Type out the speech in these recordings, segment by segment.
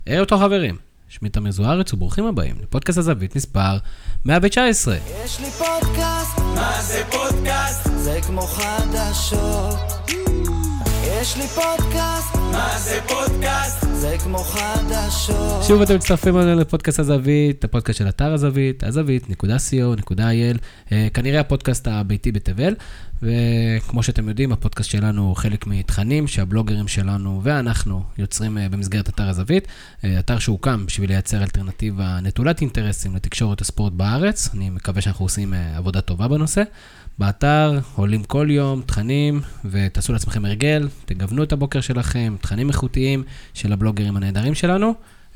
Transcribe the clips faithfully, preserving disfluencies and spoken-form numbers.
ערב טוב חברים, שמי תמיר זוארץ וברוכים הבאים לפודקאסט הזווית מספר מאה תשע עשרה. יש לי פודקאסט, מה זה פודקאסט? זה כמו חדשות. יש לי פודקאסט, מה זה פודקאסט? זה כמו חדשות. שוב אתם מצטרפים עלינו לפודקאסט הזווית, הפודקאסט של אתר הזווית, הזווית נקודה סי או נקודה איי אל, כנראה הפודקאסט הביתי בתבל, וכמו שאתם יודעים, הפודקאסט שלנו הוא חלק מתכנים שהבלוגרים שלנו ואנחנו יוצרים במסגרת אתר הזווית, אתר שהוקם בשביל לייצר אלטרנטיבה נטולת אינטרסים לתקשורת הספורט בארץ. אני מקווה שאנחנו עושים עבודה טובה בנושא. באתר עולים כל יום תכנים, ותעשו לעצמכם הרגל, תגוונו את הבוקר שלכם, תכנים איכותיים של הבלוגרים הנהדרים שלנו.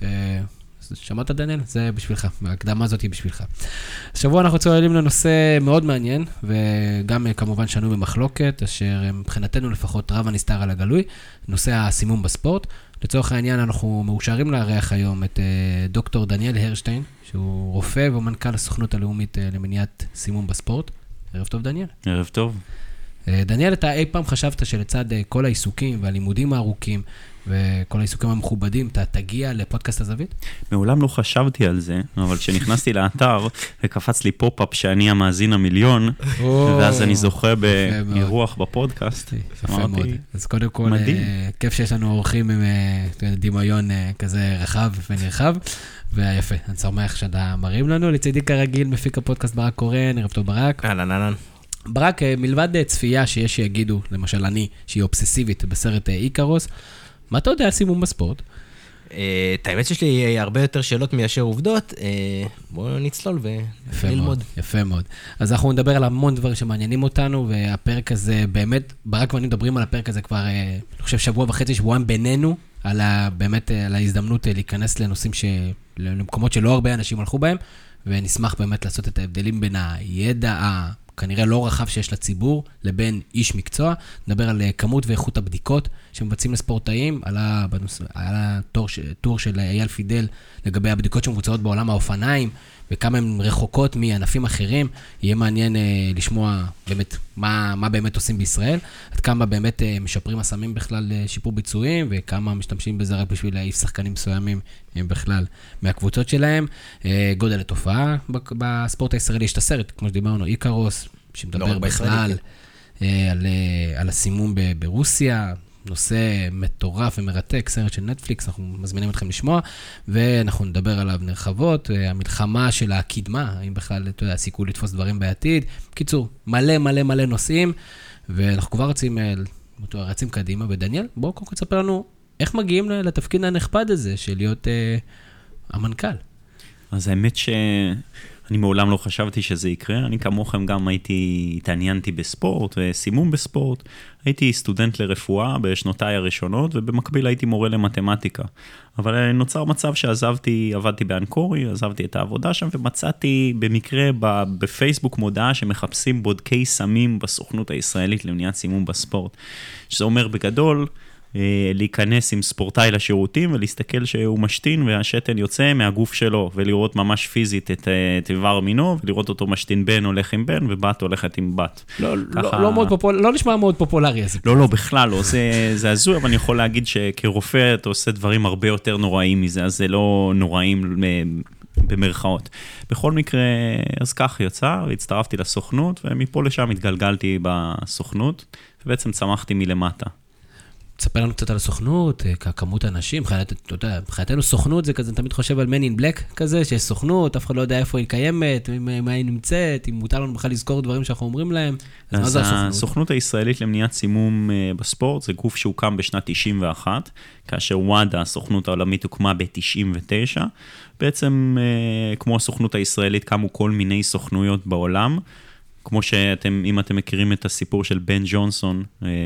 שמעת דניאל? זה בשבילך, ההקדמה הזאת היא בשבילך. השבוע אנחנו צוללים לנושא מאוד מעניין, וגם כמובן שנוי במחלוקת, אשר מבחינתנו לפחות רב הנסתר על הגלוי, נושא הסימום בספורט. לצורך העניין אנחנו מאושרים לארח היום את דוקטור דניאל הרשטיין, שהוא רופא ומנכ"ל הסוכנות הלאומית למניעת סימום בספורט. ערב טוב דניאל. ערב טוב. דניאל, אתה אי פעם חשבת שלצד כל העיסוקים והלימודים הארוכים וכל העיסוקים המכובדים, אתה תגיע לפודקאסט הזווית? מעולם לא חשבתי על זה, אבל כשנכנסתי לאתר, וקפץ לי פופ-אפ שאני המאזין המיליון, ואז אני זוכה באירוח בפודקאסט. יפה מאוד. אז קודם כל, כיף שיש לנו אורחים עם דמיון כזה רחב ונרחב, ויפה, אני שמח שאתה מרים לנו. לצידי כרגיל מפיק הפודקאסט ברק קורן. ערב טוב ברק. אהלן, אהלן. ברק, מלבד צפייה שיש שיגידו, למשל אני, שהיא אובססיבית בסרט איקרוס, מה אתה יודע על סימום בספורט? את האמת שיש לי הרבה יותר שאלות מאשר עובדות, בואו נצלול ונלמוד. יפה מאוד. אז אנחנו נדבר על המון דברים שמעניינים אותנו, והפרק הזה באמת, ברק ואני מדברים על הפרק הזה כבר, אני חושב שבוע וחצי, שבועיים בינינו, על באמת, על ההזדמנות להיכנס לנושאים למקומות שלא הרבה אנשים הלכו בהם, ונשמח באמת לעשות את ההבדלים בין הידע כנראה לא רחב שיש לציבור, לבין איש מקצוע. נדבר על כמות ואיכות הבדיקות שמבצעים לספורטאים, על הטור של אייל פידל לגבי הבדיקות שמבוצעות בעולם האופניים, וכמה הן רחוקות מענפים אחרים. יהיה מעניין לשמוע באמת מה, מה באמת עושים בישראל, עד כמה באמת משפרים הסמים בכלל שיפור ביצועים, וכמה משתמשים בזה רק בשביל להעיף שחקנים מסוימים בכלל מהקבוצות שלהם. גודל התופעה בספורט הישראלי, יש את הסרט, כמו שדיברנו, איקרוס, שמדבר בכלל על, על הסימום ברוסיה, נושא מטורף ומרתק, סרט של נטפליקס, אנחנו מזמינים אתכם לשמוע, ואנחנו נדבר עליו נרחבות, המלחמה של הקדמה, האם בכלל, אתה יודע, הסיכוי לתפוס דברים בעתיד. בקיצור, מלא מלא מלא נושאים, ואנחנו כבר רצים, רצים קדימה. ודניאל, בואו קודם כל תספר לנו, איך מגיעים לתפקיד הנכבד הזה, של להיות אה, המנכ"ל? אז האמת ש... אני מעולם לא חשבתי שזה יקרה, אני כמוכם גם הייתי, התעניינתי בספורט וסימום בספורט, הייתי סטודנט לרפואה בשנותיי הראשונות, ובמקביל הייתי מורה למתמטיקה. אבל נוצר מצב שעזבתי, עבדתי באנקורי, עזבתי את העבודה שם, ומצאתי במקרה בפייסבוק מודעה שמחפשים בודקי סמים בסוכנות הישראלית למניעת סימום בספורט. שזה אומר בגדול, להיכנס עם ספורטאי לשירותים ולהסתכל שהוא משתין והשתן יוצא מהגוף שלו, ולראות ממש פיזית את איבר מינו, ולראות אותו משתין בן הולך עם בן ובת הולכת עם בת. לא, ככה... לא, מאוד פופול... לא נשמע מאוד פופולרי הזה. לא, לא, בכלל לא. זה, זה הזוי, אבל אני יכול להגיד שכרופא אתה עושה דברים הרבה יותר נוראים מזה, אז זה לא נוראים במרכאות. בכל מקרה, אז כך יצא, והצטרפתי לסוכנות, ומפה לשם התגלגלתי בסוכנות, ובעצם צמחתי מלמטה. תספר לנו קצת על הסוכנות, כמות האנשים, מבחינתנו סוכנות זה כזה, אני תמיד חושב על Man in Black כזה, שיש סוכנות, אף אחד לא יודע איפה היא קיימת, מה היא נמצאת, אם מותר לנו בכלל לזכור דברים שאנחנו אומרים להם. אז מה זה הסוכנות? הסוכנות הישראלית למניעת סימום בספורט, זה גוף שהוקם בשנת תשעים ואחת, כאשר וואדה, הסוכנות העולמית, הוקמה ב-תשעים ותשע. בעצם, כמו הסוכנות הישראלית, קמו כל מיני סוכנויות בעולם, כמו שאתם, אם אתם מכירים את הסיפור של בן ג'ונסון,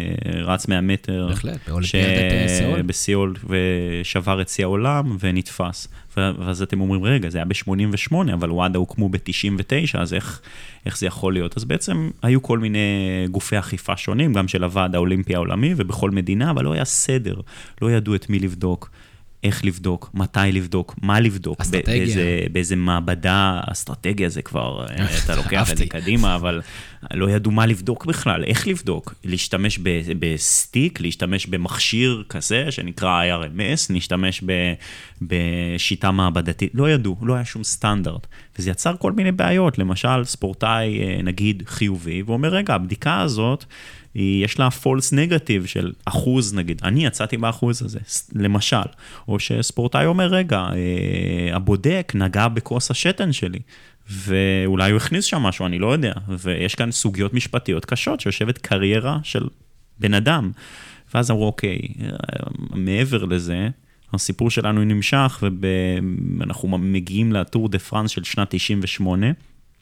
רץ מאה מטר, בהחלט, באולימפיאדת סיול. בסיול, ושבר את שיא העולם ונתפס. ואז אתם אומרים, רגע, זה היה ב-שמונים ושמונה, אבל וואדה הוקמו ב-תשעים ותשע, אז איך, איך זה יכול להיות? אז בעצם היו כל מיני גופי אכיפה שונים, גם של הוועד האולימפי העולמי, ובכל מדינה, אבל לא היה סדר, לא ידעו את מי לבדוק. איך לבדוק, מתי לבדוק, מה לבדוק, באיזה, באיזה מעבדה, אסטרטגיה זה כבר, אתה לוקח את זה קדימה, אבל לא ידעו מה לבדוק בכלל, איך לבדוק, להשתמש בסטיק, להשתמש במכשיר כזה, שנקרא איי אר אם אס, להשתמש בשיטה מעבדתית, לא ידעו, לא היה שום סטנדרט, וזה יצר כל מיני בעיות, למשל ספורטאי נגיד חיובי, ואומר רגע, הבדיקה הזאת, יש לה false negative של אחוז נגיד, אני יצאתי באחוז הזה, למשל, או שספורטאי אומר, רגע, הבודק נגע בכוס השתן שלי, ואולי הוא הכניס שם משהו, אני לא יודע, ויש כאן סוגיות משפטיות קשות, שיושבת קריירה של בן אדם, ואז אמרו, אוקיי, מעבר לזה, הסיפור שלנו נמשך, ואנחנו מגיעים לטור דה פרנס של שנת תשעים ושמונה,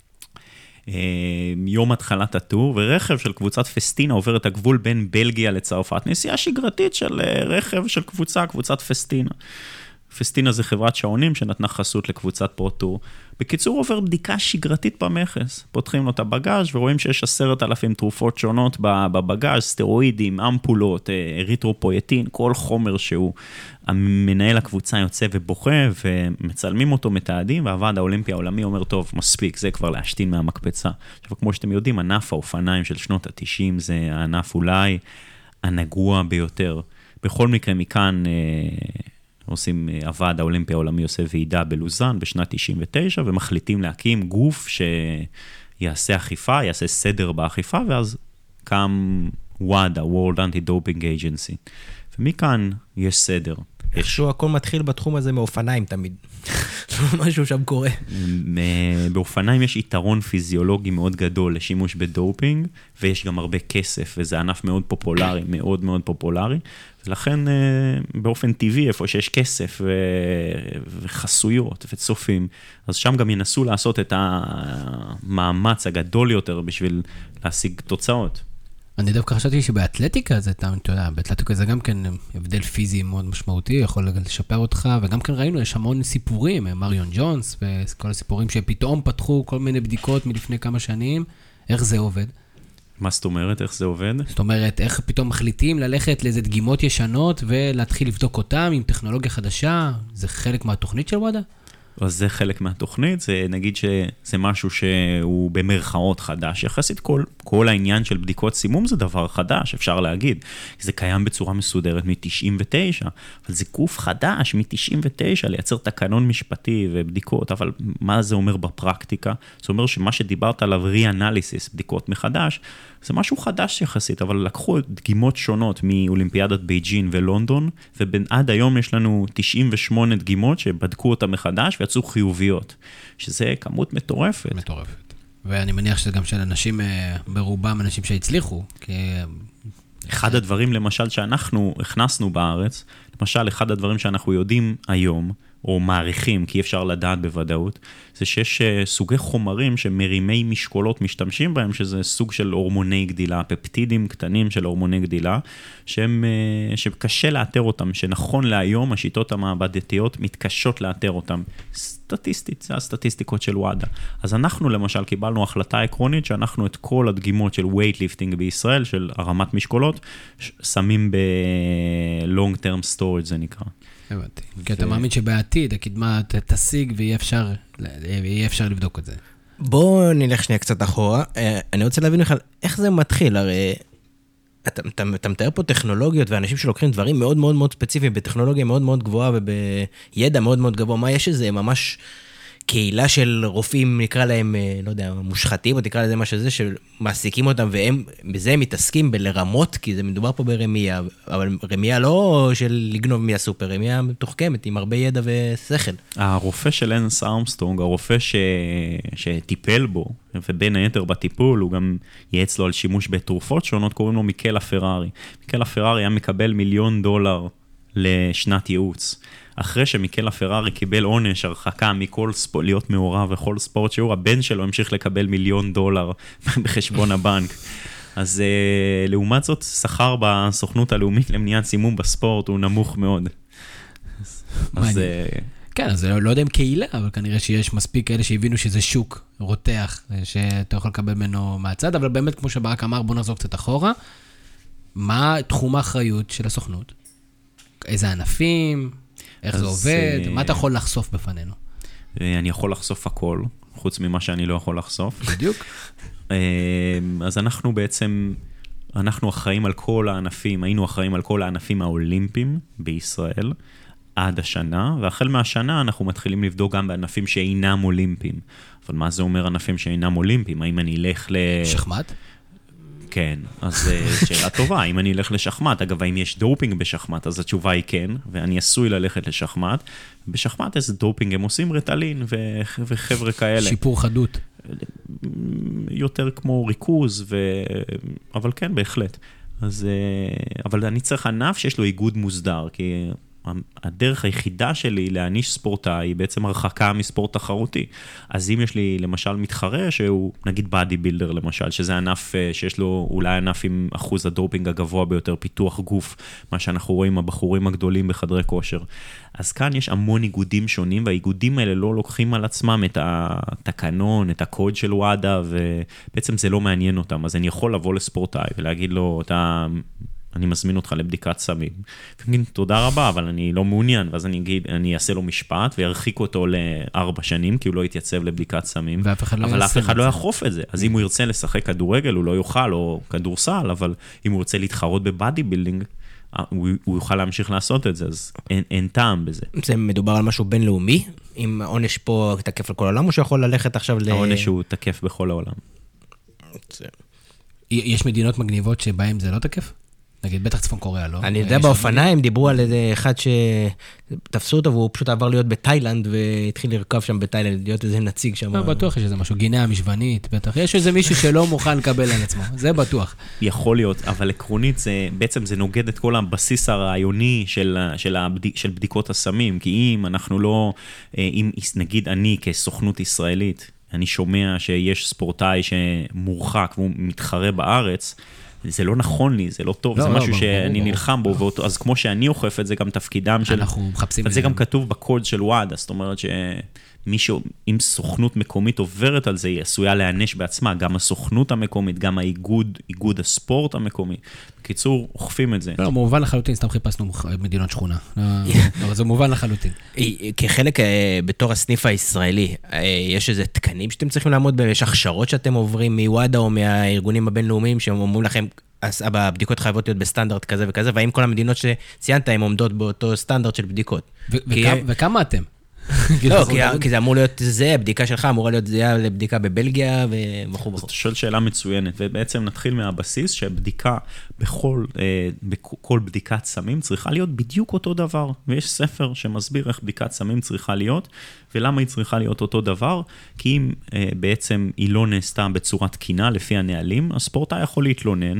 יום התחלת הטור, ורכב של קבוצת פסטינה עובר את הגבול בין בלגיה לצרפת, נסיעה שגרתית של רכב של קבוצה, קבוצת פסטינה. פסטינה זה חברת שעונים שנתנה חסות לקבוצת פרוטור. בקיצור עובר בדיקה שגרתית במכס. פותחים לו את הבגאז' ורואים שיש עשרת אלפים תרופות שונות בבגאז', סטרואידים, אמפולות, אריתרופויטין, כל חומר שהוא. המנהל הקבוצה יוצא ובוכה ומצלמים אותו מתעדים, והוועד האולימפי העולמי אומר, טוב, מספיק, זה כבר להשתין מהמקפצה. עכשיו, כמו שאתם יודעים, ענף האופניים של שנות ה-תשעים זה הענף אולי הנגוע ביותר. בכל מקרה מכאן עושים, הוועד האולימפי העולמי עושה ועידה בלוזן בשנת תשעים ותשע, ומחליטים להקים גוף שיעשה אכיפה, יעשה סדר באכיפה, ואז קם וואדה, World Anti-Doping Agency. ומכאן יש סדר. איכשהו הכל מתחיל בתחום הזה מאופניים תמיד. משהו שם קורה. באופניים יש יתרון פיזיולוגי מאוד גדול לשימוש בדופינג, ויש גם הרבה כסף, וזה ענף מאוד פופולרי, מאוד מאוד פופולרי, ולכן באופן טבעי, איפה שיש כסף וחסויות וצופים, אז שם גם ינסו לעשות את המאמץ הגדול יותר בשביל להשיג תוצאות. אני דווקא חשבתי שבאתלטיקה זה, אתה יודע, באתלטיקה זה גם כן הבדל פיזי מאוד משמעותי, יכול לשפר אותך, וגם כן ראינו, יש המון סיפורים, מריון ג'ונס, וכל הסיפורים שפתאום פתחו כל מיני בדיקות מלפני כמה שנים, איך זה עובד? מה זאת אומרת, איך זה עובד? זאת אומרת, איך פתאום מחליטים ללכת לאיזה דגימות ישנות, ולהתחיל לבדוק אותם עם טכנולוגיה חדשה, זה חלק מהתוכנית של וואדה? אז זה חלק מהתוכנית, זה נגיד שזה משהו שהוא במרכאות חדש, יחסית כל, כל העניין של בדיקות סימום זה דבר חדש, אפשר להגיד, זה קיים בצורה מסודרת מ-תשעים ותשע, אבל זה גוף חדש מ-תשעים ותשע, לייצר תקנון משפטי ובדיקות, אבל מה זה אומר בפרקטיקה? זה אומר שמה שדיברת עליו re-analysis, בדיקות מחדש, זה משהו חדש יחסית, אבל לקחו דגימות שונות מאולימפיאדת בייג'ין ולונדון, ועד היום יש לנו תשעים ושמונה דגימות שבדקו אותה מחדש ויצאו חיוביות, שזה כמות מטורפת. מטורפת. ואני מניח שזה גם של אנשים, ברובם אנשים שהצליחו, כי... אחד הדברים למשל שאנחנו הכנסנו בארץ, למשל אחד הדברים שאנחנו יודעים היום, או מעריכים, כי אפשר לדעת בוודאות, זה שיש סוגי חומרים שמרימי משקולות משתמשים בהם, שזה סוג של הורמוני גדילה, פפטידים קטנים של הורמוני גדילה, שהם, שקשה לאתר אותם, שנכון להיום השיטות המעבדתיות מתקשות לאתר אותם. סטטיסטית, זה הסטטיסטיקות של וואדה. אז אנחנו למשל קיבלנו החלטה עקרונית, שאנחנו את כל הדגימות של weightlifting בישראל, של הרמת משקולות, שמים ב-long term storage זה נקרא. הבנתי. כי אתה מאמין שבעתיד הקדמה תשיג ויהיה אפשר, ויהיה אפשר לבדוק את זה. בואו נלך שנייה קצת אחורה. אני רוצה להבין בכלל, איך זה מתחיל? הרי אתה, אתה, אתה מתאר פה טכנולוגיות ואנשים שלוקחים דברים מאוד מאוד מאוד ספציפיים, בטכנולוגיה מאוד מאוד גבוהה ובידע מאוד מאוד גבוה. מה יש איזה ממש קהילה של רופאים, נקרא להם, לא יודע, מושחתים, או תקרא לזה משהו הזה, שמעסיקים אותם, והם בזה הם מתעסקים בלרמות, כי זה מדובר פה ברמיה, אבל רמיה לא של לגנוב מהסופר, רמיה מתוחכמת, עם הרבה ידע ושכל. הרופא של לנס ארמסטרונג, הרופא ש... שטיפל בו, ובין היתר בטיפול, הוא גם ייעץ לו על שימוש בתרופות שונות, קוראים לו מיקל הפרארי. מיקל הפרארי היה מקבל מיליון דולר לשנת ייעוץ. אחרי שמיקל הפרארי קיבל עונש, הרחקה מכל ספורט, להיות מעורב וכל ספורט שהוא, הבן שלו המשיך לקבל מיליון דולר בחשבון הבנק. אז uh, לעומת זאת, שכר בסוכנות הלאומית למניעת סימום בספורט הוא נמוך מאוד. אז, uh... כן, אז לא, לא יודע אם קהילה, אבל כנראה שיש מספיק כאלה שהבינו שזה שוק רותח, שאתה יכול לקבל ממנו מהצד, אבל באמת, כמו שברק אמר, בוא נחזור קצת אחורה. מה תחום האחריות של הסוכנות? איזה ענפים? איך זה עובד? מה אתה יכול לחשוף בפנינו? אני יכול לחשוף הכל, חוץ ממה שאני לא יכול לחשוף. בדיוק. אז אנחנו בעצם, אנחנו אחראים על כל הענפים, היינו אחראים על כל הענפים האולימפיים בישראל, עד השנה, והחל מהשנה אנחנו מתחילים לבדוק גם בענפים שאינם אולימפיים. אבל מה זה אומר ענפים שאינם אולימפיים? האם אני אלך ל... שחמט? כן, אז שאלה טובה, אם אני אלך לשחמט, אגב, האם יש דופינג בשחמט, אז התשובה היא כן, ואני עשוי ללכת לשחמט. בשחמט איזה דופינג, הם עושים רטלין ו... וחבר'ה כאלה. שיפור חדות. יותר כמו ריכוז, ו... אבל כן, בהחלט. אז, אבל אני צריך ענף שיש לו איגוד מוסדר, כי הדרך היחידה שלי להעניש ספורטאי היא בעצם הרחקה מספורט תחרותי. אז אם יש לי למשל מתחרה שהוא נגיד בדי בילדר למשל, שזה ענף שיש לו אולי ענף עם אחוז הדופינג הגבוה ביותר, פיתוח גוף, מה שאנחנו רואים הבחורים הגדולים בחדרי כושר. אז כאן יש המון איגודים שונים, והאיגודים האלה לא לוקחים על עצמם את התקנון, את הקוד של וואדה, ובעצם זה לא מעניין אותם. אז אני יכול לבוא לספורטאי ולהגיד לו, אתה... אני מזמין אותך לבדיקת סמים. ואני אגיד, תודה רבה, אבל אני לא מעוניין, ואז אני אגיד, אני אעשה לו משפט, וירחיק אותו לארבע שנים, כי הוא לא יתייצב לבדיקת סמים. ואף אחד לא אבל אף אחד לא יחוף את זה. אז אם הוא ירצה לשחק כדורגל, הוא לא יוכל, או כדורסל, אבל אם הוא ירצה להתחרות בבאדי בילדינג, הוא, הוא יוכל להמשיך לעשות את זה, אז אין, אין טעם בזה. זה מדובר על משהו בינלאומי? אם העונש פה תקף לכל העולם, או שיכול ללכת עכשיו ל... העונש הוא תקף בכל העולם. יש מדינות מגניבות שבהן זה לא תקף? נגיד, בטח צפון קוריאה, לא? אני יודע, באופניים דיברו על איזה אחד שתפסו אותו, והוא פשוט עבר להיות בתאילנד, והתחיל לרכב שם בתאילנד, להיות איזה נציג שם. לא, בטוח יש איזה משהו, גינאה המשוונית, בטח. יש איזה מישהו שלא מוכן לקבל על עצמו, זה בטוח. יכול להיות, אבל עקרונית, בעצם זה נוגד את כל הבסיס הרעיוני של, של, הבדיק, של בדיקות הסמים, כי אם אנחנו לא, אם נגיד אני כסוכנות ישראלית, אני שומע שיש ספורטאי שמורחק והוא מתחרה בארץ, זה לא נכון לי, זה לא טוב, לא, זה לא, משהו ברור, שאני ברור. נלחם בו, ואותו, אז כמו שאני אוכף את זה, גם תפקידם של... אנחנו מחפשים... אבל זה גם כתוב בקוד של וואדה, זאת אומרת שמישהו, אם סוכנות מקומית עוברת על זה, היא עשויה להיענש בעצמה, גם הסוכנות המקומית, גם האיגוד, איגוד הספורט המקומי. בקיצור, אוכפים את זה. לא, מובן לחלוטין, סתם חיפשנו מדינות שכונה. לא, זה מובן לחלוטין. כחלק בתור הסניף הישראלי, יש איזה תקנים שאתם צריכים לעמוד בהם, יש הכשרות שאתם עוברים מוואדה או מהארגונים הבינלאומיים, שהם אומרים לכם, הבדיקות חייבות להיות בסטנדרט כזה וכזה, והאם כל המדינות שציינת, הן עומדות באותו סטנדרט של בדיקות. וכמה אתם? לא, כי זה אמור להיות זה, הבדיקה שלך אמורה להיות זה לבדיקה בבלגיה וכו' וכו'. זאת שואל שאלה מצוינת, ובעצם נתחיל מהבסיס שבדיקה בכל, בכל בדיקת סמים צריכה להיות בדיוק אותו דבר, ויש ספר שמסביר איך בדיקת סמים צריכה להיות, ולמה היא צריכה להיות אותו דבר, כי אם בעצם היא לא נעשתה בצורה תקינה לפי הנהלים, הספורטאי יכול להתלונן,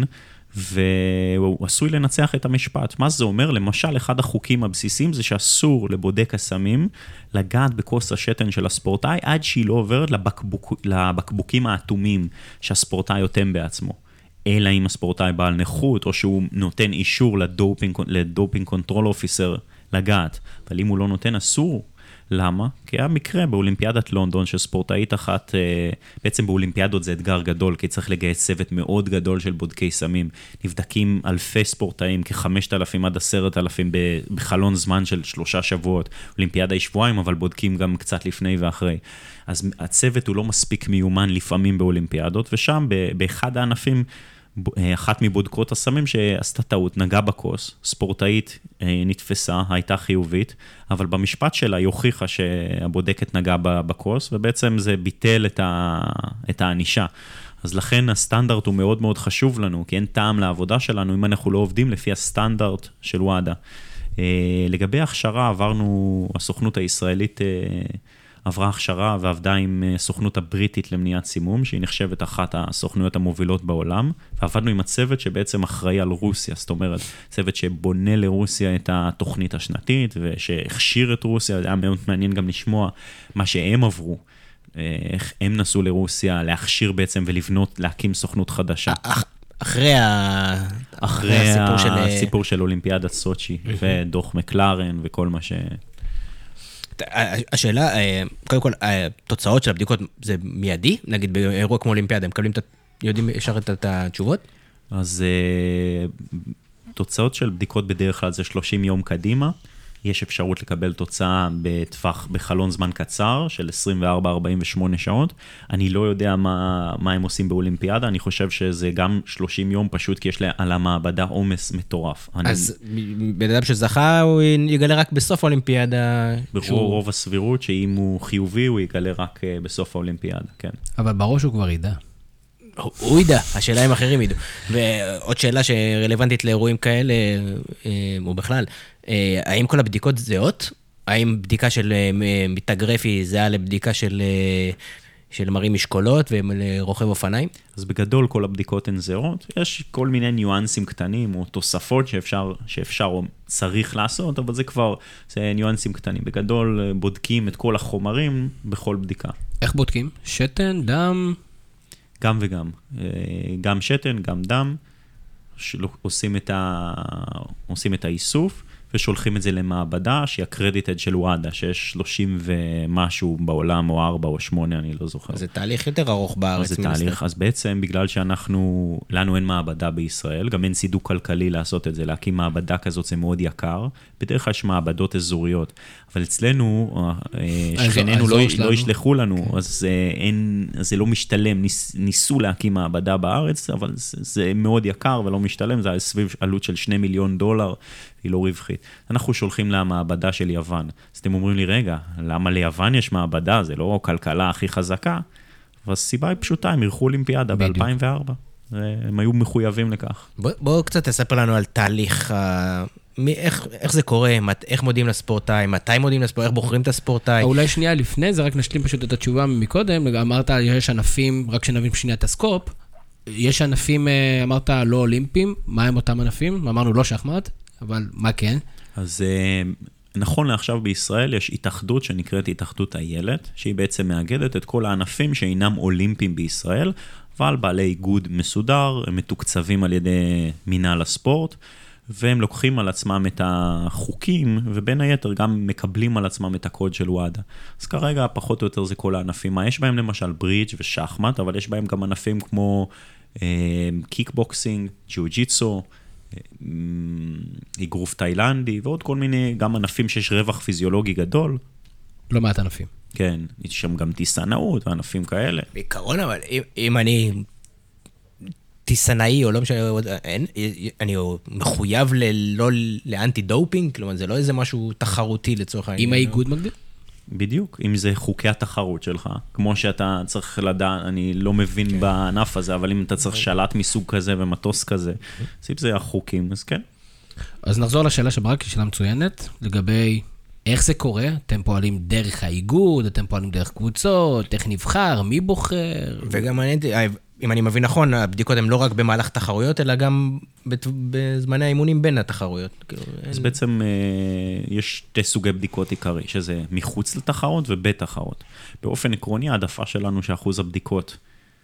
והוא עשוי לנצח את המשפט. מה זה אומר? למשל, אחד החוקים הבסיסיים זה שאסור לבודק הסמים לגעת בכוס השתן של הספורטאי, עד שהיא לא עוברת לבקבוק, לבקבוקים האטומים שהספורטאי יותם בעצמו. אלא אם הספורטאי בעל נכות, או שהוא נותן אישור לדופינג, לדופינג קונטרול אופיסר לגעת. אבל אם הוא לא נותן, אסור. למה? כי היה מקרה באולימפיאדת לונדון שספורטאית אחת, בעצם באולימפיאדות זה אתגר גדול, כי צריך לגייס צוות מאוד גדול של בודקי סמים. נבדקים אלפי ספורטאים, כ-חמשת אלפים עד עשרת אלפים בחלון זמן של שלושה שבועות. אולימפיאדה היא שבועיים, אבל בודקים גם קצת לפני ואחרי. אז הצוות הוא לא מספיק מיומן לפעמים באולימפיאדות, ושם באחד הענפים, אחת מבודקות הסמים שעשתה טעות, נגעה בכוס, ספורטאית נתפסה, הייתה חיובית, אבל במשפט שלה היא הוכיחה שהבודקת נגעה בכוס, ובעצם זה ביטל את, ה, את הענישה. אז לכן הסטנדרט הוא מאוד מאוד חשוב לנו, כי אין טעם לעבודה שלנו אם אנחנו לא עובדים לפי הסטנדרט של וואדה. לגבי הכשרה, עברנו, הסוכנות הישראלית עברה הכשרה ועבדה עם סוכנות הבריטית למניעת סימום, שהיא נחשבת אחת הסוכנויות המובילות בעולם, ועבדנו עם הצוות שבעצם אחראי על רוסיה, זאת אומרת, צוות שבונה לרוסיה את התוכנית השנתית, ושהכשיר את רוסיה, זה היה מאוד מעניין גם לשמוע מה שהם עברו, איך הם נסו לרוסיה, להכשיר בעצם ולבנות, להקים סוכנות חדשה. אחרי הסיפור של אולימפיאדת סוצ'י, ודוח מקלרן וכל מה ש... השאלה, קודם כל, התוצאות של הבדיקות זה מיידי? נגיד באירוע כמו אולימפיאדה, הם מקבלים, יודעים ישר את התשובות? אז תוצאות של בדיקות בדרך כלל זה שלושים יום קדימה. יש אפשרות לקבל תוצאה בטווח, בחלון זמן קצר של עשרים וארבע עד ארבעים ושמונה שעות. אני לא יודע מה, מה הם עושים באולימפיאדה, אני חושב שזה גם שלושים יום פשוט, כי יש לה על המעבדה עומס מטורף. אז אני... בן אדם שזכה, הוא יגלה רק בסוף האולימפיאדה. ברור שהוא... רוב הסבירות, שאם הוא חיובי, הוא יגלה רק בסוף האולימפיאדה, כן. אבל בראש הוא כבר ידע. הוא ידע, השאלה אם אחרים ידעו. ועוד שאלה שרלוונטית לאירועים כאלה, או בכלל, האם כל הבדיקות זהות? האם בדיקה של מתאגרפי זהה לבדיקה של, של מרים משקולות ולרוכב אופניים? אז בגדול כל הבדיקות הן זהות. יש כל מיני ניואנסים קטנים או תוספות שאפשר, שאפשר או צריך לעשות, אבל זה כבר, זה ניואנסים קטנים. בגדול בודקים את כל החומרים בכל בדיקה. איך בודקים? שתן, דם? גם וגם. גם שתן, גם דם. עושים את, ה... עושים את האיסוף, ושולחים את זה למעבדה, שהיא הקרדיטד של וואדה, שיש שלושים ומשהו בעולם, או ארבע או שמונה, אני לא זוכר. זה תהליך יותר ארוך בארץ. זה תהליך, אז בעצם בגלל שאנחנו, לנו אין מעבדה בישראל, גם אין סידוק כלכלי לעשות את זה, להקים מעבדה כזאת זה מאוד יקר, בדרך כלל יש מעבדות אזוריות, אבל אצלנו, שכנינו לא, לא ישלחו לנו, אז אין, זה לא משתלם, ניס, ניסו להקים מעבדה בארץ, אבל זה, זה מאוד יקר ולא משתלם, זה סביב עלות של שני מיליון דולר, היא לא רווחית. אנחנו שולחים למעבדה של יוון. אז אתם אומרים לי, רגע, למה ליוון יש מעבדה? זה לא כלכלה הכי חזקה. אבל הסיבה היא פשוטה, הם ערכו אולימפיאדה ב-אלפיים וארבע. הם היו מחויבים לכך. בוא, בוא קצת תספר לנו על תהליך, מי, איך, איך זה קורה, מת, איך מודיעים לספורטאי, מתי מודיעים לספורטאי, איך בוחרים את הספורטאי. אולי שנייה לפני זה, רק נשלים פשוט את התשובה מקודם, אמרת, יש ענפים, רק שנבין שנייה את הסקופ, יש ענפים, אמרת, לא אולימפיים, מה הם אותם ענפים? אמרנו לא שחמט. אבל מה כן? אז נכון לעכשיו בישראל יש התאחדות שנקראת התאחדות הילד, שהיא בעצם מאגדת את כל הענפים שאינם אולימפיים בישראל, אבל בעלי איגוד מסודר, הם מתוקצבים על ידי מינהל הספורט, והם לוקחים על עצמם את החוקים, ובין היתר גם מקבלים על עצמם את הקוד של וואדה. אז כרגע פחות או יותר זה כל הענפים. מה יש בהם למשל ברידג' ושחמט, אבל יש בהם גם ענפים כמו אה, קיקבוקסינג, ג'יו-ג'יטסו, אגרוף תאילנדי, ועוד כל מיני, גם ענפים שיש רווח פיזיולוגי גדול. לא מעט ענפים. כן, יש שם גם טיסנאות וענפים כאלה. בעיקרון, אבל אם, אם אני טיסנאי או לא משנה, אני מחויב לא לאנטי דופינג, כלומר זה לא איזה משהו תחרותי לצורך העניין. אם האיגוד מגדיר? בדיוק, אם זה חוקי התחרות שלך, כמו שאתה צריך לדעת, אני לא מבין כן. בענף הזה, אבל אם אתה צריך שלט מסוג כזה ומטוס כזה, אז אם זה החוקים, אז כן. אז נחזור לשאלה שברק, היא שאלה מצוינת, לגבי איך זה קורה, אתם פועלים דרך האיגוד, אתם פועלים דרך קבוצות, איך נבחר, מי בוחר? וגם אני, אם אני מבין נכון, הבדיקות הן לא רק במהלך תחרויות, אלא גם בזמני האימונים בין התחרויות. אז בעצם יש שתי סוגי בדיקות עיקרי, שזה מחוץ לתחרות ובתחרות. באופן עקרוני, העדפה שלנו שאחוז הבדיקות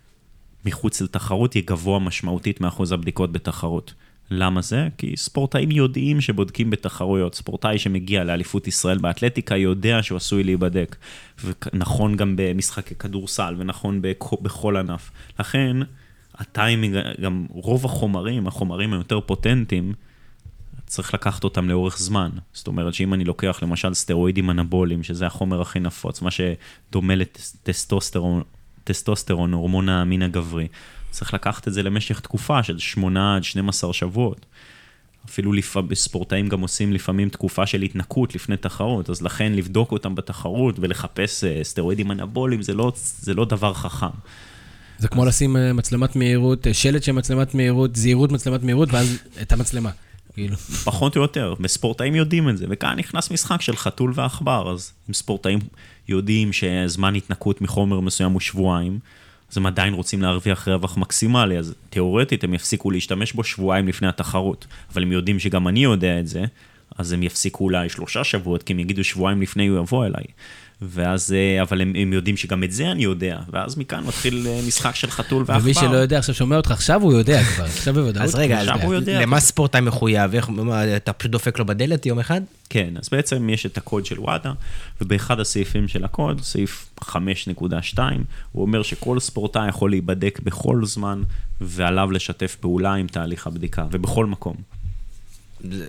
מחוץ לתחרות יהיה גבוה משמעותית מאחוז הבדיקות בתחרות. למה זה? כי ספורטאים יודעים שבודקים בתחרויות. ספורטאי שמגיע לאליפות ישראל באתלטיקה יודע שהוא עשוי להיבדק. ונכון גם במשחקי כדורסל, ונכון בכל ענף. לכן, הטיימינג, גם רוב החומרים, החומרים היותר פוטנטיים, צריך לקחת אותם לאורך זמן. זאת אומרת שאם אני לוקח למשל סטרואידים אנבוליים, שזה החומר הכי נפוץ, מה שדומה לטסטוסטרון, טסטוסטרון, הורמון המין הגברי, צריך לקחת את זה למשך תקופה של שמונה עד שנים עשר שבועות. אפילו בספורטאים גם עושים לפעמים תקופה של התנקות לפני תחרות, אז לכן לבדוק אותם בתחרות ולחפש סטרואידים אנבוליים, זה לא, זה לא דבר חכם. זה כמו לשים מצלמת מהירות, שלט של מצלמת מהירות, זהירות מצלמת מהירות, ואז את המצלמה. פחות או יותר, וספורטאים יודעים את זה, וכאן נכנס משחק של חתול ועכבר, אז אם ספורטאים יודעים שזמן התנקות מחומר מסוים הוא שבועיים, אז הם עדיין רוצים להרוויח רווח מקסימלי, אז תיאורטית הם יפסיקו להשתמש בו שבועיים לפני התחרות, אבל הם יודעים שגם אני יודע את זה, אז הם יפסיקו אולי שלושה שבועות, כי הם יגידו שבועיים לפני הוא יבוא אליי. ואז, אבל הם, הם יודעים שגם את זה אני יודע, ואז מכאן מתחיל משחק של חתול ועכבר. ומי שלא יודע, עכשיו שומע אותך, עכשיו הוא יודע כבר, עכשיו בוודאות. אז רגע, למה ספורטאי מחויב? אתה פשוט דופק לו בדלת יום אחד? כן, אז בעצם יש את הקוד של וואדה, ובאחד הסעיפים של הקוד, סעיף חמש נקודה שתיים, הוא אומר שכל ספורטאי יכול להיבדק בכל זמן, ועליו לשתף פעולה עם תהליך הבדיקה, ובכל מקום. זה, זה...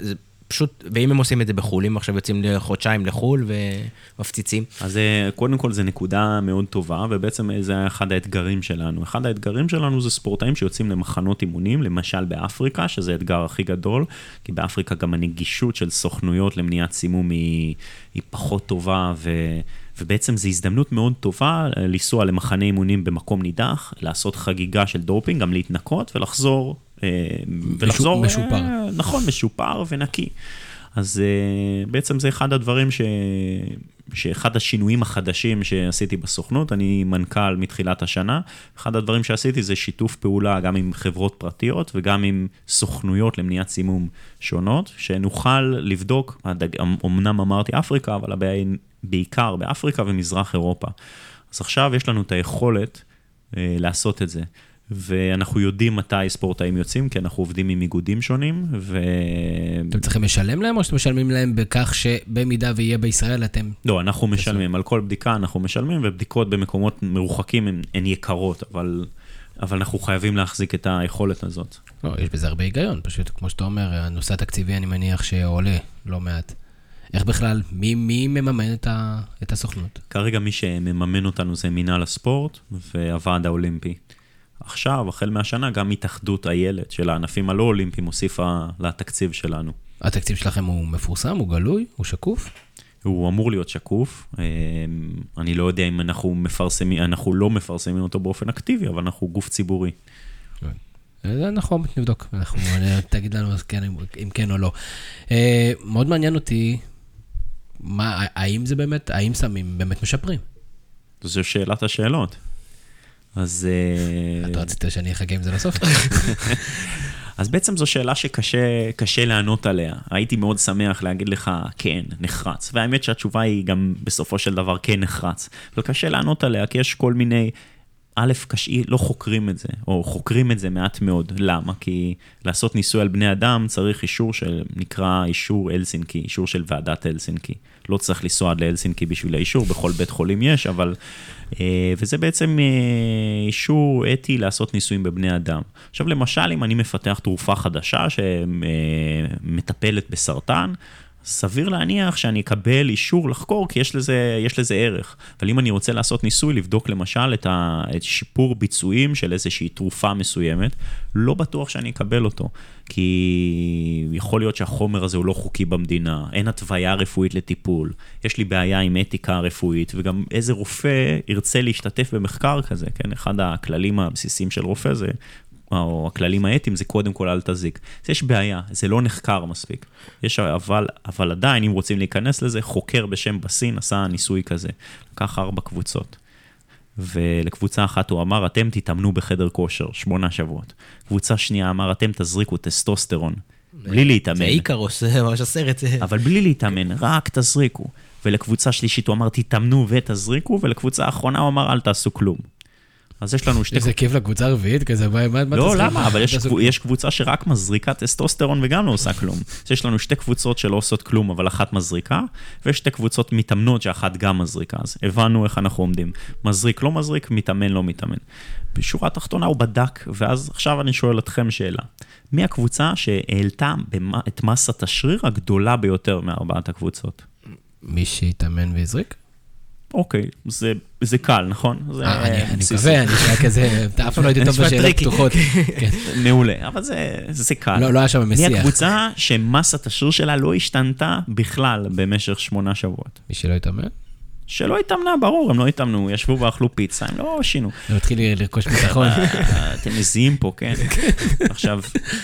פשוט, ואם הם עושים את זה בחול, אם עכשיו יוצאים לחודשיים לחול ומפציצים. אז קודם כל, זה נקודה מאוד טובה, ובעצם זה אחד האתגרים שלנו. אחד האתגרים שלנו זה ספורטאים שיוצאים למחנות אימונים, למשל באפריקה, שזה האתגר הכי גדול, כי באפריקה גם הנגישות של סוכנויות למניעת סימום היא, היא פחות טובה, ו... ובעצם זו הזדמנות מאוד טובה לנסוע למחנה אימונים במקום נידח, לעשות חגיגה של דופינג, גם להתנקות ולחזור, ולחזור, משופר. נכון, משופר ונקי. אז בעצם זה אחד הדברים ש... שאחד השינויים החדשים שעשיתי בסוכנות, אני מנכ"ל מתחילת השנה, אחד הדברים שעשיתי זה שיתוף פעולה גם עם חברות פרטיות וגם עם סוכנויות למניעת סימום שונות, שנוכל לבדוק, אמנם אמרתי אפריקה, אבל הבעיה בעיקר באפריקה ומזרח אירופה. אז עכשיו יש לנו את היכולת אה, לעשות את זה. ואנחנו יודעים מתי ספורטאים יוצאים, כי אנחנו עובדים עם איגודים שונים, ו... אתם צריכים לשלם להם, או שאתם משלמים להם בכך שבמידה ויהיה בישראל אתם... לא, אנחנו משלמים. על כל בדיקה אנחנו משלמים, ובדיקות במקומות מרוחקים הן, הן יקרות, אבל, אבל אנחנו חייבים להחזיק את היכולת הזאת. לא, יש בזה הרבה היגיון, פשוט כמו שאתה אומר, הנושא התקציבי אני מניח שעולה לא מעט. איך בכלל, מי, מי מממן את, ה, את הסוכנות? כרגע מי שמממן אותנו זה מינהל הספורט והוועד האולימפי. עכשיו, החל מהשנה, גם התאחדות הילד של הענפים הלא אולימפיים הוסיפה לתקציב שלנו. התקציב שלכם הוא מפורסם, הוא גלוי, הוא שקוף? הוא אמור להיות שקוף. אני לא יודע אם אנחנו מפרסמים, אנחנו לא מפרסמים אותו באופן אקטיבי, אבל אנחנו גוף ציבורי. זה נכון, נבדוק. אנחנו, תגיד לנו אם כן או לא. מאוד מעניין אותי, מה, האם זה באמת, האם סמים באמת משפרים? זו שאלת השאלות. אז... אתה רצית שאני אחכה עם זה לסוף? אז בעצם זו שאלה שקשה קשה לענות עליה. הייתי מאוד שמח להגיד לך, כן, נחרץ. והאמת שהתשובה היא גם בסופו של דבר כן נחרץ. אבל קשה לענות עליה, כי יש כל מיני... א', קשי, לא חוקרים את זה, או חוקרים את זה מעט מאוד. למה? כי לעשות ניסוי על בני אדם צריך אישור שנקרא אישור אלסינקי, אישור של ועדת אלסינקי. לא צריך לנסוע עד לאלסינקי בשביל האישור, בכל בית חולים יש, אבל... וזה בעצם אישור אתי לעשות ניסויים בבני אדם. עכשיו, למשל, אם אני מפתח תרופה חדשה שמטפלת בסרטן, סביר להניח שאני אקבל אישור לחקור, כי יש לזה, יש לזה ערך. אבל אם אני רוצה לעשות ניסוי, לבדוק למשל את השיפור ביצועים של איזושהי תרופה מסוימת, לא בטוח שאני אקבל אותו. כי יכול להיות שהחומר הזה הוא לא חוקי במדינה, אין התוויה רפואית לטיפול, יש לי בעיה עם אתיקה רפואית, וגם איזה רופא ירצה להשתתף במחקר כזה, כן? אחד הכללים הבסיסיים של רופא זה, או הכללים האתיים, זה קודם כל אל תזיק. אז יש בעיה, זה לא נחקר מספיק. יש, אבל, אבל עדיין, אם רוצים להיכנס לזה, חוקר בשם בסין עשה ניסוי כזה. לקח ארבע קבוצות. ולקבוצה אחת הוא אמר, אתם תתאמנו בחדר כושר, שמונה שבועות. קבוצה שנייה אמר, אתם תזריקו טסטוסטרון, בלי להתאמן. זה איקרוס, זה ממש הסרט. אבל בלי להתאמן, רק תזריקו. ולקבוצה שלישית הוא אמר, תתאמנו ותזריקו, ולקבוצה האחרונה הוא אמר, אל תעשו כלום. אז יש לנו שתי... זה כיף לקבוצה הרביעית כזה, מה תזריק? לא, למה? אבל יש קבוצה שרק מזריקה טסטוסטרון וגם לא עושה כלום. אז יש לנו שתי קבוצות שלא עושות כלום, אבל אחת מזריקה, ויש שתי קבוצות מתאמנות שאחת גם מזריקה. אז הבנו איך אנחנו עומדים. מזריק לא מזריק, מתאמן לא מתאמן. בשורה התחתונה הוא בדק, ואז עכשיו אני שואל אתכם שאלה. מי הקבוצה שהעלתה את מסת השריר הגדולה ביותר מארבעת הקבוצות? מי שהתאמן והזריק? אוקיי, זה, זה קל, נכון? זה, אני, אני מקווה, אני חושב כזה, אתה אף פעם לא הייתי טוב בשאלות פתוחות. מעולה, אבל זה, זה קל. לא, לא היה שם מסיח. מי הקבוצה שמסת השריר שלה לא השתנתה בכלל במשך שמונה שבועות? מי שלא התאמן? שלא התאמנה, ברור, הם לא התאמנו, ישבו ואכלו פיצה, הם לא שינו. זה מתחיל לרכוש ביטחון. אתם מזיעים פה, כן. עכשיו,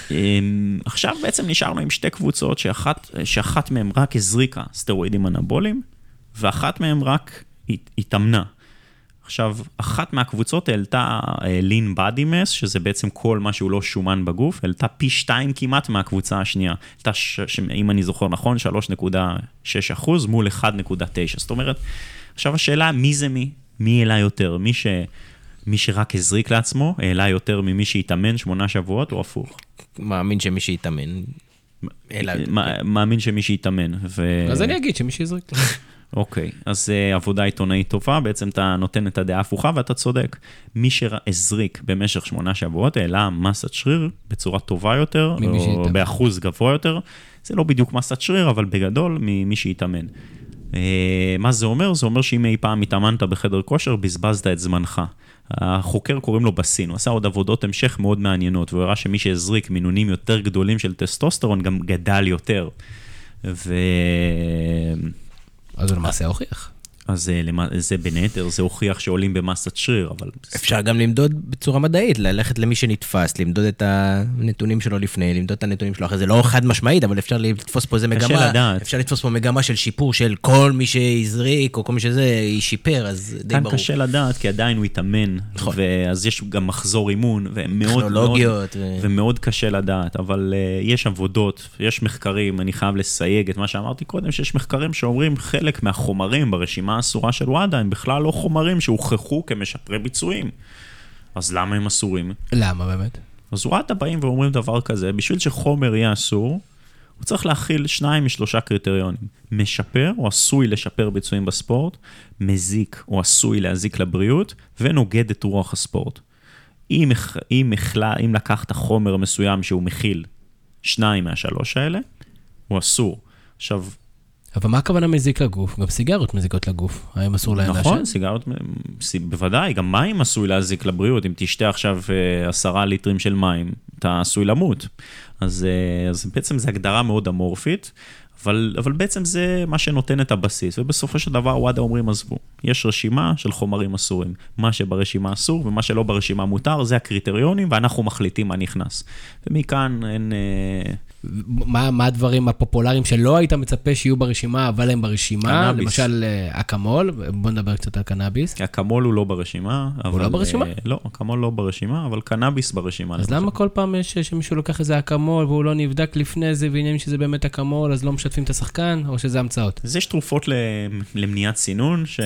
עכשיו בעצם נשארנו עם שתי קבוצות, שאחת, שאחת מהם רק הזריקה סטרואידים אנבוליים, ואחת מהם רק התאמנה. עכשיו, אחת מהקבוצות העלתה lean body mass, שזה בעצם כל מה שהוא לא שומן בגוף, העלתה פי שתיים כמעט מהקבוצה השנייה. העלתה, אם אני זוכר נכון, שלוש נקודה שש אחוז מול אחד נקודה תשע. זאת אומרת, עכשיו השאלה, מי זה מי? מי העלה יותר? מי, ש... מי שרק הזריק לעצמו, העלה יותר ממי שהתאמן שמונה שבועות, או הפוך? מאמין שמי שהתאמן. מאמין שמי שהתאמן. אז אני אגיד שמי שהזריק. אוקיי, אז uh, עבודה עיתונאית טובה, בעצם אתה נותן את הדעה הפוכה ואתה צודק. מי שהזריק במשך שמונה שבועות, העלה מסת שריר בצורה טובה יותר, או באחוז גבוה יותר, זה לא בדיוק מסת שריר, אבל בגדול ממי שהתאמן. Uh, מה זה אומר? זה אומר שאם אי פעם התאמנת בחדר כושר, בזבזת את זמנך. החוקר קוראים לו בסין, הוא עשה עוד עבודות המשך מאוד מעניינות, והוא הראה שמי שהזריק מינונים יותר גדולים של טסטוסטרון, גם גדל יותר. ו... אז הוא למעשה הוכיח. אז זה בין היתר, זה הוכיח שעולים במסת שריר, אבל... אפשר גם למדוד בצורה מדעית, ללכת למי שנתפס, למדוד את הנתונים שלו לפני, למדוד את הנתונים שלו אחרי, זה לא חד משמעית, אבל אפשר לתפוס פה איזה מגמה, אפשר לתפוס פה מגמה של שיפור, של כל מי שהזריק, או כל מי שזה ישיפר, אז די ברור. כאן קשה לדעת, כי עדיין הוא יתאמן, ואז יש גם מחזור אימון, טכנולוגיות. ומאוד קשה לדעת, אבל יש עבודות, יש מחקרים, אני חייב לסייג את מה שאמרתי קודם, שיש מחקרים שאומרים חלק מהחומרים ברשימה האסורה של וואדה, הם בכלל לא חומרים שהוכחו כמשפרי ביצועים. אז למה הם אסורים? למה באמת? אז וואדה באים ואומרים דבר כזה, בשביל שחומר יהיה אסור, הוא צריך להכיל שניים משלושה קריטריונים. משפר או עשוי לשפר ביצועים בספורט, מזיק או עשוי להזיק לבריאות, ונוגד את רוח הספורט. אם, אם, מחלה, אם לקחת חומר מסוים שהוא מכיל שניים מהשלוש האלה, הוא אסור. עכשיו, אבל מה הכוונה מזיק לגוף? גם סיגרות מזיקות לגוף. האם אסור להם לעשן? נכון, סיגרות, בוודאי, גם מים עשוי להזיק לבריאות. אם תשתה עכשיו עשרה ליטרים של מים, אתה עשוי למות. אז, אז בעצם זו הגדרה מאוד אמורפית, אבל, אבל בעצם זה מה שנותן את הבסיס. ובסופו של דבר, וואדה אומרים, עזבו, יש רשימה של חומרים אסורים. מה שברשימה אסור ומה שלא ברשימה מותר, זה הקריטריונים, ואנחנו מחליטים מה נכנס. ומכאן אין... מה, מה הדברים הפופולריים שלא היית מצפה שיהיו ברשימה, אבל הם ברשימה? קנאביס. למשל, אקמול, בוא נדבר קצת על קנאביס. אקמול הוא לא ברשימה. הוא אבל, לא ברשימה? לא, אקמול לא ברשימה, אבל קנאביס ברשימה. אז למה כל פעם יש שמישהו לוקח איזה אקמול, והוא לא נבדק לפני זה, ועניין שזה באמת אקמול, אז לא משתפים את השחקן, או שזה המצאות? אז יש תרופות למניעת צינון, ש...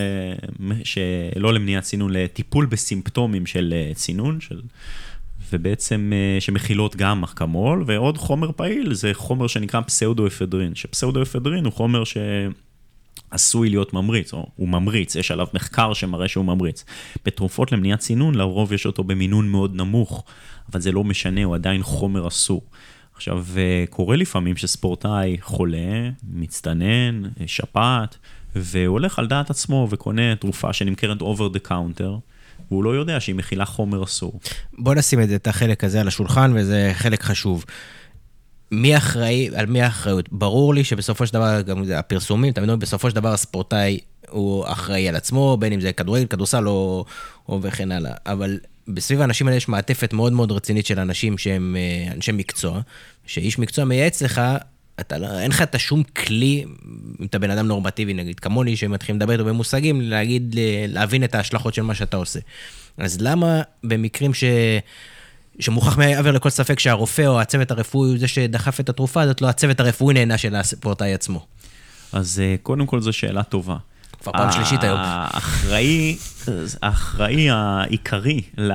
שלא למניעת צינון, לטיפול בסימפטומים של צינון, של... ובעצם שמכילות גם אקמול, ועוד חומר פעיל, זה חומר שנקרא פסאודו-אפדרין, שפסאודו-אפדרין הוא חומר שעשוי להיות ממריץ, או הוא ממריץ, יש עליו מחקר שמראה שהוא ממריץ. בתרופות למניעת צינון, לרוב יש אותו במינון מאוד נמוך, אבל זה לא משנה, הוא עדיין חומר אסור. עכשיו, קורה לפעמים שספורטאי חולה, מצטנן, שפעת, והוא הולך על דעת עצמו וקונה תרופה שנמכרת over the counter, והוא לא יודע שהיא מכילה חומר אסור. בוא נשים את, את החלק הזה על השולחן, וזה חלק חשוב. מי אחראי, על מי האחריות? ברור לי שבסופו של דבר, גם הפרסומים, תמיד בסופו של דבר הספורטאי הוא אחראי על עצמו, בין אם זה כדורגל, כדורסל או, או וכן הלאה. אבל בסביב האנשים האלה יש מעטפת מאוד מאוד רצינית של אנשים שהם אנשי מקצוע, שאיש מקצוע מייעץ לך, אתה לא, אין לך את השום כלי, אם אתה בן אדם נורמטיבי, נגיד, כמוני, שמתחילים לדבר איתו במושגים, להגיד, להבין את ההשלכות של מה שאתה עושה. אז למה במקרים ש... שמוכח מעבר לכל ספק שהרופא או הצוות הרפואי הוא זה שדחף את התרופה, הזאת לא הצוות הרפואי נהנה של הספורטאי עצמו? אז קודם כל זו שאלה טובה. כבר פעם שלישית היום. האחראי, האחראי העיקרי ל...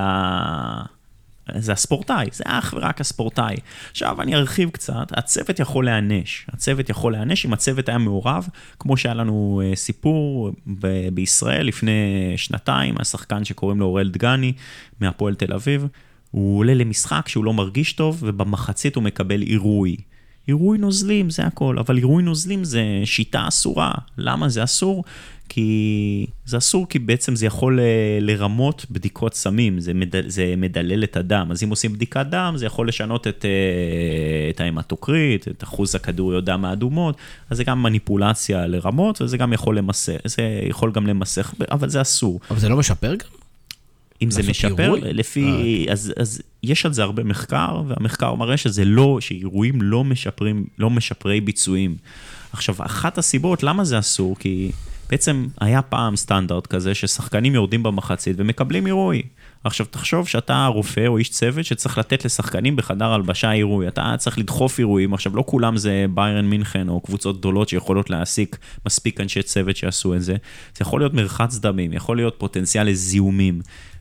זה הספורטאי, זה אך ורק הספורטאי. עכשיו אני ארחיב קצת, הצוות יכול להענש, הצוות יכול להענש אם הצוות היה מעורב, כמו שהיה לנו סיפור ב- בישראל לפני שנתיים, השחקן שקוראים לו אוראל דגני, מהפועל תל אביב, הוא עולה למשחק שהוא לא מרגיש טוב, ובמחצית הוא מקבל עירוי. עירוי נוזלים, זה הכל, אבל עירוי נוזלים זה שיטה אסורה. למה זה אסור? כי זה אסור כי בעצם זה יכול לרמות בדיקות סמים, זה, מדל, זה מדלל את הדם. אז אם עושים בדיקת דם, זה יכול לשנות את, את ההמטוקריט, את אחוז הכדוריות דם האדומות, אז זה גם מניפולציה לרמות, וזה גם יכול למסך, זה יכול גם למסך, אבל זה אסור. אבל זה לא משפר גם? אם זה משפר, לפי, אז, אז יש על זה הרבה מחקר, והמחקר מראה שזה לא, שאירועים לא משפרים, לא משפרי ביצועים. עכשיו, אחת הסיבות, למה זה אסור? כי בעצם היה פעם סטנדרט כזה, ששחקנים יורדים במחצית ומקבלים אירועי. עכשיו, תחשוב שאתה רופא או איש צוות שצריך לתת לשחקנים בחדר הלבשה אירועי. אתה צריך לדחוף אירועים. עכשיו, לא כולם זה ביירן מינכן או קבוצות גדולות שיכולות להעסיק מספיק אנשי צוות שיעשו את זה. זה יכול להיות מרחץ דמים, יכול להיות פוטנציאל לזיהומים.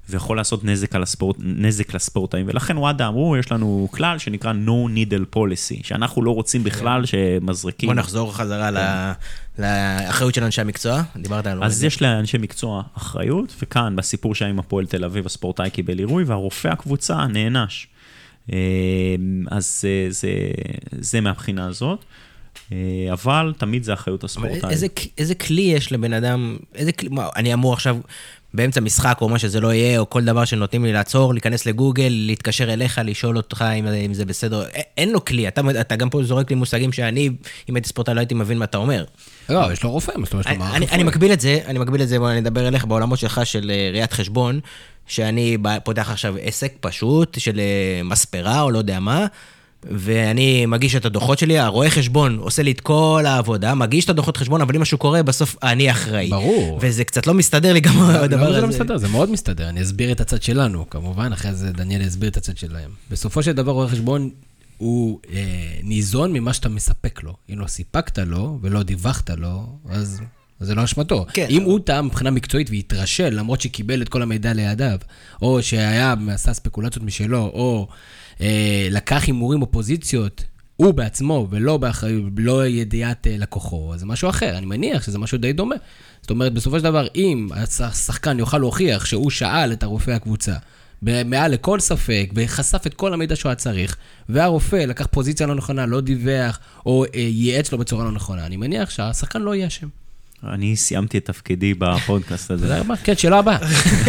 ויכול לעשות נזק, על הספורט, נזק לספורטאים, ולכן וואדה אמרו, יש לנו כלל שנקרא no needle policy, שאנחנו לא רוצים בכלל שמזרקים. בוא נחזור חזרה לאחריות של אנשי המקצוע, דיברת על... אז יש לאנשי מקצוע אחריות, וכאן בסיפור שהיה עם הפועל תל אביב, הספורטאי קיבל עירוי, והרופא הקבוצה נענש. אז זה, זה מהבחינה הזאת. אבל תמיד זה אחריות הספורטאי. איזה, איזה כלי יש לבן אדם, איזה כלי, מה, אני אמור עכשיו באמצע משחק או מה שזה לא יהיה, או כל דבר שנותנים לי לעצור, להיכנס לגוגל, להתקשר אליך, לשאול אותך אם, אם זה בסדר, אין לו כלי, אתה, אתה גם פה זורק לי מושגים שאני, אם הייתי ספורטאי לא הייתי מבין מה אתה אומר. לא, יש לו רופא, מה זאת אומרת, יש לו מערך רפואי. אני מקביל את זה, אני מקביל את זה, בוא נדבר אליך בעולמות שלך של ראיית חשבון, שאני פותח עכשיו עסק פשוט של מספרה או לא יודע מה, ואני מגיש את הדוחות שלי, הרואה חשבון עושה לי את כל העבודה, מגיש את הדוחות חשבון, אבל אם משהו קורה, בסוף אני אחראי. ברור. וזה קצת לא מסתדר לי גם הדבר הזה. זה לא מסתדר, זה מאוד מסתדר. אני אסביר את הצד שלנו, כמובן, אחרי זה דניאל יסביר את הצד שלהם. בסופו של דבר, רואה חשבון הוא אה, ניזון ממה שאתה מספק לו. אם לא סיפקת לו ולא דיווחת לו, אז... זה לא אשמתו. כן. אם הוא טעם מבחינה מקצועית והתרשל, למרות שקיבל את כל המידע לידיו, או שהיה מעשה ספקולציות משלו, או אה, לקח הימורים או פוזיציות, הוא בעצמו, ולא באחריות, לא ידיעת אה, לקוחו, אז זה משהו אחר. אני מניח שזה משהו די דומה. זאת אומרת, בסופו של דבר, אם השחקן יוכל להוכיח שהוא שאל את הרופא הקבוצה, מעל לכל ספק, וחשף את כל המידע שהוא צריך, והרופא לקח פוזיציה לא נכונה, לא דיווח, או אה, ייעץ לו בצורה לא נכונה, אני מניח שהשחקן לא יהיה שם. אני סיימתי את תפקידי בפודקאסט הזה. תודה רבה, כן, שאלה הבאה.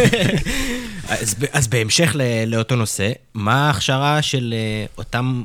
אז בהמשך לאותו נושא, מה ההכשרה של אותם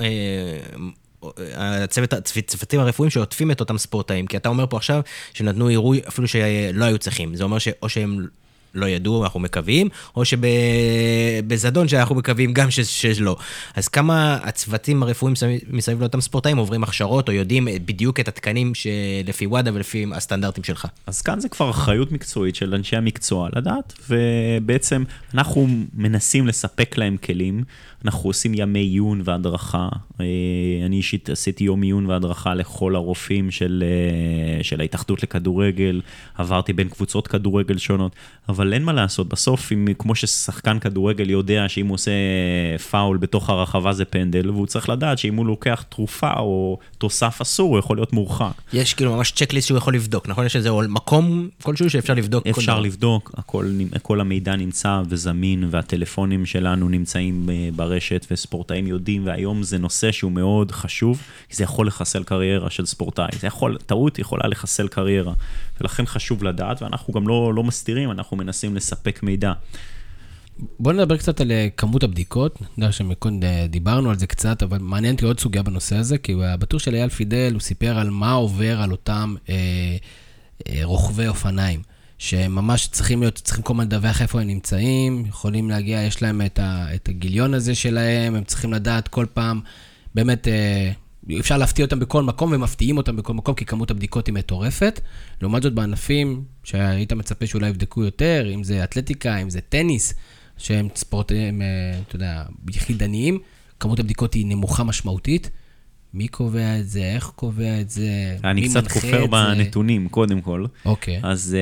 הצוותים הרפואיים שעוטפים את אותם ספורטאים? כי אתה אומר פה עכשיו שנתנו עירוי אפילו שלא היו צריכים. זה אומר שאו שהם לא ידעו, אנחנו מקווים, או שבזדון שאנחנו מקווים גם שלא. אז כמה הצוותים הרפואיים מסביב לאותם ספורטאים עוברים הכשרות, או יודעים בדיוק את התקנים שלפי וואדה ולפי הסטנדרטים שלך? אז כאן זה כבר אחריות מקצועית של אנשי המקצוע לדעת, ובעצם אנחנו מנסים לספק להם כלים, אנחנו עושים ימי עיון והדרכה, אני אישית עשיתי יום עיון והדרכה לכל הרופאים של, של ההתאחדות לכדורגל, עברתי בין קבוצות כדורגל שונות, אבל אין מה לעשות, בסוף, אם, כמו ששחקן כדורגל יודע שאם הוא עושה פאול בתוך הרחבה זה פנדל, והוא צריך לדעת שאם הוא לוקח תרופה או תוסף אסור, הוא יכול להיות מורחק. יש כאילו ממש צ'קליסט שהוא יכול לבדוק, נכון? יש איזה מקום כלשהו שאפשר לבדוק? אפשר לבדוק, הכל, כל המידע נמצא וזמין, והטלפונים שלנו נמצאים ברשת, וספורטאים יודעים, והיום זה נושא שהוא מאוד חשוב, כי זה יכול לחסל קריירה של ספורטאי. זה יכול, טעות יכולה לחסל קריירה, ולכן חשוב לדעת, ואנחנו גם לא, לא מסתירים, אנחנו מנסים לספק מידע. בואו נדבר קצת על כמות הבדיקות, אני יודע שמקודם דיברנו על זה קצת, אבל מעניין אותי עוד סוגיה בנושא הזה, כי בטור של אייל פידל הוא סיפר על מה עובר על אותם אה, אה, רוכבי אופניים, שממש צריכים להיות, צריכים כל מיני לדווח איפה הם נמצאים, יכולים להגיע, יש להם את, ה, את הגיליון הזה שלהם, הם צריכים לדעת כל פעם, באמת... אה, אפשר להפתיע אותם בכל מקום, ומפתיעים אותם בכל מקום, כי כמות הבדיקות היא מטורפת. לעומת זאת, בענפים שהיית מצפה שאולי יבדקו יותר, אם זה אתלטיקה, אם זה טניס, שהם ספורטים, אתה יודע, יחידניים, כמות הבדיקות היא נמוכה משמעותית. מי קובע את זה? איך קובע את זה? אני קצת כופר בנתונים, קודם כל. אוקיי. אז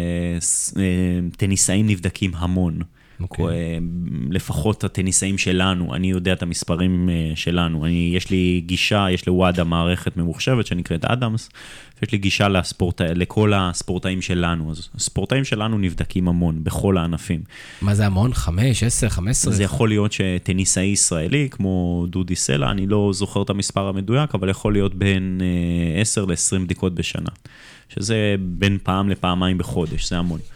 טניסאים נבדקים המון. Okay. לפחות הטניסאים שלנו, אני יודע את המספרים שלנו, אני, יש לי גישה, יש לוואדה מערכת ממוחשבת שנקראת אדמס, ויש לי גישה לספורט, לכל הספורטאים שלנו, אז הספורטאים שלנו נבדקים המון, בכל הענפים. מה זה המון? חמש, עשר, חמש עשרה? זה יכול להיות שטניסאי ישראלי, כמו דודי סלע, אני לא זוכר את המספר המדויק, אבל יכול להיות בין עשר לעשרים בדיקות בשנה, שזה בין פעם לפעמיים בחודש, זה המון.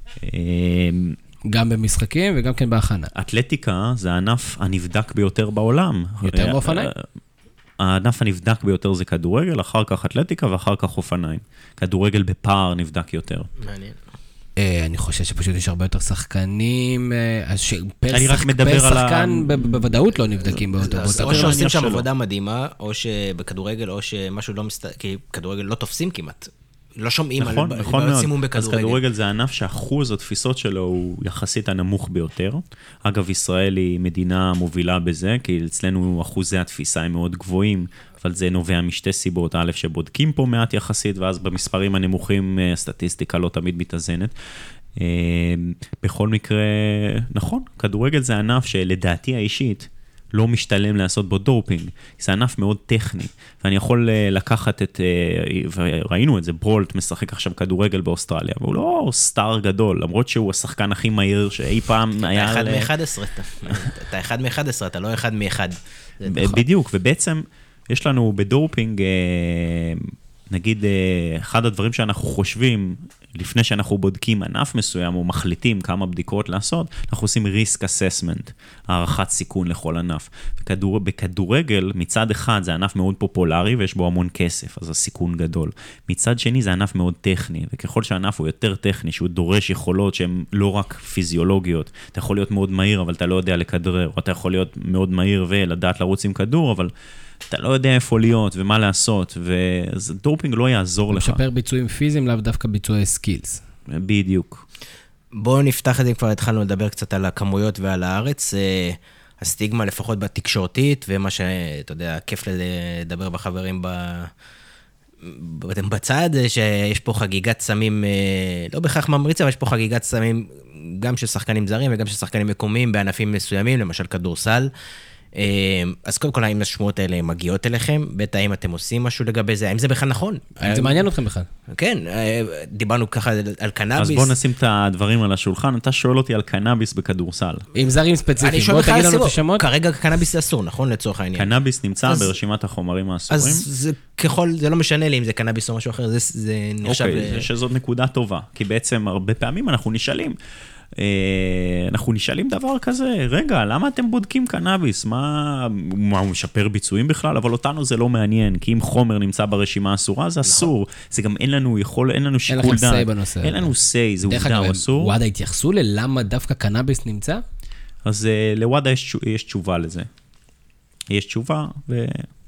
גם במשחקים וגם כן בהכנה. אתלטיקה זה הענף הנבדק ביותר בעולם. יותר מאופניים? הענף הנבדק ביותר זה כדורגל, אחר כך אתלטיקה ואחר כך אופניים. כדורגל בפער נבדק יותר. מעניין. אני חושב שפשוט יש הרבה יותר שחקנים, אני רק מדבר על ה... שחקן בוודאות לא נבדקים באותו. או שעושים שם עבודה מדהימה, או שבכדורגל, או שמשהו לא מסתכל, כי כדורגל לא תופסים כמעט. לא שומעים נכון, על נכון מאוד. סימום בכדורגל. אז כדורגל זה ענף שאחוז התפיסות שלו הוא יחסית הנמוך ביותר. אגב, ישראל היא מדינה מובילה בזה, כי אצלנו אחוזי התפיסה הם מאוד גבוהים, אבל זה נובע משתי סיבות. א', שבודקים פה מעט יחסית, ואז במספרים הנמוכים הסטטיסטיקה לא תמיד מתאזנת. בכל מקרה, נכון, כדורגל זה ענף שלדעתי האישית, לא משתלם לעשות בו דופינג. זה ענף מאוד טכני, ואני יכול לקחת את, וראינו את זה, ברולט משחק עכשיו כדורגל באוסטרליה, והוא לא סטאר גדול, למרות שהוא השחקן הכי מהיר שאי פעם היה... אתה אחד מ-אחד עשרה, אתה אחד מ-אחד עשרה, אתה לא אחד מ-אחד. בדיוק, ובעצם יש לנו בדופינג, נגיד, אחד הדברים שאנחנו חושבים, לפני שאנחנו בודקים ענף מסוים, או מחליטים כמה בדיקות לעשות, אנחנו עושים risk assessment, הערכת סיכון לכל ענף. בכדור, בכדורגל, מצד אחד, זה ענף מאוד פופולרי, ויש בו המון כסף, אז הסיכון גדול. מצד שני, זה ענף מאוד טכני, וככל שהענף הוא יותר טכני, שהוא דורש יכולות שהן לא רק פיזיולוגיות, אתה יכול להיות מאוד מהיר, אבל אתה לא יודע לכדרר, או אתה יכול להיות מאוד מהיר ולדעת לרוץ עם כדור, אבל אתה לא יודע איפה להיות ומה לעשות, ודופינג לא יעזור לך. משפר ביצועים פיזיים, לאו דווקא ביצועי סקילס. בדיוק. בואו נפתח את זה, כבר התחלנו לדבר קצת על הכמויות ועל הארץ, הסטיגמה לפחות בתקשורתית, ומה שאתה יודע, כיף לדבר בחברים בצד, שיש פה חגיגת סמים, לא בכך ממריצה, אבל יש פה חגיגת סמים גם של שחקנים זרים וגם של שחקנים מקומיים בענפים מסוימים, למשל כדורסל. אז קודם כל, האם השמועות האלה מגיעות אליכם? בטח, האם אתם עושים משהו לגבי זה? האם זה בכלל נכון? האם זה מעניין אתכם בכלל? כן, דיברנו ככה על קנאביס. אז בוא נשים את הדברים על השולחן. אתה שואל אותי על קנאביס בכדורסל. עם זרים ספציפיים, בוא תגיד לנו את השמות. כרגע קנאביס זה אסור, נכון? לצורך העניין. קנאביס נמצא ברשימת החומרים האסורים. אז זה ככל, זה לא משנה לי אם זה קנאביס או משהו אחר, זה נחשב... אוקיי, שזאת נקודה טובה. כי בעצם הרבה פעמים אנחנו נשאלים, אנחנו נשאלים דבר כזה, רגע, למה אתם בודקים קנאביס? מה, מה הוא משפר ביצועים בכלל? אבל אותנו זה לא מעניין, כי אם חומר נמצא ברשימה אסורה, זה אסור. זה גם אין לנו יכול, אין לנו שיקול דעת. אין לכם סי בנושא. אין לנו סי, זה עובדה, הוא אסור. וואדה התייחסו ללמה דווקא קנאביס נמצא? אז לוואדה יש, יש תשובה לזה. יש תשובה, ו...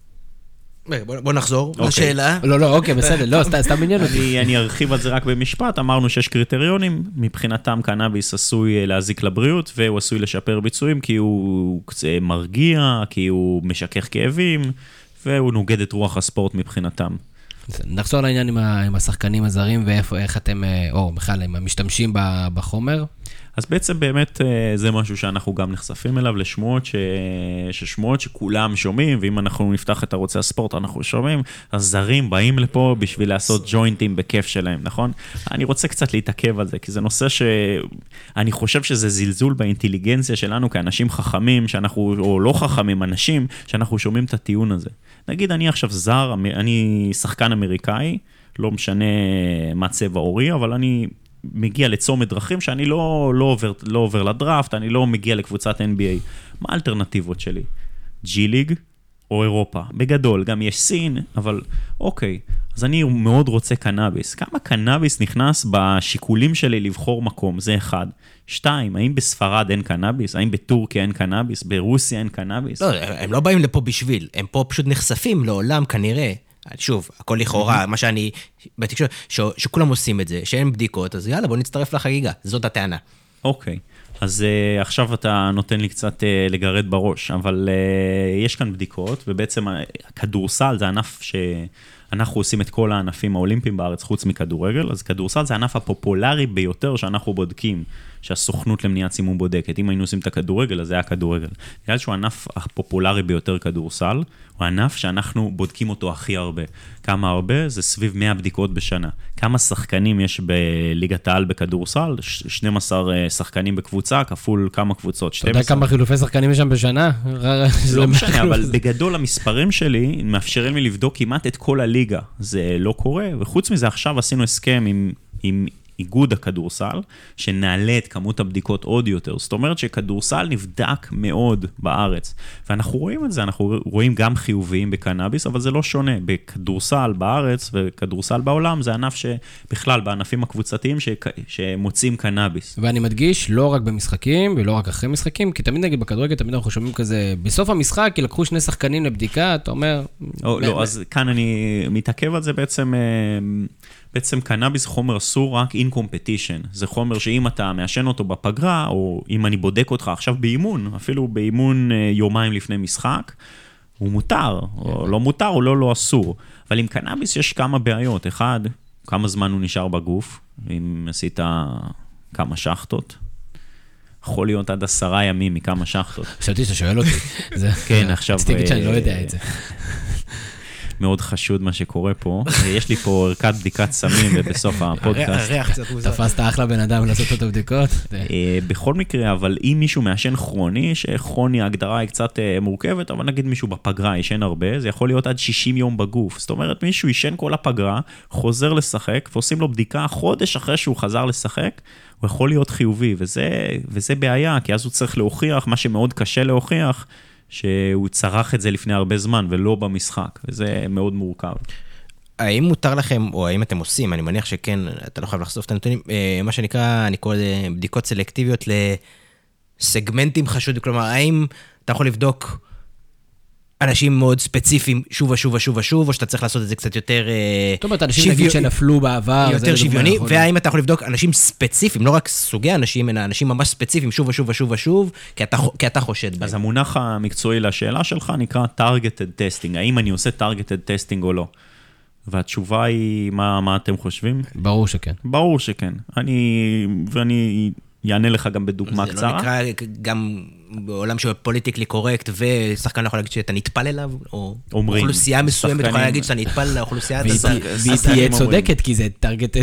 בוא נחזור לשאלה. לא, לא, אוקיי, בסדר, לא, סתם עניין אותי. אני ארחיב על זה רק במשפט, אמרנו שיש קריטריונים, מבחינתם קנאביס עשוי להזיק לבריאות, והוא עשוי לשפר ביצועים, כי הוא מרגיע, כי הוא משכך כאבים, והוא נוגד את רוח הספורט מבחינתם. נחזור לעניין עם השחקנים הזרים, ואיך אתם, או בכלל, הם משתמשים בחומר. אז בעצם באמת זה משהו שאנחנו גם נחשפים אליו לשמועות, ש... ששמועות שכולם שומעים, ואם אנחנו נפתח את ערוצי הספורט, אנחנו שומעים, אז זרים באים לפה בשביל לעשות ג'וינטים בכיף שלהם, נכון? אני רוצה קצת להתעכב על זה, כי זה נושא שאני חושב שזה זלזול באינטליגנציה שלנו כאנשים חכמים, שאנחנו, או לא חכמים, אנשים, שאנחנו שומעים את הטיעון הזה. נגיד, אני עכשיו זר, אני שחקן אמריקאי, לא משנה מה צבע אורי, אבל אני... מגיע לצומת דרכים שאני לא, לא, עובר, לא עובר לדראפט, אני לא מגיע לקבוצת אן בי איי. מה האלטרנטיבות שלי? ג'י ליג או אירופה? בגדול, גם יש סין, אבל אוקיי, אז אני מאוד רוצה קנאביס. כמה קנאביס נכנס בשיקולים שלי לבחור מקום? זה אחד. שתיים, האם בספרד אין קנאביס? האם בטורקיה אין קנאביס? ברוסיה אין קנאביס? לא, הם לא באים לפה בשביל, הם פה פשוט נחשפים לעולם כנראה. שוב, הכל לכאורה, מה שאני, בתקשורת, שכולם עושים את זה, שאין בדיקות, אז יאללה, בוא נצטרף לחגיגה, זאת הטענה. אוקיי, אז uh, עכשיו אתה נותן לי קצת uh, לגרד בראש, אבל uh, יש כאן בדיקות, ובעצם הכדורסל זה ענף שאנחנו עושים את כל הענפים האולימפיים בארץ, חוץ מכדורגל, אז כדורסל זה הענף הפופולרי ביותר שאנחנו בודקים, שהסוכנות למניעת סימום בודקת. אם היינו עושים את הכדורגל, אז זה היה כדורגל. בגלל שהוא הענף הפופולרי ביותר כדורסל, הוא הענף שאנחנו בודקים אותו הכי הרבה. כמה הרבה? זה סביב מאה בדיקות בשנה. כמה שחקנים יש בליגת העל בכדורסל? שנים עשר שחקנים בקבוצה, כפול כמה קבוצות? אתה יודע כמה חילופי שחקנים יש שם בשנה? לא משנה, אבל בגדול המספרים שלי מאפשרים לי לבדוק כמעט את כל הליגה. זה לא קורה, וחוץ מזה עכשיו עשינו הסכם עם... עם איגוד הכדורסל, שנעלה את כמות הבדיקות עוד יותר. זאת אומרת שכדורסל נבדק מאוד בארץ. ואנחנו רואים את זה, אנחנו רואים גם חיוביים בקנאביס, אבל זה לא שונה. בכדורסל בארץ וכדורסל בעולם, זה ענף שבכלל, בענפים הקבוצתיים ש... שמוצאים קנאביס. ואני מדגיש, לא רק במשחקים, ולא רק אחרי משחקים, כי תמיד נגיד בכדורגל, תמיד אנחנו שומעים כזה, בסוף המשחק, כי לקחו שני שחקנים לבדיקה, אתה אומר... או, לא, אז כאן אני מתעכב על זה בעצם... בעצם קנאביס חומר אסור רק in competition. זה חומר שאם אתה מאשן אותו בפגרה, או אם אני בודק אותך עכשיו באימון, אפילו באימון יומיים לפני משחק, הוא מותר, או לא מותר, או לא, לא אסור. אבל עם קנאביס יש כמה בעיות. אחד, כמה זמן הוא נשאר בגוף, אם עשית כמה שחטות. יכול להיות עד עשרה ימים מכמה שחטות. חשבתי שאתה שואל אותי. כן, עכשיו... רציתי להגיד שאני לא יודע את זה. מאוד חשוד מה שקורה פה. יש לי פה ערכת בדיקת סמים ובסוף הפודקאסט. הריח קצת מוזר. תפסת אחלה בן אדם לעשות את הבדיקות. בכל מקרה, אבל אם מישהו מעשן כרוני, שכרוני ההגדרה היא קצת מורכבת, אבל נגיד מישהו בפגרה ישן הרבה, זה יכול להיות עד שישים יום בגוף. זאת אומרת, מישהו ישן כל הפגרה, חוזר לשחק, ועושים לו בדיקה חודש אחרי שהוא חזר לשחק, הוא יכול להיות חיובי, וזה, וזה בעיה, כי אז הוא צריך להוכיח, מה שמאוד קשה להוכיח, שהוא צרח את זה לפני הרבה זמן, ולא במשחק, וזה מאוד מורכב. האם מותר לכם, או האם אתם עושים, אני מניח שכן, אתה לא חייב לחשוף את הנתונים, מה שנקרא, אני קורא בדיקות סלקטיביות לסגמנטים חשודים, כלומר, האם אתה יכול לבדוק אנשים מאוד ספציפיים שוב ושוב ושוב ושוב, או שאתה צריך לעשות את זה קצת יותר שוויוני. זאת אומרת, אנשים נגיד שנפלו בעבר. יותר שוויוני, והאם אתה יכול לבדוק אנשים ספציפיים, לא רק סוגי אנשים, אלא אנשים ממש ספציפיים שוב ושוב ושוב ושוב, כי אתה חושד בהם. אז המונח המקצועי לשאלה שלך נקרא targeted testing, האם אני עושה targeted testing או לא? והתשובה היא, מה, מה אתם חושבים? ברור שכן. ברור שכן. אני, ואני יענה לך גם בדוגמה קצרה. זה לא נקרא גם בעולם שהוא פוליטיקלי קורקט, ושחקן יכול להגיד שאתה נטפל אליו, או אוכלוסייה מסוימת יכולה להגיד שאתה נטפל לאוכלוסייה הזאת. והיא תהיה צודקת, כי זה טרגטד.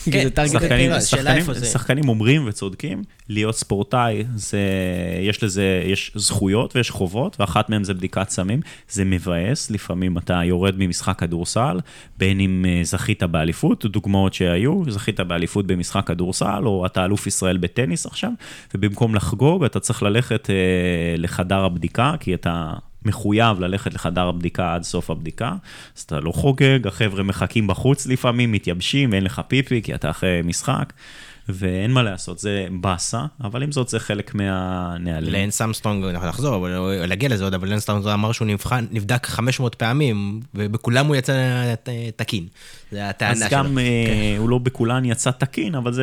שחקנים אומרים וצודקים, להיות ספורטאי, יש לזה, יש זכויות ויש חובות, ואחת מהם זה בדיקת סמים, זה מבאס, לפעמים אתה יורד ממשחק כדורסל, בין אם זכית באליפות, דוגמאות שהיו, זכית באליפות במשחק כדורסל, או אתה אלוף ישראל בטניס עכשיו, ובמקום לחגוג, אתה צריך ללכת לחדר הבדיקה, כי אתה מחויב ללכת לחדר הבדיקה עד סוף הבדיקה, אז אתה לא חוגג, החבר'ה מחכים בחוץ לפעמים, מתייבשים, אין לך פיפי, כי אתה אחרי משחק, ואין מה לעשות, זה בסה, אבל עם זאת זה חלק מהנהלים. לנס אמסטרונג, אנחנו נחזור, אבל להגיע לזה עוד, אבל לנס אמסטרונג אמר שהוא נבחן, נבדק חמש מאות פעמים, ובכולם הוא יצא תקין. זה הטענה שלו. אז גם הוא לא בכולן יצא תקין, אבל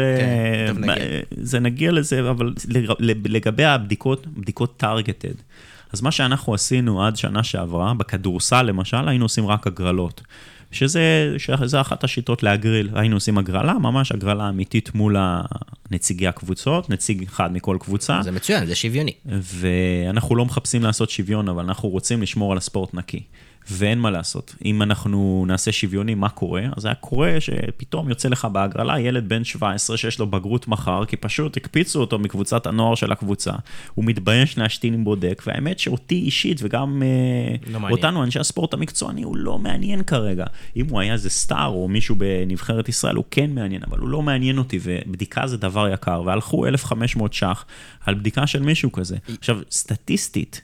זה נגיע לזה, אבל לגבי הבדיקות, בדיקות טרגטד. אז מה שאנחנו עשינו עד שנה שעברה, בכדורסל למשל, היינו עושים רק הגרלות. שזה, שזה אחת השיטות להגריל. היינו עושים הגרלה, ממש הגרלה אמיתית מול נציגי הקבוצות, נציג אחד מכל קבוצה. זה מצוין, זה שוויוני. ואנחנו לא מחפשים לעשות שוויון, אבל אנחנו רוצים לשמור על הספורט נקי. ואין מה לעשות. אם אנחנו נעשה שוויוני, מה קורה? אז היה קורה שפתאום יוצא לך בהגרלה ילד בן שבע עשרה שיש לו בגרות מחר, כי פשוט הקפיצו אותו מקבוצת הנוער של הקבוצה. הוא מתבייש להשתין עם בודק, והאמת שאותי אישית וגם לא אותנו, אנשי הספורט המקצועני, הוא לא מעניין כרגע. אם הוא היה איזה סטאר או מישהו בנבחרת ישראל, הוא כן מעניין, אבל הוא לא מעניין אותי, ובדיקה זה דבר יקר, והלכו אלף וחמש מאות ש"ח על בדיקה של מישהו כזה. עכשיו, סטטיסטית,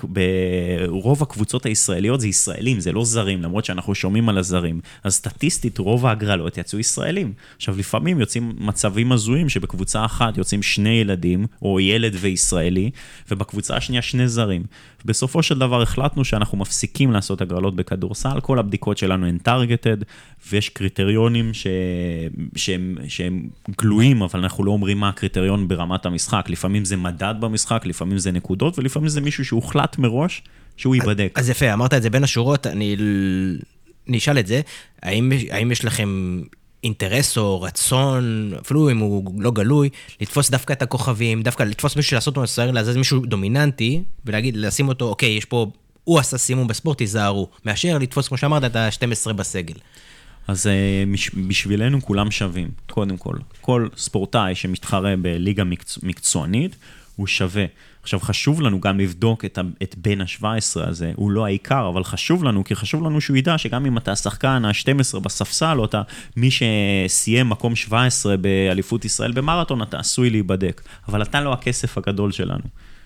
ברוב הקבוצות הישראליות זה ישראלים, זה לא זרים, למרות שאנחנו שומעים על הזרים. אז סטטיסטית רוב ההגרלות יצאו ישראלים. עכשיו לפעמים יוצאים מצבים הזויים שבקבוצה אחת יוצאים שני ילדים, או ילד וישראלי, ובקבוצה השנייה שני זרים. בסופו של דבר החלטנו שאנחנו מפסיקים לעשות הגרלות בכדורסל, כל הבדיקות שלנו הן טרגטד, ויש קריטריונים ש... שהם... שהם גלויים, אבל אנחנו לא אומרים מה הקריטריון ברמת המשחק. לפעמים זה מדד במשחק, לפעמים זה נקודות, ולפעמים זה מישהו שהוחלט מראש שהוא ייבדק. אז יפה, אמרת את זה בין השורות, אני נשאל את זה, האם, האם יש לכם אינטרס או רצון, אפילו אם הוא לא גלוי, לתפוס דווקא את הכוכבים, דווקא לתפוס מישהו לעשות אותו סוער, לעזז מישהו דומיננטי, ולהגיד, לשים אותו, אוקיי, יש פה, הוא עשה סימום בספורט, תיזהרו, מאשר לתפוס, כמו שאמרת, את ה-שתים עשרה בסגל. אז בשבילנו כולם שווים, קודם כל. כל ספורטאי שמתחרה בליגה מקצוענית, הוא שווה. עכשיו חשוב לנו גם לבדוק את, את בין ה-שבע עשרה הזה, הוא לא העיקר, אבל חשוב לנו, כי חשוב לנו שהוא ידע שגם אם אתה שחקן ה-שתים עשרה בספסל, או אתה מי שסיים מקום שבע עשרה באליפות ישראל במרתון, אתה עשוי להיבדק, אבל אתה לא הכסף הגדול שלנו.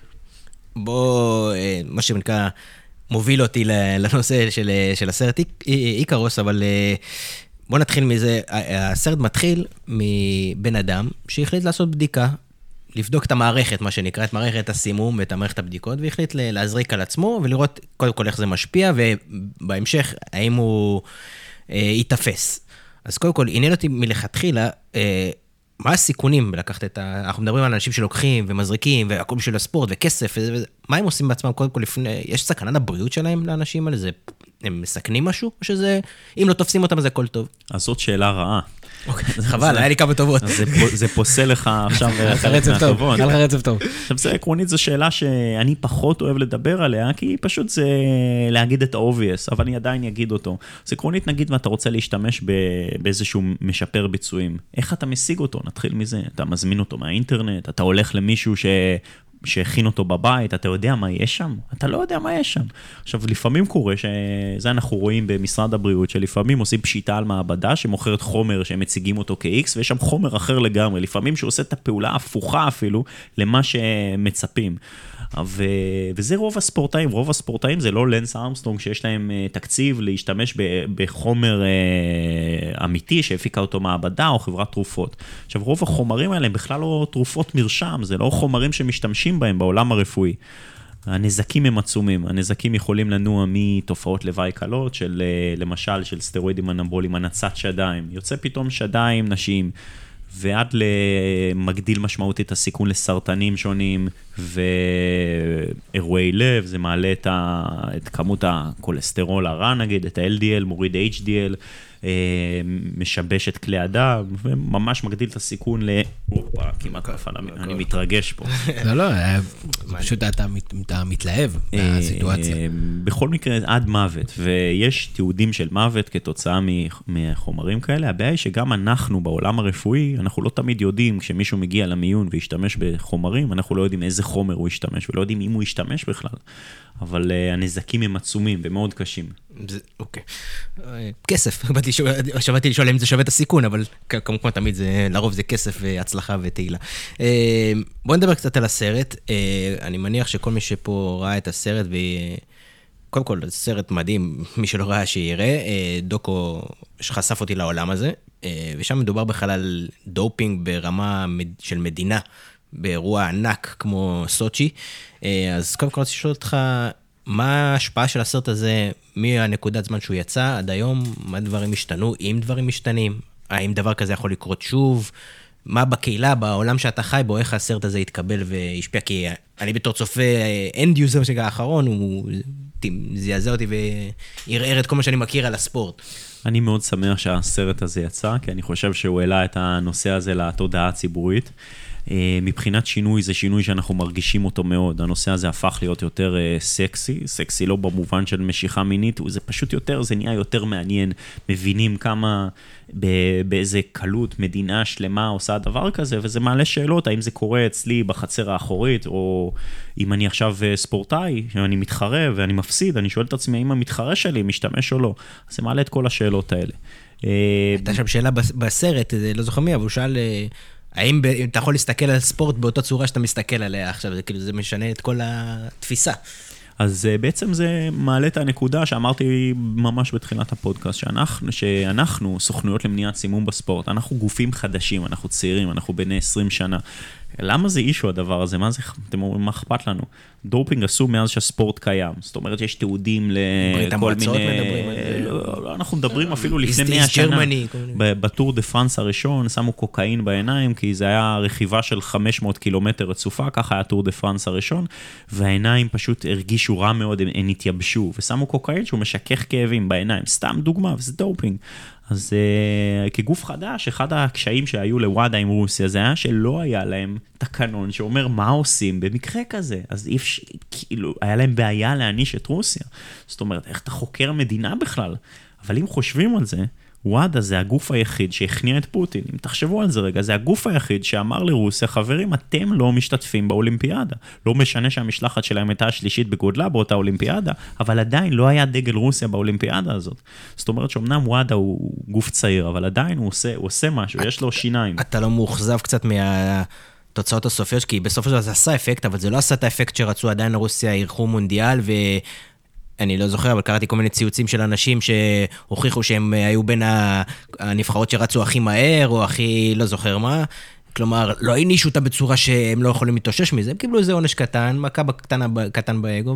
בוא, מה שנקרא, מוביל אותי לנושא של, של הסרט איקרוס, אבל בוא נתחיל מזה, הסרט מתחיל מבן אדם שהחליט לעשות בדיקה, לבדוק את המערכת, מה שנקרא, את מערכת הסימום ואת המערכת הבדיקות, והחליט להזריק על עצמו ולראות קודם כל איך זה משפיע, ובהמשך האם הוא אה, יתפס. אז קודם כל, עניין אותי מלכתחילה, אה, מה הסיכונים בלקחת את ה... אנחנו מדברים על אנשים שלוקחים ומזריקים, והכל בשביל הספורט וכסף, וזה, מה הם עושים בעצמם קודם כל לפני, יש סכנה לבריאות שלהם לאנשים האלה? זה, הם מסכנים משהו? או שזה, אם לא תופסים אותם, אז הכל טוב? אז זאת שאלה רעה. חבל, היה לי כמה טובות. זה פוסל לך עכשיו חלק מהטובות. היה לך רצף טוב. עכשיו, זה עקרונית, זו שאלה שאני פחות אוהב לדבר עליה, כי פשוט זה להגיד את ה-obvious, אבל אני עדיין אגיד אותו. זה עקרונית, נגיד, ואתה רוצה להשתמש באיזשהו משפר ביצועים. איך אתה משיג אותו? נתחיל מזה. אתה מזמין אותו מהאינטרנט, אתה הולך למישהו ש... שהכין אותו בבית, אתה יודע מה יש שם? אתה לא יודע מה יש שם. עכשיו, לפעמים קורה, שזה אנחנו רואים במשרד הבריאות, שלפעמים עושים פשיטה על מעבדה, שמוכרת חומר שהם מציגים אותו כ-X, ויש שם חומר אחר לגמרי. לפעמים שעושה את הפעולה הפוכה אפילו, למה שמצפים. ו... וזה רוב הספורטאים. רוב הספורטאים זה לא לנס ארמסטרונג, שיש להם תקציב להשתמש בחומר אמיתי, שהפיקה אותו מעבדה או חברת תרופות. עכשיו, רוב החומרים האלה הם בכלל לא תרופות מרשם, זה לא חומרים שמשתמשים בהם בעולם הרפואי. הנזקים הם עצומים, הנזקים יכולים לנוע מתופעות לוואי קלות, של, למשל של סטרואידים אנבוליים, הנצת שדיים, יוצא פתאום שדיים נשיים, ועד למגדיל משמעותית את הסיכון לסרטנים שונים, ואירועי לב, זה מעלה את, ה, את כמות הכולסטרול הרע נגיד, את ה-אל די אל, מוריד אייץ' די אל, משבש את כלי הדם, וממש מגדיל את הסיכון ל... אופה, כמעט נפל, אני מתרגש פה. לא, לא, פשוט אתה מתלהב מהסיטואציה. בכל מקרה, עד מוות, ויש תיעודים של מוות כתוצאה מחומרים כאלה. הבעיה היא שגם אנחנו בעולם הרפואי, אנחנו לא תמיד יודעים, כשמישהו מגיע למיון וישתמש בחומרים, אנחנו לא יודעים איזה חומר הוא ישתמש, ולא יודעים אם הוא ישתמש בכלל. אבל הנזקים הם עצומים ומאוד קשים. אוקיי. כסף, שבאתי לשאול אם זה שווה את הסיכון, אבל כמובן תמיד זה, לרוב זה כסף והצלחה ותהילה. בואו נדבר קצת על הסרט. אני מניח שכל מי שפה ראה את הסרט, קודם כל, סרט מדהים, מי שלא ראה שיראה, דוקו שחשף אותי לעולם הזה, ושם מדובר בכלל על דופינג ברמה של מדינה, באירוע ענק כמו סוצ'י. אז קודם כל רוצה לשאול אותך, מה ההשפעה של הסרט הזה, מהנקודת זמן שהוא יצא עד היום, מה דברים השתנו, אם דברים משתנים, האם דבר כזה יכול לקרות שוב, מה בקהילה, בעולם שאתה חי בו, איך הסרט הזה יתקבל וישפיע, כי אני בתור צופה אנד יוזר שגע האחרון, הוא זעזע אותי וערער את כל מה שאני מכיר על הספורט. אני מאוד שמח שהסרט הזה יצא, כי אני חושב שהוא העלה את הנושא הזה לתודעה הציבורית. מבחינת שינוי, זה שינוי שאנחנו מרגישים אותו מאוד. הנושא הזה הפך להיות יותר סקסי, סקסי לא במובן של משיכה מינית, זה פשוט יותר, זה נהיה יותר מעניין. מבינים כמה, באיזה קלות מדינה שלמה עושה דבר כזה, וזה מעלה שאלות, האם זה קורה אצלי בחצר האחורית, או אם אני עכשיו ספורטאי, אני מתחרה ואני מפסיד, אני שואל את עצמי, האם המתחרה שלי משתמש או לא. אז זה מעלה את כל השאלות האלה. הייתה שם שאלה בסרט, לא זוכר מי, אבל הוא שאל... האם אתה יכול להסתכל על ספורט באותה צורה שאתה מסתכל עליה עכשיו, זה כאילו זה משנה את כל התפיסה. אז בעצם זה מעלה את הנקודה שאמרתי ממש בתחילת הפודקאסט, שאנחנו, שאנחנו סוכנויות למניעת סימום בספורט, אנחנו גופים חדשים, אנחנו צעירים, אנחנו בני עשרים שנה. למה זה אישו הדבר הזה? מה זה, אתם אומרים, מה אכפת לנו? דופינג עשו מאז שהספורט קיים. זאת אומרת, יש תיעודים לכל מיני... אנחנו מדברים אפילו לפני מאה שנה. בטור דה פרנס הראשון, שמו קוקאין בעיניים, כי זה היה רכיבה של חמש מאות קילומטר רצופה, ככה היה טור דה פרנס הראשון, והעיניים פשוט הרגישו רע מאוד, הם התייבשו, ושמו קוקאין שהוא משכך כאבים בעיניים. סתם דוגמה, וזה דופינג. אז uh, כגוף חדש, אחד הקשיים שהיו לוואדה עם רוסיה, זה היה שלא היה להם תקנון שאומר מה עושים במקרה כזה. אז איפש, כאילו, היה להם בעיה להעניש את רוסיה. זאת אומרת, איך אתה חוקר מדינה בכלל? אבל אם חושבים על זה, וואדה זה הגוף היחיד שהכניע את פוטין. אם תחשבו על זה רגע, זה הגוף היחיד שאמר לרוסיה, חברים, אתם לא משתתפים באולימפיאדה. לא משנה שהמשלחת שלהם הייתה השלישית בגודלה באותה אולימפיאדה, אבל עדיין לא היה דגל רוסיה באולימפיאדה הזאת. זאת אומרת שאומנם וואדה הוא גוף צעיר, אבל עדיין הוא עושה, הוא עושה משהו, יש לו שיניים. אתה לא מאוכזב קצת מה... תוצאות הסופיות, כי בסוף של זה עשה אפקט, אבל זה לא עשה את האפקט שרצו עדיין לרוסיה, ערכו מונדיאל, ו... אני לא זוכר, אבל קראתי כל מיני ציוצים של אנשים שהוכיחו שהם היו בין הנבחרות שרצו הכי מהר, או הכי לא זוכר מה. כלומר, לא הענישו אותה בצורה שהם לא יכולים להתאושש מזה, הם קיבלו איזה עונש קטן, מכה קטן באגו,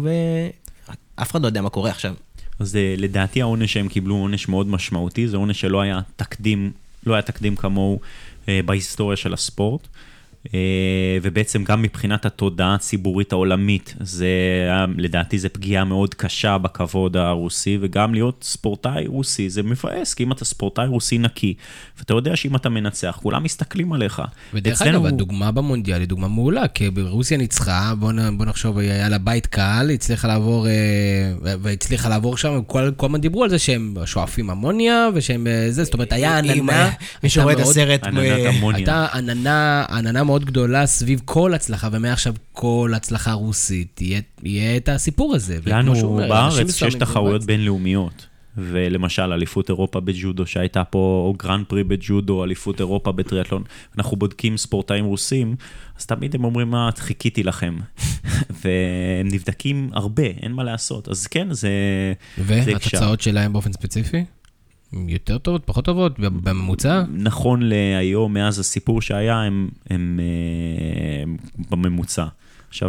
ואף אחד לא יודע מה קורה עכשיו. אז לדעתי העונש שהם קיבלו עונש מאוד משמעותי, זה עונש שלא היה תקדים, לא היה תקדים כמוהו בהיסטוריה של הספורט. ובעצם גם מבחינת התודעה הציבורית העולמית, זה, לדעתי זה פגיעה מאוד קשה בכבוד הרוסי, וגם להיות ספורטאי רוסי, זה מבאס, כי אם אתה ספורטאי רוסי נקי, ואתה יודע שאם אתה מנצח, כולם מסתכלים עליך. ודרך אגב, הוא... הדוגמה במונדיאל היא דוגמה מעולה, כי ברוסיה ניצחה, בוא, בוא נחשוב, היה לה בית קהל, הצליחה לעבור, והצליחה לעבור שם, כל, כל מה דיברו על זה שהם שואפים אמוניה, ושהם זה, זאת אומרת, היה עננה, מישהו רואה את הסרט, הייתה עננה, עננה מאוד גדולה סביב כל הצלחה, ומעכשיו כל הצלחה רוסית, יהיה, יהיה את הסיפור הזה. לנו בארץ שיש תחרויות בינלאומיות, ולמשל אליפות אירופה בג'ודו, שהייתה פה גרנד פרי בג'ודו, אליפות אירופה בטריאטלון, אנחנו בודקים ספורטאים רוסים, אז תמיד הם אומרים, מה, חיכיתי לכם. והם נבדקים הרבה, אין מה לעשות. אז כן, זה... והתוצאות שלהם באופן ספציפי? יותר טובות, פחות טובות, בממוצע? נכון להיום, מאז הסיפור שהיה, הם, הם, הם בממוצע. עכשיו,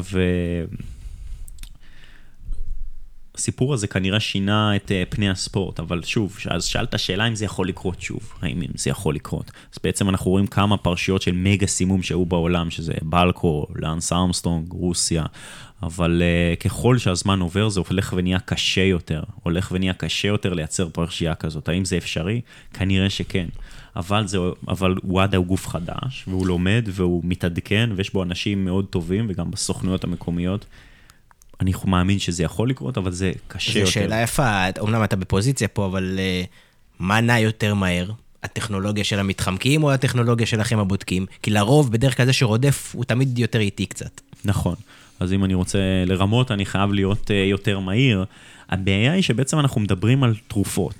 הסיפור הזה כנראה שינה את פני הספורט, אבל שוב, אז שאלת שאלה אם זה יכול לקרות שוב, האם זה יכול לקרות. אז בעצם אנחנו רואים כמה פרשיות של מגה סימום שהיו בעולם, שזה בלקו, לאנס ארמסטרונג, רוסיה, אבל uh, ככל שהזמן עובר, זה הולך ונהיה קשה יותר, הולך ונהיה קשה יותר לייצר פרשייה כזאת. האם זה אפשרי? כנראה שכן. אבל, זה, אבל וואדה הוא גוף חדש, והוא לומד והוא מתעדכן, ויש בו אנשים מאוד טובים, וגם בסוכנויות המקומיות. אני מאמין שזה יכול לקרות, אבל זה קשה יותר. זו שאלה יפה, אומנם אתה בפוזיציה פה, אבל uh, מה נע יותר מהר? הטכנולוגיה של המתחמקים או הטכנולוגיה שלכם הבודקים? כי לרוב, בדרך כזה שרודף, הוא תמיד יותר איטי קצת. נכון. אז אם אני רוצה לרמות, אני חייב להיות יותר מהיר. הבעיה היא שבעצם אנחנו מדברים על תרופות.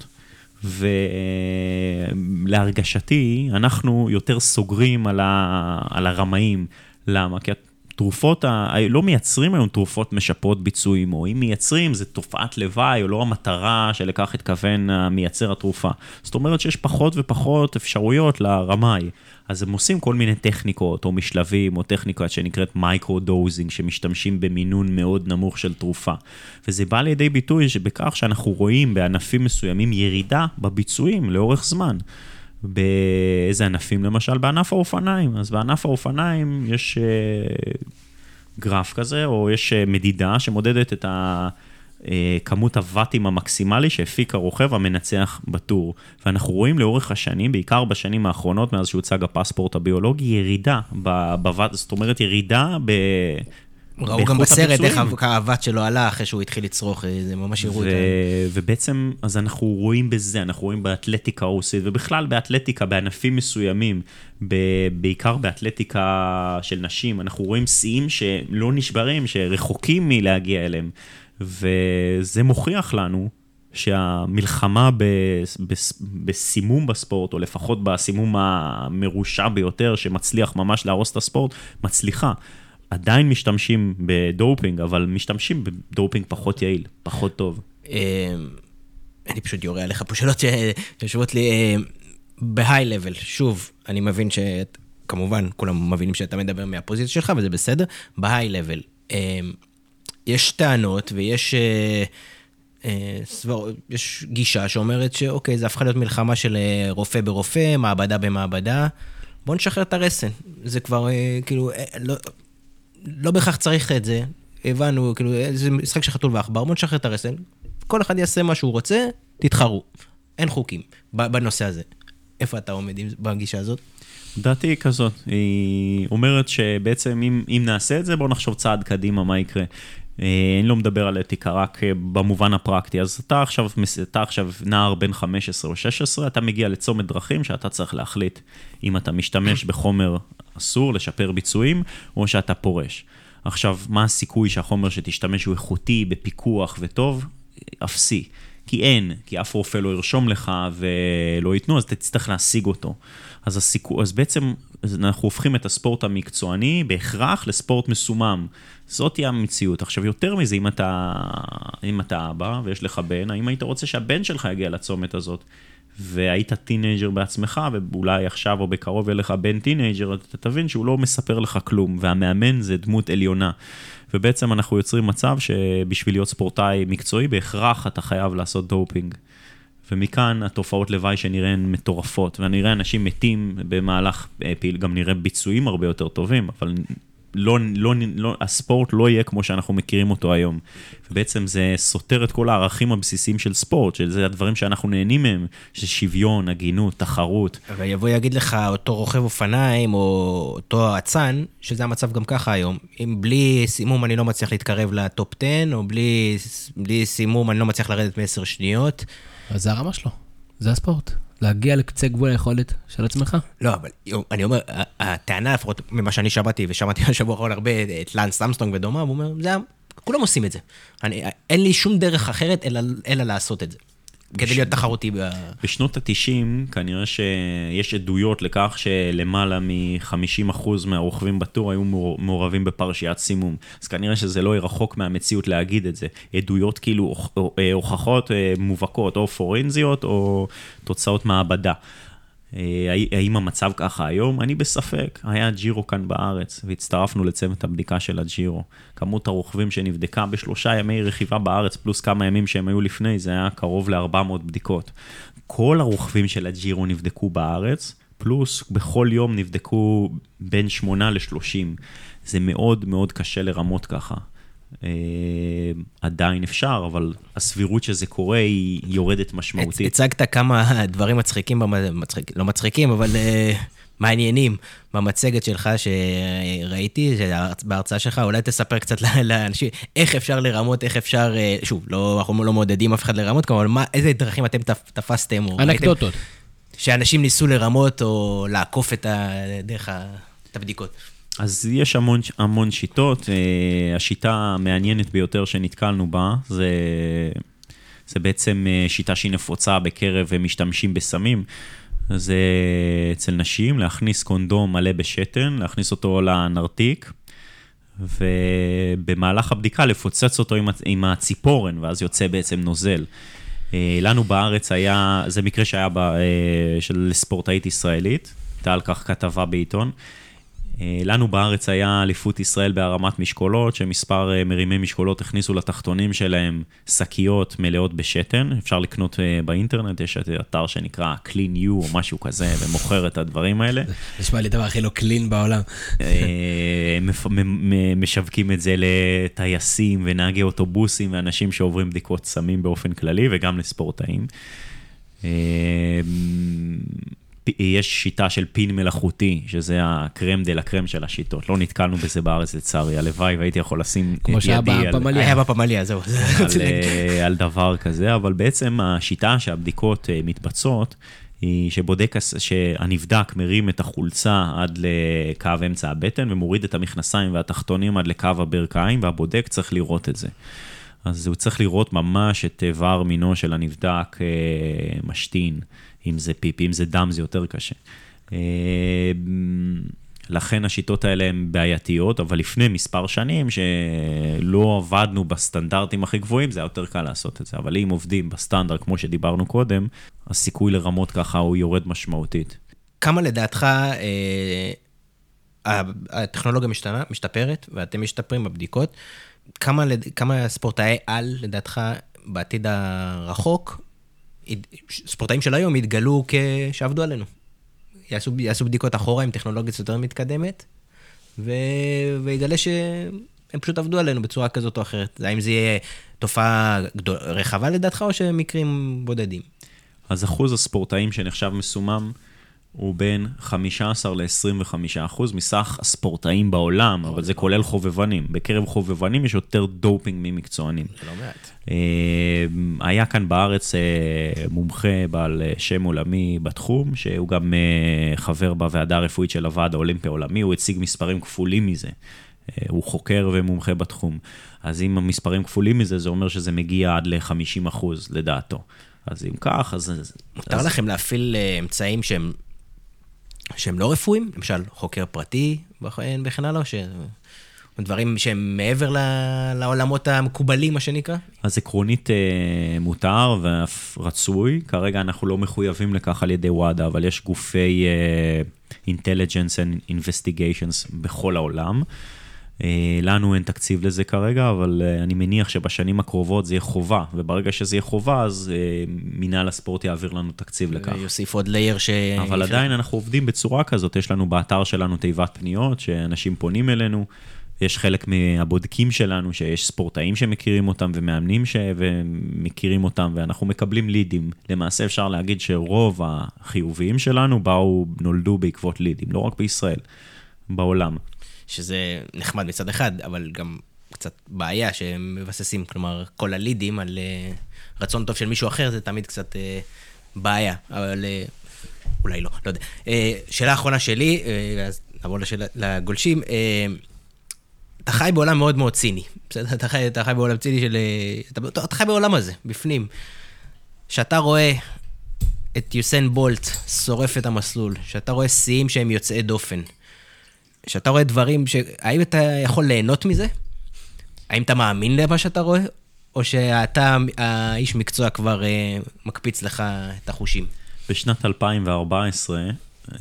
ולהרגשתי, אנחנו יותר סוגרים על, ה... על הרמאים. למה? כי התרופות, ה... לא מייצרים היום תרופות משפרות ביצועים, או אם מייצרים, זה תופעת לוואי, או לא המטרה שלכך התכוון מייצר התרופה. זאת אומרת שיש פחות ופחות אפשרויות לרמאי. אז הם עושים כל מיני טכניקות, או משלבים, או טכניקות שנקראת מייקרו-דוזינג, שמשתמשים במינון מאוד נמוך של תרופה. וזה בא לידי ביטוי שבכך שאנחנו רואים בענפים מסוימים ירידה בביצועים לאורך זמן. באיזה ענפים? למשל, בענף האופניים. אז בענף האופניים יש גרף כזה, או יש מדידה שמודדת את ה... כמות הוואטים המקסימלי שהפיק הרוכב המנצח בטור. ואנחנו רואים לאורך השנים, בעיקר בשנים האחרונות, מאז שהוצג הפספורט הביולוגי, ירידה בוואט, זאת אומרת ירידה ב... ראו גם בסרט איך הוואט שלו עלה אחרי שהוא התחיל לצרוך, זה ממש יראו את זה. ובעצם, אז אנחנו רואים בזה, אנחנו רואים באתלטיקה הרוסית, ובכלל באתלטיקה, בענפים מסוימים, בעיקר באתלטיקה של נשים, אנחנו רואים שיאים שלא נשברים, שרחוקים מלהגיע אליהם. וזה מוכיח לנו שהמלחמה בסימום בספורט, או לפחות בסימום המרושע ביותר, שמצליח ממש להרוס את הספורט, מצליחה. עדיין משתמשים בדופינג, אבל משתמשים בדופינג פחות יעיל, פחות טוב. אני פשוט יורה עליך פה שאלות ששוות לי בהיי לבל. שוב, אני מבין שכמובן כולם מבינים שאתה מדבר מהפוזיציה שלך, וזה בסדר. בהיי לבל. יש טענות ויש סבר, יש גישה שאומרת שאוקיי, זה הפכה להיות מלחמה של רופא ברופא, מעבדה במעבדה. בוא נשחרר את הרסן. זה כבר כאילו, לא, לא בכך צריך את זה. הבנו, כאילו, זה משחק של חתול ואחבר, בוא נשחרר את הרסן. כל אחד יעשה מה שהוא רוצה, תתחרו. אין חוקים בנושא הזה. איפה אתה עומד בגישה הזאת? דעתי היא כזאת. היא אומרת שבעצם אם, אם נעשה את זה, בוא נחשוב צעד קדימה מה יקרה. אני לא מדבר על אתיקה רק במובן הפרקטי, אז אתה עכשיו, אתה עכשיו נער בן חמש עשרה או שש עשרה, אתה מגיע לצומת דרכים שאתה צריך להחליט אם אתה משתמש בחומר אסור לשפר ביצועים, או שאתה פורש. עכשיו, מה הסיכוי שהחומר שתשתמש הוא איכותי, בפיקוח וטוב? אפסי. כי אין, כי אף רופא לא ירשום לך ולא ייתנו, אז אתה תצטרך להשיג אותו. אז, הסיכו, אז בעצם אנחנו הופכים את הספורט המקצועני בהכרח לספורט מסומם. זאת היא המציאות. עכשיו, יותר מזה, אם אתה, אם אתה אבא ויש לך בן, האם היית רוצה שהבן שלך יגיע לצומת הזאת, והיית טינג'ר בעצמך, ואולי עכשיו או בקרוב יהיה לך בן טינג'ר, אתה תבין שהוא לא מספר לך כלום, והמאמן זה דמות עליונה. ובעצם אנחנו יוצרים מצב שבשביל להיות ספורטאי מקצועי, בהכרח אתה חייב לעשות דופינג. ומכאן התופעות לוואי שנראה הן מטורפות, ונראה אנשים מתים במהלך פעיל, גם נראה ביצועים הרבה יותר טובים, אבל לא, לא, לא, הספורט לא יהיה כמו שאנחנו מכירים אותו היום. ובעצם זה סותר את כל הערכים הבסיסיים של ספורט, שזה הדברים שאנחנו נהנים מהם, שזה שוויון, הגינות, תחרות. ויבוא יגיד לך אותו רוכב אופניים, או אותו עצן, שזה המצב גם ככה היום. אם בלי סימום אני לא מצליח להתקרב לטופ עשר, או בלי, בלי סימום אני לא מצליח לרדת מעשר שניות. אז זה הרמה שלו, זה הספורט. להגיע לקצה גבול היכולת של עצמך. לא, אבל אני אומר, הטענה, לפחות ממה שאני שמעתי, ושמעתי השבוע האחרון הרבה את לנס אמסטרונג ודומה, הוא אומר, זה, כולם עושים את זה. אני, אין לי שום דרך אחרת אלא, אלא לעשות את זה. כדי להיות תחרותי. בשנות ה-תשעים, כנראה שיש עדויות לכך שלמעלה מ-חמישים אחוז מהרוכבים בטור היו מעורבים בפרשיית סימום. אז כנראה שזה לא ירחוק מהמציאות להגיד את זה. עדויות כאילו הוכחות מובהקות, או פורנזיות, או תוצאות מעבדה. האם המצב ככה היום? אני בספק. היה ג'ירו כאן בארץ, והצטרפנו לצוות הבדיקה של הג'ירו. כמות הרוכבים שנבדקה בשלושה ימי רכיבה בארץ, פלוס כמה ימים שהם היו לפני, זה היה קרוב ל-ארבע מאות בדיקות. כל הרוכבים של הג'ירו נבדקו בארץ, פלוס בכל יום נבדקו בין שמונה לשלושים. זה מאוד מאוד קשה לרמות ככה. עדיין אפשר, אבל הסבירות שזה קורה היא יורדת משמעותית. הצגת כמה דברים מצחיקים, לא מצחיקים, אבל מעניינים במצגת שלך שראיתי, בהרצאה שלך, אולי תספר קצת לאנשים, איך אפשר לרמות, איך אפשר, שוב, אנחנו לא מעודדים אף אחד לרמות, אבל איזה דרכים אתם תפסתם? אנקדוטות. שאנשים ניסו לרמות או לעקוף את דרך הבדיקות. אז יש המון, המון שיטות. השיטה המעניינת ביותר שנתקלנו בה, זה, זה בעצם שיטה שהיא נפוצה בקרב משתמשים בסמים. זה אצל נשים, להכניס קונדום מלא בשתן, להכניס אותו לנרתיק, ובמהלך הבדיקה לפוצץ אותו עם, עם הציפורן, ואז יוצא בעצם נוזל. לנו בארץ היה, זה מקרה שהיה בה, של ספורטאית ישראלית, הייתה על כך כתבה בעיתון, לנו בארץ היה אליפות ישראל בהרמת משקולות, שמספר מרימי משקולות הכניסו לתחתונים שלהם שקיות מלאות בשתן, אפשר לקנות באינטרנט, יש אתר שנקרא Clean You או משהו כזה, ומוכר את הדברים האלה. נשמע לי דבר הכי לא קלין בעולם. משווקים את זה לטייסים ונהגי אוטובוסים, ואנשים שעוברים בדיקות סמים באופן כללי, וגם לספורטאים. יש שיטה של פין מלאכותי, שזה הקרם דה לקרם של השיטות. לא נתקלנו בזה בארץ לצערי, הלוואי, והייתי יכול לשים כמו שהיה בפמליה. היה בפמליה, זהו. על, על דבר כזה, אבל בעצם השיטה שהבדיקות מתבצעות, היא שבודק, שהנבדק מרים את החולצה עד לקו אמצע הבטן, ומוריד את המכנסיים והתחתונים עד לקו הברכיים, והבודק צריך לראות את זה. אז הוא צריך לראות ממש את איבר מינו של הנבדק משתין, אם זה פיפי, אם זה דם, זה יותר קשה. לכן השיטות האלה הן בעייתיות, אבל לפני מספר שנים שלא עבדנו בסטנדרטים הכי גבוהים, זה היה יותר קל לעשות את זה. אבל אם עובדים בסטנדרט, כמו שדיברנו קודם, הסיכוי לרמות ככה הוא יורד משמעותית. כמה לדעתך הטכנולוגיה משתנה, משתפרת, ואתם משתפרים בבדיקות, כמה, כמה ספורטאי על, לדעתך, בעתיד הרחוק, ספורטאים של היום יתגלו כשעבדו עלינו. יעשו, יעשו בדיקות אחורה עם טכנולוגיה יותר מתקדמת, ו... ויגלה שהם פשוט עבדו עלינו בצורה כזאת או אחרת. האם זה יהיה תופעה גדול, רחבה לדעתך, או שמקרים בודדים? אז אחוז הספורטאים שנחשב מסומם, הוא בין חמישה עשר ל-עשרים וחמישה אחוז מסך הספורטאים בעולם, אבל זה כולל חובבנים. בקרב חובבנים יש יותר דופינג ממקצוענים. זה לא מעט. היה כאן בארץ מומחה בעל שם עולמי בתחום, שהוא גם חבר בוועדה הרפואית של הוועד האולימפי העולמי, הוא הציג מספרים כפולים מזה. הוא חוקר ומומחה בתחום. אז אם המספרים כפולים מזה, זה אומר שזה מגיע עד ל-חמישים אחוז לדעתו. אז אם כך, אז... מותר לכם להפעיל אמצעים שהם... שהם לא רפואיים, למשל חוקר פרטי וכן הלאה, דברים שהם מעבר לעולמות המקובלים, מה שנקרא? אז עקרונית מותר ואף רצוי, כרגע אנחנו לא מחויבים לכך על ידי וואדה, אבל יש גופי intelligence and investigations בכל העולם, לנו אין תקציב לזה כרגע, אבל אני מניח שבשנים הקרובות זה יהיה חובה, וברגע שזה יהיה חובה, אז מינהל הספורט יעביר לנו תקציב לכך. יוסיף עוד לייר ש... אבל עדיין אנחנו עובדים בצורה כזאת, יש לנו באתר שלנו תיבת פניות, שאנשים פונים אלינו, יש חלק מהבודקים שלנו, שיש ספורטאים שמכירים אותם, ומאמנים שמכירים אותם, ואנחנו מקבלים לידים. למעשה אפשר להגיד שרוב החיוביים שלנו באו, נולדו בעקבות לידים, לא רק בישראל, בעולם. שזה נחמד מצד אחד, אבל גם קצת בעיה שהם מבססים, כלומר, כל הלידים על uh, רצון טוב של מישהו אחר, זה תמיד קצת uh, בעיה, אבל uh, אולי לא, לא יודע. Uh, שאלה האחרונה שלי, uh, אז נעבור לשאלה, לגולשים, uh, אתה חי בעולם מאוד מאוד ציני, בסדר? אתה חי, אתה חי בעולם ציני של... אתה, אתה חי בעולם הזה, בפנים. שאתה רואה את יוסיין בולט שורף את המסלול, שאתה רואה שיאים שהם יוצאי דופן, שאתה רואה דברים ש... האם אתה יכול ליהנות מזה? האם אתה מאמין למה שאתה רואה? או שאתה, האיש מקצוע כבר אה, מקפיץ לך את החושים? בשנת אלפיים וארבע עשרה אה,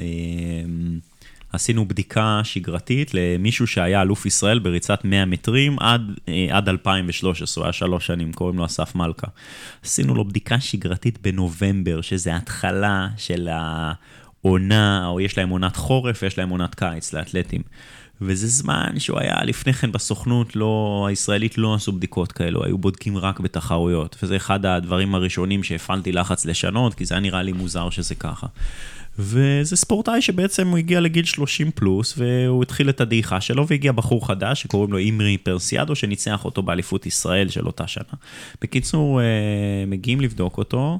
עשינו בדיקה שגרתית למישהו שהיה אלוף ישראל בריצת מאה מטרים עד, אה, עד אלפיים ושלוש עשרה, היה שלוש שנים, קוראים לו אסף מלכה. עשינו לו בדיקה שגרתית בנובמבר, שזה התחלה של ה... עונה, או יש להם עונת חורף, יש להם עונת קיץ לאתלטים. וזה זמן שהוא היה לפני כן בסוכנות, לא, הישראלית לא עשו בדיקות כאלו, היו בודקים רק בתחרויות. וזה אחד הדברים הראשונים שהפעלתי לחץ לשנות, כי זה היה נראה לי מוזר שזה ככה. וזה ספורטאי שבעצם הוא הגיע לגיל שלושים פלוס, והוא התחיל את הדעיכה שלו, והגיע בחור חדש שקוראים לו אימרי פרסיאדו, שניצח אותו באליפות ישראל של אותה שנה. בקיצור, מגיעים לבדוק אותו,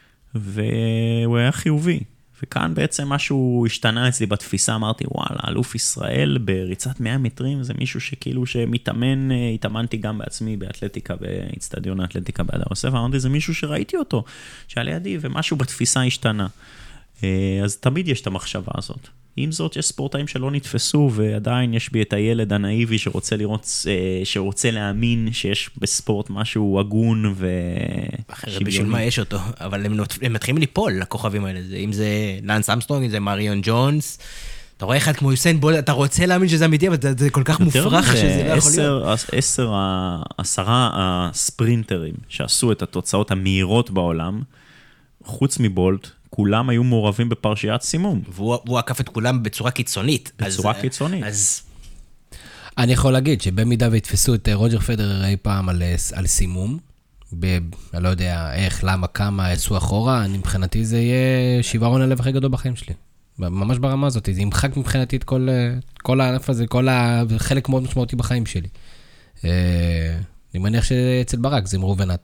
והוא היה חיובי. וכאן בעצם משהו השתנה אצלי בתפיסה, אמרתי, וואלה, אלוף ישראל בריצת מאה מטרים, זה מישהו שכאילו שמתאמן, התאמנתי גם בעצמי באתלטיקה, באצטדיון האתלטיקה בהדר יוסף, אמרתי, זה מישהו שראיתי אותו, שהיה לידי, ומשהו בתפיסה השתנה. אז תמיד יש את המחשבה הזאת. עם זאת, יש ספורטאים שלא נתפסו, ועדיין יש בי את הילד הנאיבי שרוצה לראות, שרוצה להאמין שיש בספורט משהו הגון ו... אחרת בשביל מה יש אותו, אבל הם, הם מתחילים ליפול לכוכבים האלה, אם זה לנס אמסטרונג, אם זה מריון ג'ונס, אתה רואה אחד כמו יוסיין בולט, אתה רוצה להאמין שזה אמיתי, אבל זה כל כך מופרך שזה לא יכול להיות. עשר, עשרה הספרינטרים שעשו את התוצאות המהירות בעולם, חוץ מבולט, כולם היו מעורבים בפרשיית סימום. והוא עקף את כולם בצורה קיצונית. בצורה קיצונית. אז... אני יכול להגיד שבמידה והתפסו את רוג'ר פדרר אי פעם על, על סימום, ב, אני לא יודע איך, למה, כמה, יצאו אחורה, אני מבחינתי זה יהיה שברון הלב הכי גדול בחיים שלי. ממש ברמה הזאת, זה ימחק מבחינתי את כל, כל הענף הזה, כל החלק מאוד משמעותי בחיים שלי. אני מניח שאצל ברק זה אמרו ונטה.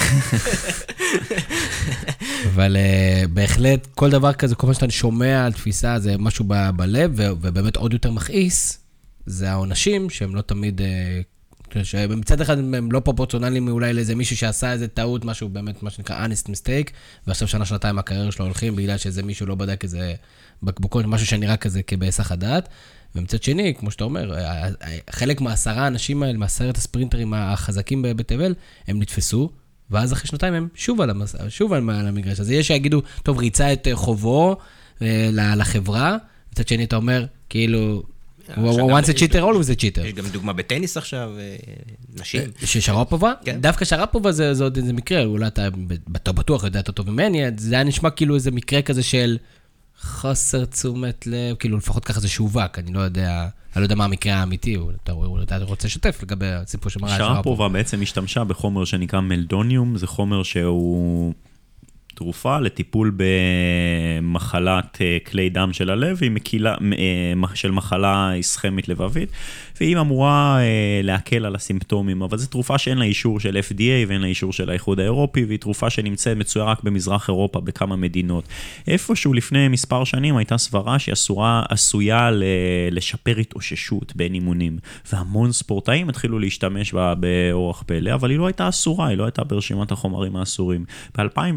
אבל uh, בהחלט, כל דבר כזה, כל מה שאתה שומע על תפיסה, זה משהו ב- בלב, ו- ובאמת עוד יותר מכעיס, זה העונשים, שהם לא תמיד, uh, שמצד אחד הם לא פרופורציונליים אולי לאיזה מישהו שעשה איזה טעות, משהו באמת, מה שנקרא honest mistake, ועכשיו שנה, שנתיים הקריירה שלו הולכים, בגלל שזה מישהו לא בדק איזה בקבוקות, משהו שנראה כזה כבהיסח הדעת, ומצד שני, כמו שאתה אומר, חלק מהעשרה האנשים האלה, מעשרת הספרינטרים החזקים בתבל, הם נתפסו, ואז אחרי שנתיים הם שוב על, המס... שוב על המגרש. אז יש שיגידו, טוב, ריצה את חובו לחברה, מצד שני אתה אומר, כאילו, once a cheater, always a cheater. יש גם דוגמה בטניס עכשיו, נשים. ששרפובה? דווקא שרפובה זה עוד איזה מקרה, אולי אתה בטוח יודע, אתה טוב ממני, זה היה נשמע כאילו איזה מקרה כזה של חוסר תשומת לב, כאילו לפחות ככה זה שווק, אני לא יודע... אני לא יודע מה המקרה האמיתי, אתה רוצה לשתף לגבי הסיפור שמראה שרפובה. שרפובה בעצם השתמשה בחומר שנקרא מלדוניום, זה חומר שהוא תרופה לטיפול במחלת כלי דם של הלב, היא מקילה, של מחלה איסכמית לבבית, והיא אמורה להקל על הסימפטומים, אבל זו תרופה שאין לה אישור של אף די איי ואין לה אישור של האיחוד האירופי, והיא תרופה שנמצאת מצויה רק במזרח אירופה בכמה מדינות. איפשהו לפני מספר שנים הייתה סברה שהיא עשויה, עשויה לשפר התאוששות בין אימונים, והמון ספורטאים התחילו להשתמש בה באורח פלא, אבל היא לא הייתה אסורה, היא לא הייתה ברשימת החומרים האסורים. ב-אלפיים ושש עשרה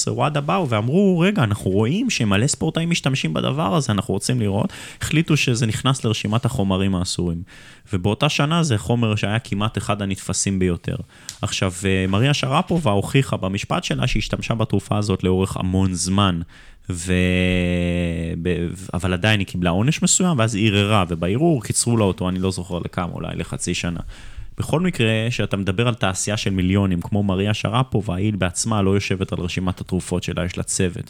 עשרה, וואדה באו ואמרו, רגע, אנחנו רואים שמלא ספורטאים משתמשים בדבר הזה, אנחנו רוצים לראות, החליטו שזה נכנס לרשימת החומרים האסורים. ובאותה שנה זה חומר שהיה כמעט אחד הנתפסים ביותר. עכשיו, מריה שרפובה הוכיחה במשפט שלה שהשתמשה בתרופה הזאת לאורך המון זמן, ו... אבל עדיין היא קיבלה עונש מסוים, ואז היא ערערה, ובערעור קיצרו לה אותו, אני לא זוכר לכמה, אולי לחצי שנה. בכל מקרה, שאתה מדבר על תעשייה של מיליונים, כמו מריה שרפובה, היא בעצמה לא יושבת על רשימת התרופות שלה, יש לה צוות.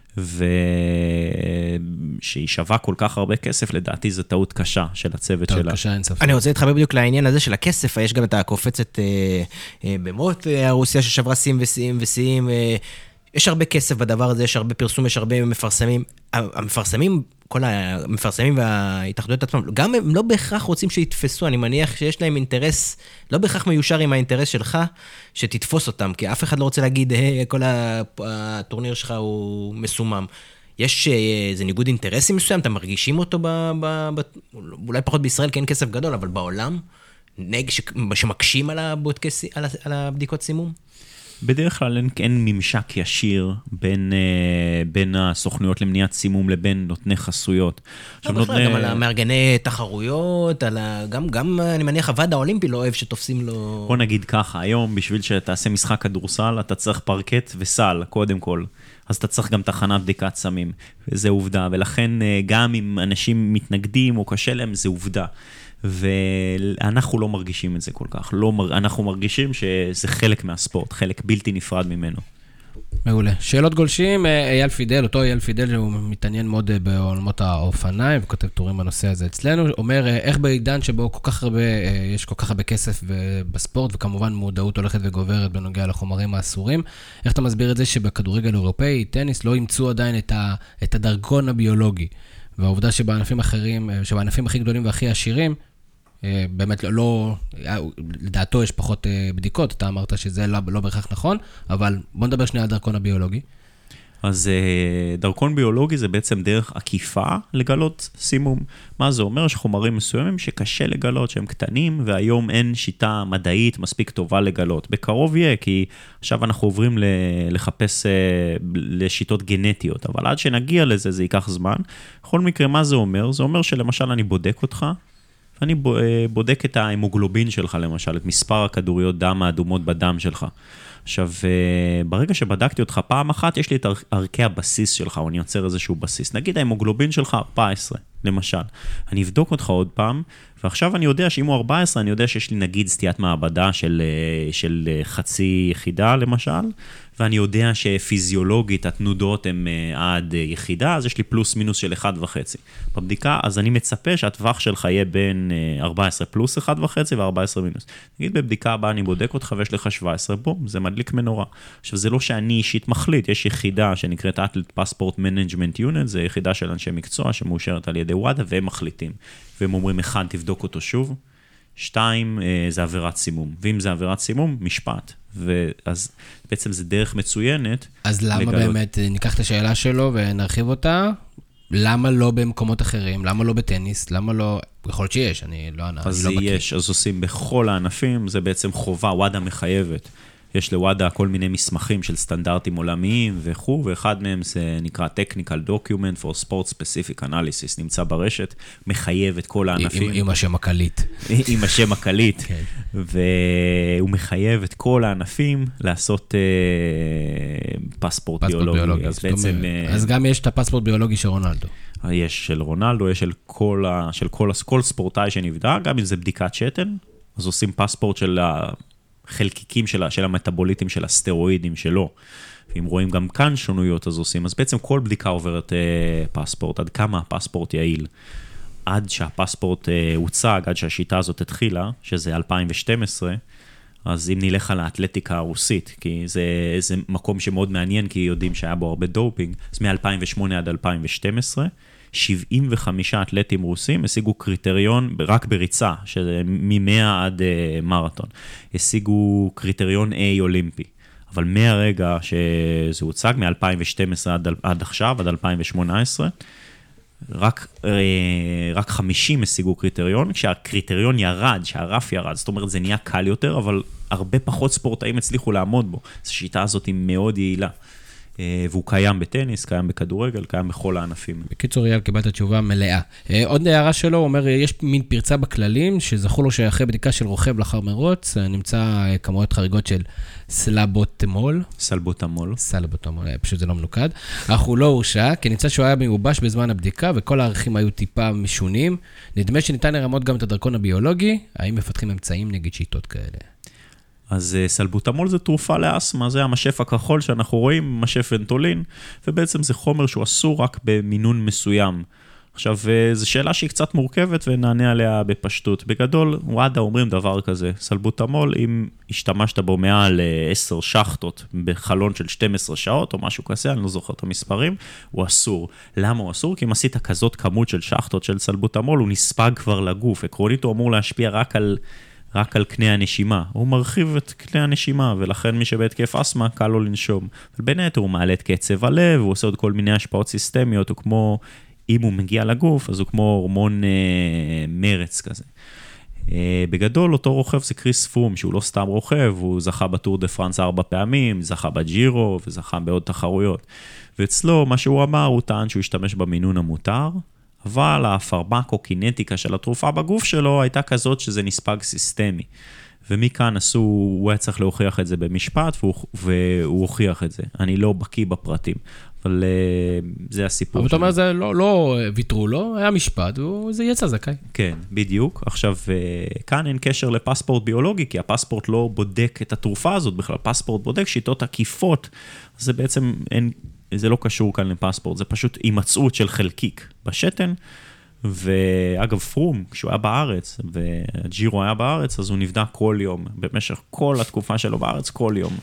ושהיא שווה כל כך הרבה כסף, לדעתי זו טעות קשה של הצוות שלה. טעות קשה, אין ספק. אני רוצה להתחבר בדיוק לעניין הזה של הכסף, יש גם את הקופצת במות הרוסיה ששברה סים וסים וסים, יש הרבה כסף בדבר הזה, יש הרבה פרסום, יש הרבה מפרסמים. המפרסמים, כל המפרסמים וההתאחדויות עצמם, גם הם לא בהכרח רוצים שיתפסו, אני מניח שיש להם אינטרס, לא בהכרח מיושר עם האינטרס שלך, שתתפוס אותם, כי אף אחד לא רוצה להגיד, היי, כל הטורניר שלך הוא מסומם. יש איזה ניגוד אינטרסים מסוים, אתם מרגישים אותו, ב, ב, ב, אולי פחות בישראל, כי אין כסף גדול, אבל בעולם, נג שמקשים על, הבודקס, על, על הבדיקות סימום? בדרך כלל אין, אין ממשק ישיר בין, אה, בין הסוכנויות למניעת סימום לבין נותני חסויות. לא, בכלל, נותני... גם על המארגני תחרויות, על ה... גם, גם אני מניח הוועד האולימפי לא אוהב שתופסים לו... בוא נגיד ככה, היום בשביל שתעשה משחק כדורסל, אתה צריך פרקט וסל, קודם כל. אז אתה צריך גם תחנת בדיקת סמים, וזה עובדה. ולכן גם אם אנשים מתנגדים או קשה להם, זה עובדה. ואנחנו לא מרגישים את זה כל כך. לא, אנחנו מרגישים שזה חלק מהספורט, חלק בלתי נפרד ממנו. מעולה. שאלות גולשים, אייל פידל, אותו אייל פידל שהוא מתעניין מאוד בעולמות האופניים, וכותב תורים בנושא הזה אצלנו, אומר איך בעידן שבו כל כך הרבה, יש כל כך הרבה כסף בספורט, וכמובן מודעות הולכת וגוברת בנוגע לחומרים האסורים, איך אתה מסביר את זה שבכדורגל אירופאי, טניס, לא ימצאו עדיין את, ה, את הדרכון הביולוגי, והעובדה שבענפים אחרים, שבענפים הכי גדולים והכי עשירים, באמת לא, לדעתו יש פחות בדיקות, אתה אמרת שזה לא, לא בהכרח נכון, אבל בוא נדבר שנייה על דרכון הביולוגי. אז דרכון ביולוגי זה בעצם דרך עקיפה לגלות סימום. מה זה אומר? שחומרים מסוימים שקשה לגלות, שהם קטנים, והיום אין שיטה מדעית מספיק טובה לגלות. בקרוב יהיה, כי עכשיו אנחנו עוברים לחפש לשיטות גנטיות, אבל עד שנגיע לזה זה ייקח זמן. בכל מקרה, מה זה אומר? זה אומר שלמשל אני בודק אותך, אני בודק את ההמוגלובין שלך, למשל, את מספר הכדוריות דם האדומות בדם שלך. עכשיו, ברגע שבדקתי אותך פעם אחת, יש לי את ערכי הבסיס שלך, או אני יוצר איזשהו בסיס. נגיד, ההמוגלובין שלך ארבע עשרה, למשל. אני אבדוק אותך עוד פעם, ועכשיו אני יודע שאם הוא ארבע עשרה, אני יודע שיש לי נגיד סטיית מעבדה של, של חצי יחידה, למשל, ואני יודע שפיזיולוגית התנודות הן עד יחידה, אז יש לי פלוס מינוס של אחד וחצי. בבדיקה, אז אני מצפה שהטווח שלך יהיה בין ארבע עשרה פלוס אחד וחצי ו-ארבע עשרה מינוס. נגיד, בבדיקה הבאה אני בודק אותך ויש לך שבע עשרה, בום, זה מדליק מנורה. עכשיו, זה לא שאני אישית מחליט, יש יחידה שנקראת Athlete Passport Management Unit, זה יחידה של אנשי מקצוע שמאושרת על ידי וואדה, והם מחליטים. והם אומרים, אחד, תבדוק אותו שוב, שתיים, זה עבירת סימום. ואם זה עבירת סימום, משפט. ואז בעצם זה דרך מצוינת. אז למה לגלות. באמת, ניקח את השאלה שלו ונרחיב אותה, למה לא במקומות אחרים? למה לא בטניס? למה לא... יכול להיות שיש, אני לא, אז אני לא בקיא. יש, אז עושים בכל הענפים, זה בעצם חובה, וואדה מחייבת. יש לוואדה כל מיני מסמכים של סטנדרטים עולמיים וכו', ואחד מהם זה נקרא Technical Document for Sport Specific Analysis, נמצא ברשת, מחייב את כל הענפים. עם, עם השם הקליט. עם השם הקליט, והוא מחייב את כל הענפים לעשות אה, פספורט ביולוגי. ביולוגי. אז, בעצם, אה, אז גם יש את הפספורט ביולוגי של רונלדו. יש של רונלדו, יש של כל, של כל, כל ספורטאי שנבדק, גם אם זה בדיקת שתן, אז עושים פספורט של ה... חלקיקים של, של המטאבוליטים של הסטרואידים שלו. ואם רואים גם כאן שונויות, אז עושים. אז בעצם כל בדיקה עוברת אה, פספורט, עד כמה הפספורט יעיל. עד שהפספורט אה, הוצג, עד שהשיטה הזאת התחילה, שזה אלפיים ושתים עשרה, אז אם נלך על האתלטיקה הרוסית, כי זה, זה מקום שמאוד מעניין, כי יודעים שהיה בו הרבה דופינג, אז מ-אלפיים ושמונה עד אלפיים ושתים עשרה, שבעים וחמישה אתלטים רוסים השיגו קריטריון רק בריצה, שזה מ-מאה עד uh, מרתון. השיגו קריטריון A אולימפי. אבל מהרגע שזה הוצג, מ-אלפיים ושתים עשרה עד, עד עכשיו, עד אלפיים ושמונה עשרה, רק, uh, רק חמישים השיגו קריטריון, כשהקריטריון ירד, שהרף ירד, זאת אומרת זה נהיה קל יותר, אבל הרבה פחות ספורטאים הצליחו לעמוד בו. אז השיטה הזאת היא מאוד יעילה. והוא קיים בטניס, קיים בכדורגל, קיים בכל הענפים. בקיצור, אייל, קיבלת תשובה מלאה. עוד הערה שלו, הוא אומר, יש מין פרצה בכללים, שזכו לו שאחרי בדיקה של רוכב לאחר מרוץ, נמצא כמויות חריגות של סלבוטמול. סלבוטמול. סלבוטמול, פשוט זה לא מנוקד. אך הוא לא הורשע, כי נמצא שהוא היה מיובש בזמן הבדיקה, וכל הערכים היו טיפה משונים. נדמה שניתן לרמות גם את הדרכון הביולוגי, האם מפתחים אמצעים נגד שיטות כאלה? אז סלבוטמול זה תרופה לאסמה, זה המשף הכחול שאנחנו רואים, משף ונטולין, ובעצם זה חומר שהוא אסור רק במינון מסוים. עכשיו, זו שאלה שהיא קצת מורכבת ונענה עליה בפשטות. בגדול, וואדה אומרים דבר כזה, סלבוטמול, אם השתמשת בו מעל עשר שחטות בחלון של שתים עשרה שעות או משהו כזה, אני לא זוכר את המספרים, הוא אסור. למה הוא אסור? כי אם עשית כזאת כמות של שחטות של סלבוטמול, הוא נספג כבר לגוף. עקרונית הוא אמור להשפיע רק על... רק על קנה הנשימה. הוא מרחיב את קנה הנשימה, ולכן מי שבהתקף אסמה, קל לו לנשום. אבל בין היתר הוא מעלה את קצב הלב, הוא עושה עוד כל מיני השפעות סיסטמיות, הוא כמו, אם הוא מגיע לגוף, אז הוא כמו הורמון אה, מרץ כזה. אה, בגדול, אותו רוכב זה קריס פרום, שהוא לא סתם רוכב, הוא זכה בטור דה פרנס ארבע פעמים, זכה בג'ירו, וזכה בעוד תחרויות. ואצלו, מה שהוא אמר, הוא טען שהוא השתמש במינון המותר, אבל הפרמקוקינטיקה של התרופה בגוף שלו הייתה כזאת שזה נספג סיסטמי. ומכאן עשו, הוא היה צריך להוכיח את זה במשפט, והוא, והוא הוכיח את זה. אני לא בקיא בפרטים, אבל זה הסיפור. אבל אתה אומר, זה לא, לא ויתרו לו, היה משפט, וזה יצא זכאי. כן, בדיוק. עכשיו, כאן אין קשר לפספורט ביולוגי, כי הפספורט לא בודק את התרופה הזאת בכלל. פספורט בודק שיטות עקיפות, זה בעצם אין... זה לא קשור כאן לפספורט, זה פשוט הימצאות של חלקיק בשתן, ואגב פרום, כשהוא היה בארץ, והג'ירו היה בארץ, אז הוא נבדק כל יום, במשך כל התקופה שלו בארץ, כל יום.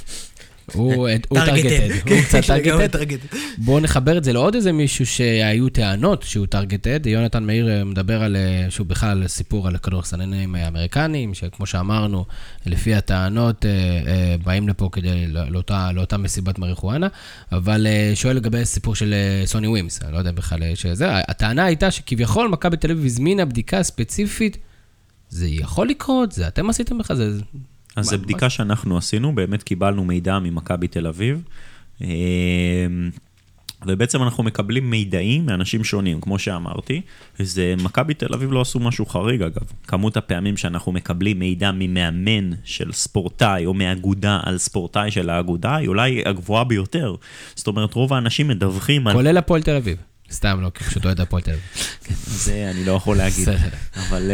הוא טרגטד, הוא קצת טרגטד. בואו נחבר את זה לעוד איזה מישהו שהיו טענות שהוא טרגטד. יונתן מאיר מדבר על, שהוא בכלל סיפור על הכדורסלנים האמריקנים, שכמו שאמרנו, לפי הטענות, באים לפה כדי לאותה מסיבת מריחואנה, אבל שואל לגבי סיפור של סוני ווימס, אני לא יודע בכלל שזה. הטענה הייתה שכביכול מכבי תל אביב הזמינה בדיקה ספציפית, זה יכול לקרות, זה אתם עשיתם בכלל, זה... אז זו בדיקה שאנחנו עשינו, באמת קיבלנו מידע ממכבי תל אביב, ובעצם אנחנו מקבלים מידעים מאנשים שונים, כמו שאמרתי, זה מכבי תל אביב לא עשו משהו חריג אגב, כמות הפעמים שאנחנו מקבלים מידע ממאמן של ספורטאי, או מאגודה על ספורטאי של האגודה, היא אולי הגבוהה ביותר, זאת אומרת רוב האנשים מדווחים על... כולל הפועל תל אביב, סתם לא, כי פשוט אוהד הפועל תל אביב. זה אני לא יכול להגיד, אבל...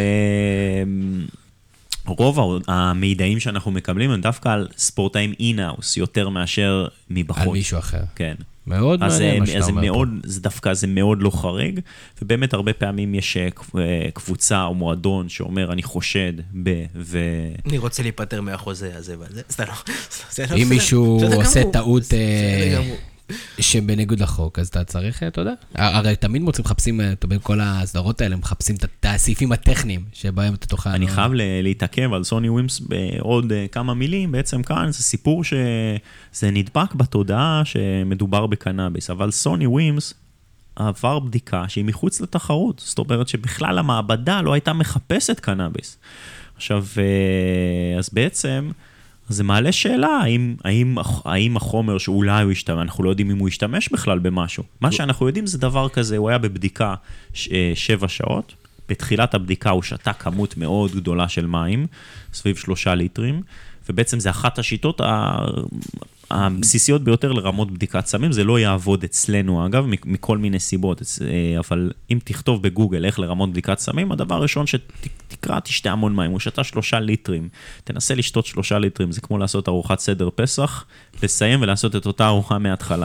רוב המידעים שאנחנו מקבלים הם דווקא על ספורטאים אין-האוס, יותר מאשר מבחוץ. על מישהו אחר. כן. מאוד מעניין מה שאתה אומר פה. זה דווקא, זה מאוד לא חריג, ובאמת הרבה פעמים יש קבוצה או מועדון שאומר, אני חושד ב... ו... אני רוצה להיפטר מהחוזה הזה, אבל זה לא... אם מישהו עושה טעות... שבניגוד לחוק, אז אתה צריך, אתה יודע, הרי תמיד מוצאים, מחפשים, כל הסדרות האלה, מחפשים את הסעיפים הטכניים, שבהם אתה תוכל... אני חייב להתעכב על סוני ווימס בעוד כמה מילים, בעצם כאן זה סיפור שזה נדבק בתודעה שמדובר בקנאביס, אבל סוני ווימס עבר בדיקה שהיא מחוץ לתחרות, זאת אומרת שבכלל המעבדה לא הייתה מחפשת קנאביס. עכשיו, אז בעצם... זה מעלה שאלה, האם, האם, האם החומר שאולי הוא ישתמש, אנחנו לא יודעים אם הוא ישתמש בכלל במשהו. מה שאנחנו יודעים זה דבר כזה, הוא היה בבדיקה ש, שבע שעות, בתחילת הבדיקה הוא שתה כמות מאוד גדולה של מים, סביב שלושה ליטרים, ובעצם זה אחת השיטות הבסיסיות ביותר לרמות בדיקת סמים, זה לא יעבוד אצלנו אגב, מכל מיני סיבות, אבל אם תכתוב בגוגל איך לרמות בדיקת סמים, הדבר הראשון שתקרא, תשתה המון מים, הוא שתה שלושה ליטרים, תנסה לשתות שלושה ליטרים, זה כמו לעשות ארוחת סדר פסח, לסיים ולעשות את אותה ארוחה מההתחלה.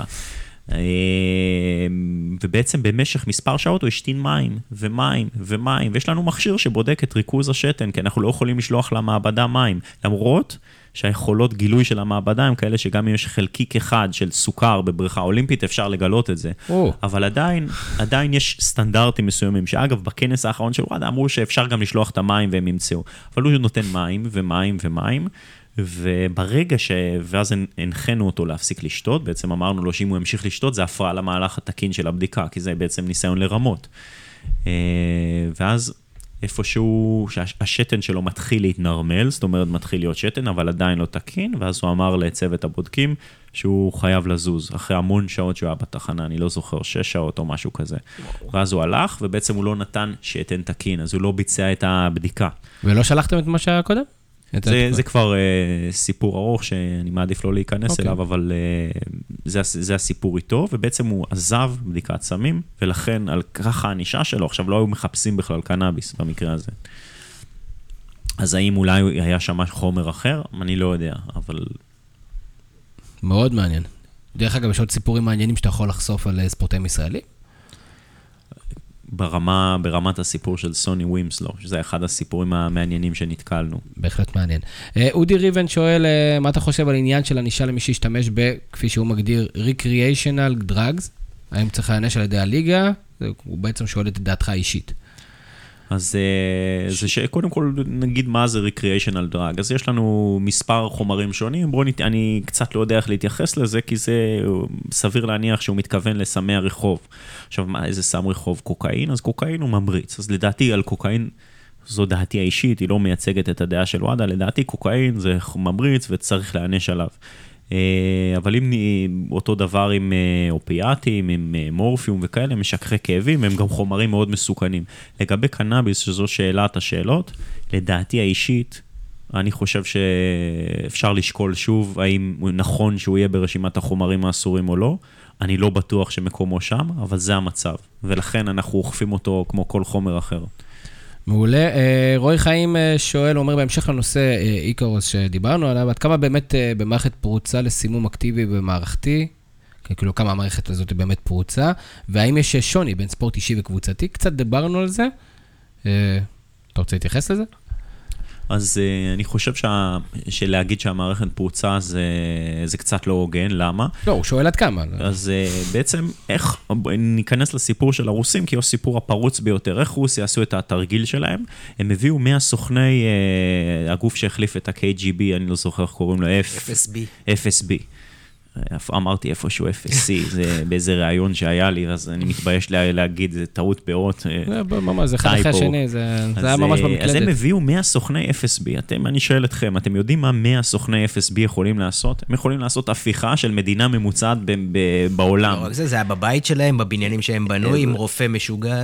ובעצם במשך מספר שעות הוא השתין מים ומים ומים, ויש לנו מכשיר שבודק את ריכוז השתן, כי אנחנו לא יכולים לשלוח למעבדה מים, למרות שהיכולות גילוי של המעבדה הם כאלה שגם אם יש חלקיק אחד של סוכר בבריכה אולימפית אפשר לגלות את זה, oh. אבל עדיין, עדיין יש סטנדרטים מסוימים, שאגב בכנס האחרון של וואדה אמרו שאפשר גם לשלוח את המים והם ימצאו, אבל הוא נותן מים ומים ומים, וברגע ש... ואז הנחנו אותו להפסיק לשתות, בעצם אמרנו לו שאם הוא ימשיך לשתות, זה הפרעה למהלך התקין של הבדיקה, כי זה בעצם ניסיון לרמות. ואז איפשהו, שהשתן שלו מתחיל להתנרמל, זאת אומרת, מתחיל להיות שתן, אבל עדיין לא תקין, ואז הוא אמר לצוות הבודקים, שהוא חייב לזוז, אחרי המון שעות שהוא היה בתחנה, אני לא זוכר, שש שעות או משהו כזה. ואז הוא הלך, ובעצם הוא לא נתן שתן תקין, אז הוא לא ביצע את הבדיקה. ולא שלחתם את מה שהיה קודם? זה, זה כבר uh, סיפור ארוך שאני מעדיף לא להיכנס okay. אליו, אבל uh, זה, זה הסיפור איתו, ובעצם הוא עזב בדיקת סמים, ולכן על ככה האנישה שלו, עכשיו לא היו מחפשים בכלל קנאביס במקרה הזה. אז האם אולי היה שם חומר אחר? אני לא יודע, אבל... מאוד מעניין. דרך אגב, יש עוד סיפורים מעניינים שאתה יכול לחשוף על ספורטאים ישראלים? ברמה, ברמת הסיפור של סוני ווימסלו, שזה אחד הסיפורים המעניינים שנתקלנו. בהחלט מעניין. אודי ריבן שואל, מה אתה חושב על עניין של ענישה למי שישתמש ב, כפי שהוא מגדיר, recreational drugs? האם צריך להענש על ידי הליגה? הוא בעצם שואל את דעתך האישית. אז זה שקודם כל נגיד מה זה recreational drug, אז יש לנו מספר חומרים שונים, בואו נת... אני קצת לא יודע איך להתייחס לזה, כי זה סביר להניח שהוא מתכוון לסמי הרחוב. עכשיו מה, איזה סם רחוב? קוקאין? אז קוקאין הוא ממריץ, אז לדעתי על קוקאין, זו דעתי האישית, היא לא מייצגת את הדעה של וואדה, לדעתי קוקאין זה ממריץ וצריך להענש עליו. אבל אם אותו דבר עם אופיאטים, עם מורפיום וכאלה, משככי כאבים, הם גם חומרים מאוד מסוכנים. לגבי קנאביס, שזו שאלת השאלות, לדעתי האישית, אני חושב שאפשר לשקול שוב, האם נכון שהוא יהיה ברשימת החומרים האסורים או לא, אני לא בטוח שמקומו שם, אבל זה המצב, ולכן אנחנו אוכפים אותו כמו כל חומר אחר. מעולה. רועי חיים שואל, אומר בהמשך לנושא איקרוס שדיברנו עליו, עד כמה באמת במערכת פרוצה לסימום אקטיבי במערכתי, כאילו כמה המערכת הזאת היא באמת פרוצה, והאם יש שוני בין ספורט אישי וקבוצתי? קצת דיברנו על זה. אתה רוצה להתייחס לזה? אז uh, אני חושב שה... שלהגיד שהמערכת פרוצה זה, זה קצת לא הוגן, למה? לא, הוא שואל עד כמה. אז uh, בעצם איך, ניכנס לסיפור של הרוסים, כי הוא סיפור הפרוץ ביותר, איך רוסיה עשו את התרגיל שלהם, הם הביאו מאה סוכני, uh, הגוף שהחליף את ה-קיי ג'י בי, אני לא זוכר איך קוראים לו, אף אס בי. אף אס בי. אמרתי איפשהו אף אס סי, זה באיזה ראיון שהיה לי, אז אני מתבייש להגיד, זה טעות פאות, ממש, זה אחד אחרי השני, זה היה ממש במקלדת. אז הם הביאו מאה סוכני אף אס בי, אני שואל אתכם, אתם יודעים מה מאה סוכני אף אס בי יכולים לעשות? הם יכולים לעשות הפיכה של מדינה ממוצעת בעולם. לא רק זה, זה היה בבית שלהם, בבניינים שהם בנו, עם רופא משוגע.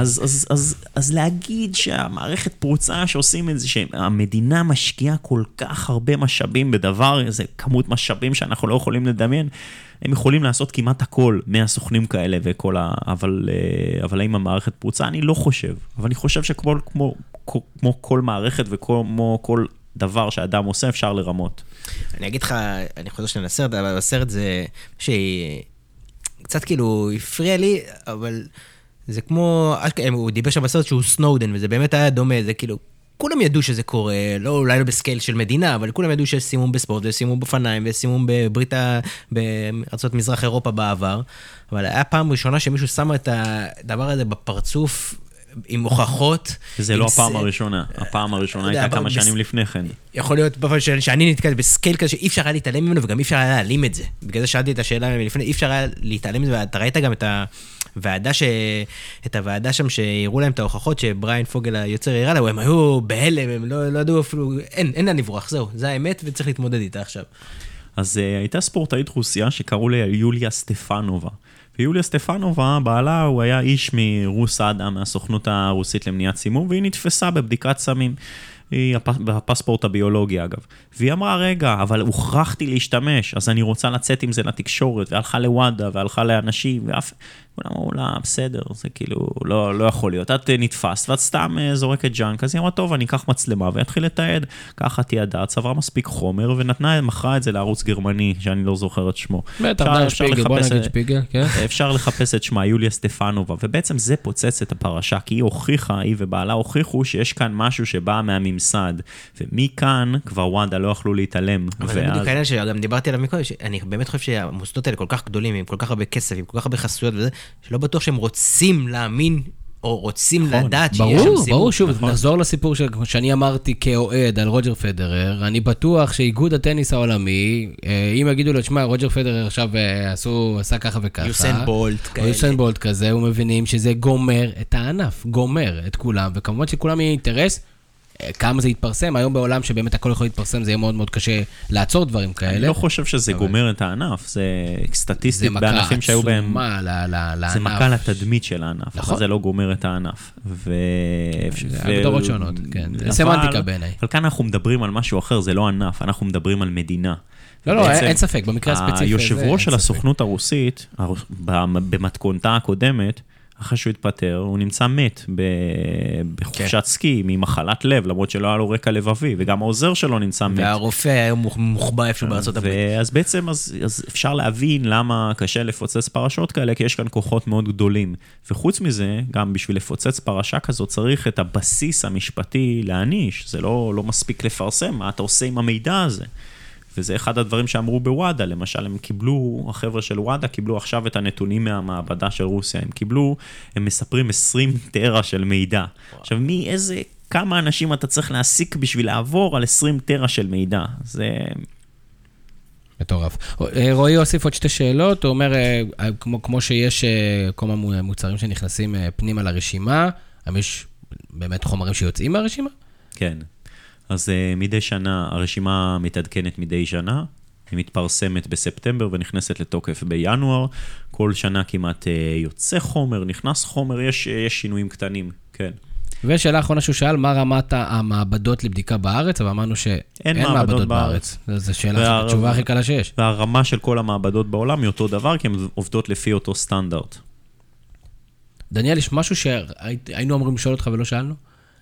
אז להגיד שהמערכת פרוצה שעושים את זה, שהמדינה משקיעה כל כך הרבה משאבים בדבר, זה כמות משאבים שאנחנו לא יכולים לדמיין, הם יכולים לעשות כמעט הכל מהסוכנים כאלה וכל ה... אבל, אבל האם המערכת פרוצה? אני לא חושב. אבל אני חושב שכמו כמו, כמו כל מערכת וכמו כל דבר שאדם עושה, אפשר לרמות. אני אגיד לך, אני חושב שאני לסרט, אבל הסרט זה שהיא קצת כאילו הפריע לי, אבל זה כמו, הוא דיבר שם בסרט שהוא סנודן, וזה באמת היה דומה, זה כאילו, כולם ידעו שזה קורה, לא, אולי לא בסקייל של מדינה, אבל כולם ידעו שיש סימום בספורט, ויש סימום בפניים, ויש סימום בבריטה, בארצות מזרח אירופה בעבר, אבל היה פעם ראשונה שמישהו שם את הדבר הזה בפרצוף, עם הוכחות. זה לא הפעם הראשונה, הפעם הראשונה הייתה כמה שנים לפני כן. יכול להיות בפעם שאני נתקלתי בסקייל כזה, שאי אפשר היה להתעלם ממנו, וגם אי אפשר היה להעלים את זה. בגלל זה שאלתי את השאלה מלפני, אי אפשר היה להתעלם מזה, ואתה ראית גם את הוועדה ש... את הוועדה שם שהראו להם את ההוכחות, שבריין פוגל היוצר הראה לה, הם היו בהלם, הם לא, לא ידעו אפילו, אין, אין לה נברוח, זהו, זה האמת, וצריך להתמודד איתה עכשיו. אז הייתה ספורטאית רוסיה שקראו לה יוליה סטפנובה. ויוליה סטפנובה, בעלה, הוא היה איש מרוס אדם, מהסוכנות הרוסית למניעת סימום, והיא נתפסה בבדיקת סמים. היא הפספורט הביולוגי אגב. והיא אמרה, רגע, אבל הוכרחתי להשתמש, אז אני רוצה לצאת עם זה לתקשורת, והלכה לוואדה, והלכה לאנשים, ואף... כולם אמרו לה, בסדר, זה כאילו, לא, לא יכול להיות. את נתפסת, ואת סתם זורקת ג'אנק, אז היא אמרה, טוב, אני אקח מצלמה, ויתחיל לתעד. ככה תיעדה, צברה מספיק חומר, ונתנה, מכרה את זה לערוץ גרמני, שאני לא זוכר את שמו. בטח, שפיגל, בוא נגיד שפיגל, כן? אפשר לחפש את שמה, יוליה סטפנובה, ובעצם זה פוצץ את הפרשה, כי היא הוכיחה, היא ובעלה הוכיחו שיש כאן משהו שבא מהממסד, ומכאן כבר וואדה לא יכלו להתעלם. אבל זה בדיוק העניין שגם דיברתי עליו מקודם, שאני באמת חושב שהמוסדות האלה כל כך גדולים, עם כל כך הרבה כסף, עם כל כך הרבה חסויות וזה, שלא בטוח שהם רוצים להאמין או רוצים לדעת שיש שם ברור, סיבוב. ברור, שוב, נחזור לסיפור שאני אמרתי כאוהד על רוג'ר פדרר, אני בטוח שאיגוד הטניס העולמי, אם יגידו לו, תשמע, רוג'ר פדרר עכשיו עשו, עשה ככה וככה, יוסן בולט כאלה. יוסן בולט כזה, הוא מבינים שזה גומר את הענף, גומר את כולם, וכמובן שכולם יהיה אינטרס, כמה זה יתפרסם, היום בעולם שבאמת הכל יכול להתפרסם, זה יהיה מאוד מאוד קשה לעצור דברים כאלה. אני לא חושב שזה גומר את הענף, זה סטטיסטית בענפים שהיו בהם... זה מכה עצומה לענף. זה מכה לתדמית של הענף, אבל זה לא גומר את הענף. הגדרות שונות, כן. זה סמנטיקה בעיניי. אבל כאן אנחנו מדברים על משהו אחר, זה לא ענף, אנחנו מדברים על מדינה. לא, לא, אין ספק, במקרה הספציפי הזה... היושב ראש של הסוכנות הרוסית, במתכונתה הקודמת, אחרי שהוא התפטר, הוא נמצא מת בחופשת סקי, ממחלת לב, למרות שלא היה לו רקע לבבי, וגם העוזר שלו נמצא מת. והרופא היה מוחבא איפשהו בארצות הברית. אז בעצם, אז אפשר להבין למה קשה לפוצץ פרשות כאלה, כי יש כאן כוחות מאוד גדולים. וחוץ מזה, גם בשביל לפוצץ פרשה כזאת, צריך את הבסיס המשפטי להעניש. זה לא, לא מספיק לפרסם, מה אתה עושה עם המידע הזה? וזה אחד הדברים שאמרו בוואדה, למשל, הם קיבלו, החבר'ה של וואדה קיבלו עכשיו את הנתונים מהמעבדה של רוסיה, הם קיבלו, הם מספרים עשרים טרה של מידע. עכשיו, מי, איזה, כמה אנשים אתה צריך להסיק בשביל לעבור על עשרים טרה של מידע? זה... מטורף. רועי הוסיף עוד שתי שאלות, הוא אומר, כמו, כמו שיש כל המוצרים שנכנסים פנימה לרשימה, יש באמת חומרים שיוצאים מהרשימה? כן. אז uh, מדי שנה, הרשימה מתעדכנת מדי שנה, היא מתפרסמת בספטמבר ונכנסת לתוקף בינואר, כל שנה כמעט uh, יוצא חומר, נכנס חומר, יש, יש שינויים קטנים, כן. ושאלה האחרונה שהוא שאל, מה רמת המעבדות לבדיקה בארץ? אבל אמרנו שאין מעבדות, מעבדות בארץ. בארץ. זו שאלה, וה... התשובה הכי קלה שיש. והרמה של כל המעבדות בעולם היא אותו דבר, כי הן עובדות לפי אותו סטנדרט. דניאל, יש משהו שהיינו אמורים לשאול אותך ולא שאלנו?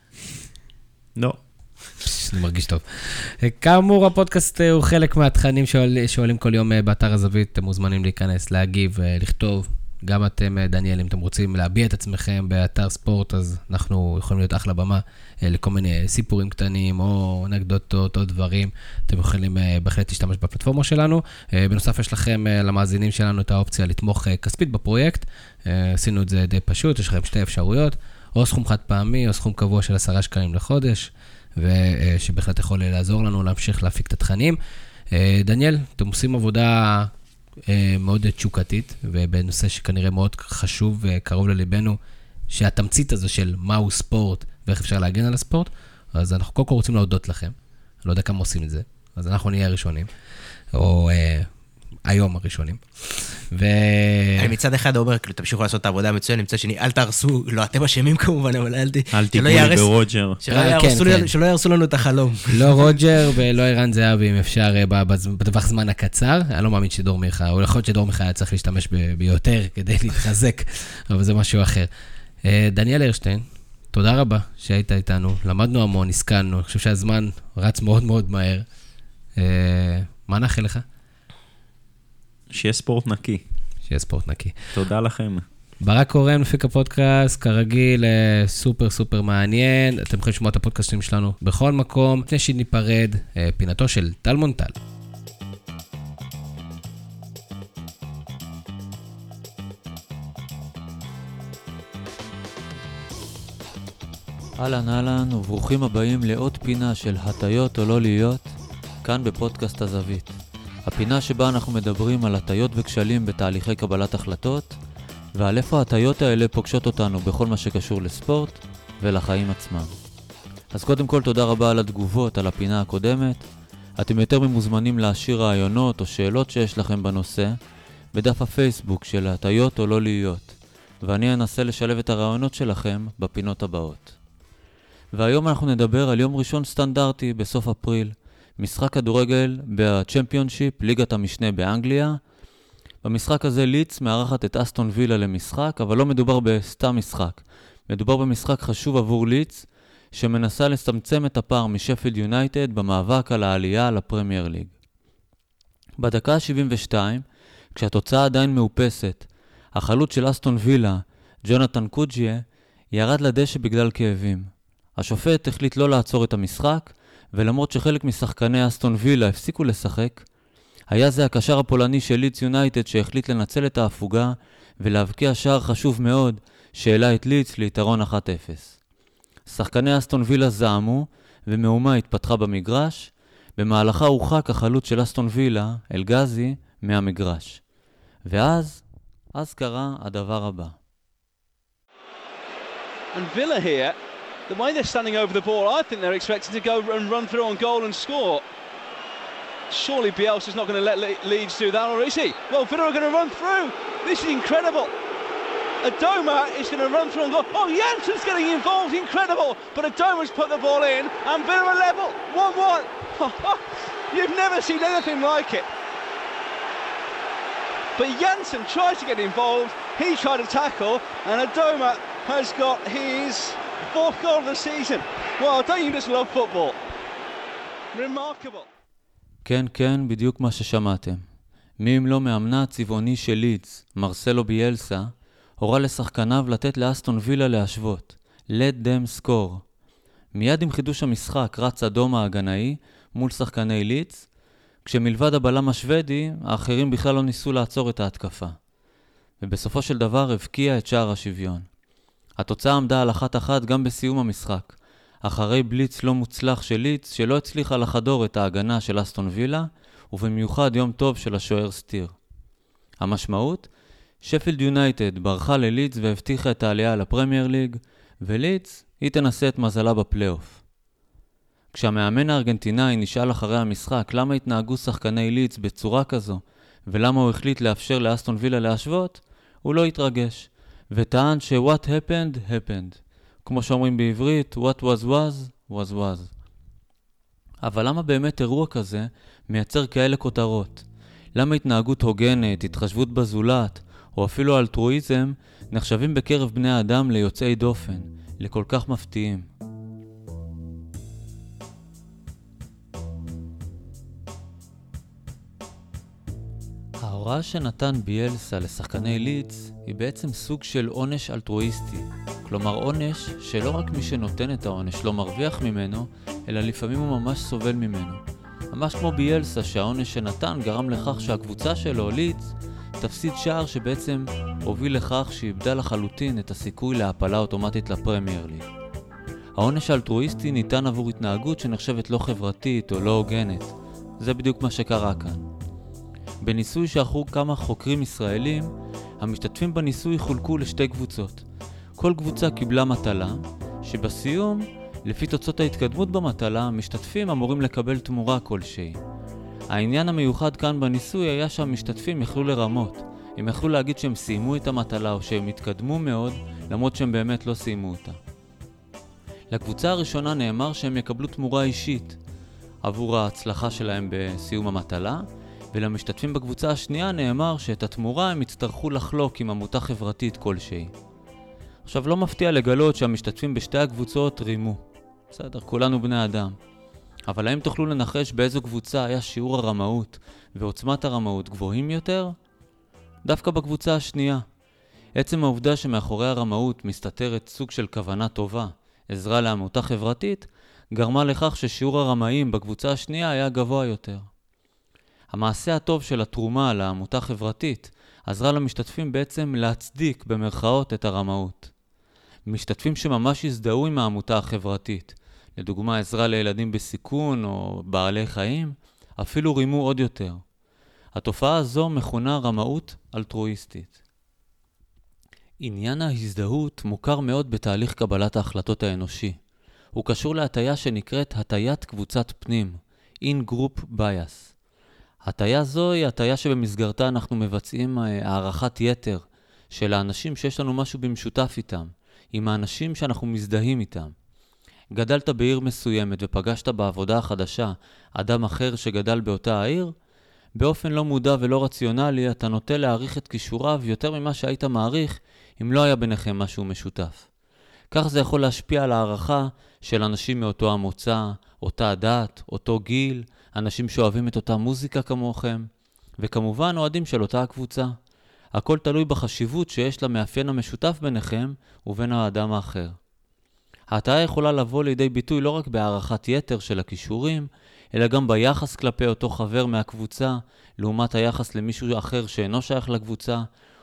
לא. אני מרגיש טוב. כאמור, הפודקאסט הוא חלק מהתכנים שעולים כל יום באתר הזווית. אתם מוזמנים להיכנס, להגיב, לכתוב. גם אתם, דניאל, אם אתם רוצים להביע את עצמכם באתר ספורט, אז אנחנו יכולים להיות אחלה במה לכל מיני סיפורים קטנים, או אנקדוטות, או דברים. אתם יכולים בהחלט להשתמש בפלטפורמה שלנו. בנוסף, יש לכם, למאזינים שלנו, את האופציה לתמוך כספית בפרויקט. עשינו את זה די פשוט, יש לכם שתי אפשרויות, או סכום חד פעמי, או סכום קבוע של עשרה שקלים לחודש. ושבהחלט יכול לעזור לנו להמשיך להפיק את התכנים. דניאל, אתם עושים עבודה מאוד תשוקתית, ובנושא שכנראה מאוד חשוב וקרוב לליבנו, שהתמצית הזו של מהו ספורט ואיך אפשר להגן על הספורט, אז אנחנו קודם כל רוצים להודות לכם. אני לא יודע כמה עושים את זה, אז אנחנו נהיה הראשונים, או היום הראשונים. אני מצד אחד אומר, תמשיכו לעשות את העבודה המצוין, מצד שני, אל תערסו, לא אתם אשמים כמובן, אבל אל תיפול ברוג'ר. שלא יערסו לנו את החלום. לא רוג'ר ולא ערן זהבי, אם אפשר, בטווח זמן הקצר. אני לא מאמין שדור מיכה, או יכול להיות שדור מיכה היה צריך להשתמש ביותר כדי להתחזק, אבל זה משהו אחר. דניאל הרשטיין, תודה רבה שהיית איתנו, למדנו המון, הסכנו, אני חושב שהזמן רץ מאוד מאוד מהר. מה נאחל לך? שיהיה ספורט נקי. שיהיה ספורט נקי. תודה לכם. ברק קורן, מפיק הפודקאסט, כרגיל, סופר סופר מעניין. אתם יכולים לשמוע את הפודקאסטים שלנו בכל מקום. לפני שניפרד, פינתו של טל מונטל. אהלן אהלן וברוכים הבאים לעוד פינה של הטיות או לא להיות, כאן בפודקאסט הזווית. הפינה שבה אנחנו מדברים על הטיות וכשלים בתהליכי קבלת החלטות, ועל איפה הטיות האלה פוגשות אותנו בכל מה שקשור לספורט ולחיים עצמם. אז קודם כל תודה רבה על התגובות על הפינה הקודמת. אתם יותר ממוזמנים להשאיר רעיונות או שאלות שיש לכם בנושא בדף הפייסבוק של הטיות או לא להיות, ואני אנסה לשלב את הרעיונות שלכם בפינות הבאות. והיום אנחנו נדבר על יום ראשון סטנדרטי בסוף אפריל, משחק כדורגל בצ'מפיונשיפ, ליגת המשנה באנגליה. במשחק הזה ליץ מארחת את אסטון וילה למשחק, אבל לא מדובר בסתם משחק. מדובר במשחק חשוב עבור ליץ, שמנסה לצמצם את הפער משפילד יונייטד במאבק על העלייה לפרמייר ליג. בדקה ה-שבעים ושתיים, כשהתוצאה עדיין מאופסת, החלוץ של אסטון וילה, ג'ונתן קוג'יה, ירד לדשא בגלל כאבים. השופט החליט לא לעצור את המשחק, ולמרות שחלק משחקני אסטון וילה הפסיקו לשחק, היה זה הקשר הפולני של ליץ יונייטד שהחליט לנצל את ההפוגה ולהבקיע שער חשוב מאוד שהעלה את לידס ליתרון אחת אפס. שחקני אסטון וילה זעמו, ומהומה התפתחה במגרש, במהלכה הורחק החלוץ של אסטון וילה, אלגזי, מהמגרש. ואז, אז קרה הדבר הבא. And Villa here, the way they're standing over the ball, I think they're expecting to go and run through on goal and score. Surely Bielsa's not going to let Le- Leeds do that, or is he? Well, Villa are going to run through. This is incredible. Adoma is going to run through and go, oh, Jansen's getting involved, incredible. But Adoma's put the ball in, and Villa are level, one one. You've never seen anything like it. But Jansen tried to get involved, he tried to tackle, and Adoma has got his fourth goal of the season. Well, don't you just love football? Remarkable. כן, כן, בדיוק מה ששמעתם. מי אם לא מאמנה הצבעוני של לידס, מרסלו ביאלסה, הורה לשחקניו לתת לאסטון וילה להשוות. Let them score. מיד עם חידוש המשחק רץ אדום ההגנאי מול שחקני לידס, כשמלבד הבלם השוודי, האחרים בכלל לא ניסו לעצור את ההתקפה. ובסופו של דבר הבקיע את שער השוויון. התוצאה עמדה על אחת אחת גם בסיום המשחק, אחרי בליץ לא מוצלח של לידס שלא הצליחה לחדור את ההגנה של אסטון וילה, ובמיוחד יום טוב של השוער סטיר. המשמעות? שפילד יונייטד ברחה ללידס והבטיחה את העלייה לפרמייר ליג, ולידס היא תנסה את מזלה בפלייאוף. כשהמאמן הארגנטינאי נשאל אחרי המשחק למה התנהגו שחקני לידס בצורה כזו, ולמה הוא החליט לאפשר לאסטון וילה להשוות, הוא לא התרגש, וטען ש-what happened, happened. כמו שאומרים בעברית, what was was, was was. אבל למה באמת אירוע כזה מייצר כאלה כותרות? למה התנהגות הוגנת, התחשבות בזולת, או אפילו אלטרואיזם, נחשבים בקרב בני האדם ליוצאי דופן, לכל כך מפתיעים? ההוראה שנתן ביאלסה לשחקני לידס היא בעצם סוג של עונש אלטרואיסטי. כלומר עונש שלא רק מי שנותן את העונש לא מרוויח ממנו, אלא לפעמים הוא ממש סובל ממנו. ממש כמו ביאלסה שהעונש שנתן גרם לכך שהקבוצה שלו, לידס, תפסיד שער שבעצם הוביל לכך שאיבדה לחלוטין את הסיכוי להפלה אוטומטית לפרמייר ליג. העונש האלטרואיסטי ניתן עבור התנהגות שנחשבת לא חברתית או לא הוגנת. זה בדיוק מה שקרה כאן. בניסוי שערכו כמה חוקרים ישראלים, המשתתפים בניסוי חולקו לשתי קבוצות. כל קבוצה קיבלה מטלה, שבסיום, לפי תוצאות ההתקדמות במטלה, המשתתפים אמורים לקבל תמורה כלשהי. העניין המיוחד כאן בניסוי היה שהמשתתפים יכלו לרמות. הם יכלו להגיד שהם סיימו את המטלה או שהם התקדמו מאוד, למרות שהם באמת לא סיימו אותה. לקבוצה הראשונה נאמר שהם יקבלו תמורה אישית עבור ההצלחה שלהם בסיום המטלה, ולמשתתפים בקבוצה השנייה נאמר שאת התמורה הם יצטרכו לחלוק עם עמותה חברתית כלשהי. עכשיו לא מפתיע לגלות שהמשתתפים בשתי הקבוצות רימו. בסדר, כולנו בני אדם. אבל האם תוכלו לנחש באיזו קבוצה היה שיעור הרמאות ועוצמת הרמאות גבוהים יותר? דווקא בקבוצה השנייה. עצם העובדה שמאחורי הרמאות מסתתרת סוג של כוונה טובה, עזרה לעמותה חברתית, גרמה לכך ששיעור הרמאים בקבוצה השנייה היה גבוה יותר. המעשה הטוב של התרומה לעמותה חברתית עזרה למשתתפים בעצם להצדיק במרכאות את הרמאות. משתתפים שממש הזדהו עם העמותה החברתית, לדוגמה עזרה לילדים בסיכון או בעלי חיים, אפילו רימו עוד יותר. התופעה הזו מכונה רמאות אלטרואיסטית. עניין ההזדהות מוכר מאוד בתהליך קבלת ההחלטות האנושי. הוא קשור להטיה שנקראת הטיית קבוצת פנים, in-group bias. הטיה זו היא הטיה שבמסגרתה אנחנו מבצעים הערכת יתר של האנשים שיש לנו משהו במשותף איתם, עם האנשים שאנחנו מזדהים איתם. גדלת בעיר מסוימת ופגשת בעבודה החדשה אדם אחר שגדל באותה העיר, באופן לא מודע ולא רציונלי אתה נוטה להעריך את כישוריו יותר ממה שהיית מעריך אם לא היה ביניכם משהו משותף. כך זה יכול להשפיע על הערכה של אנשים מאותו המוצא, אותה דת, אותו גיל, אנשים שאוהבים את אותה מוזיקה כמוכם, וכמובן אוהדים של אותה הקבוצה. הכל תלוי בחשיבות שיש למאפיין המשותף ביניכם ובין האדם האחר. ההטיה יכולה לבוא לידי ביטוי לא רק בהערכת יתר של הכישורים, אלא גם ביחס כלפי אותו חבר מהקבוצה, לעומת היחס למישהו אחר שאינו שייך לקבוצה,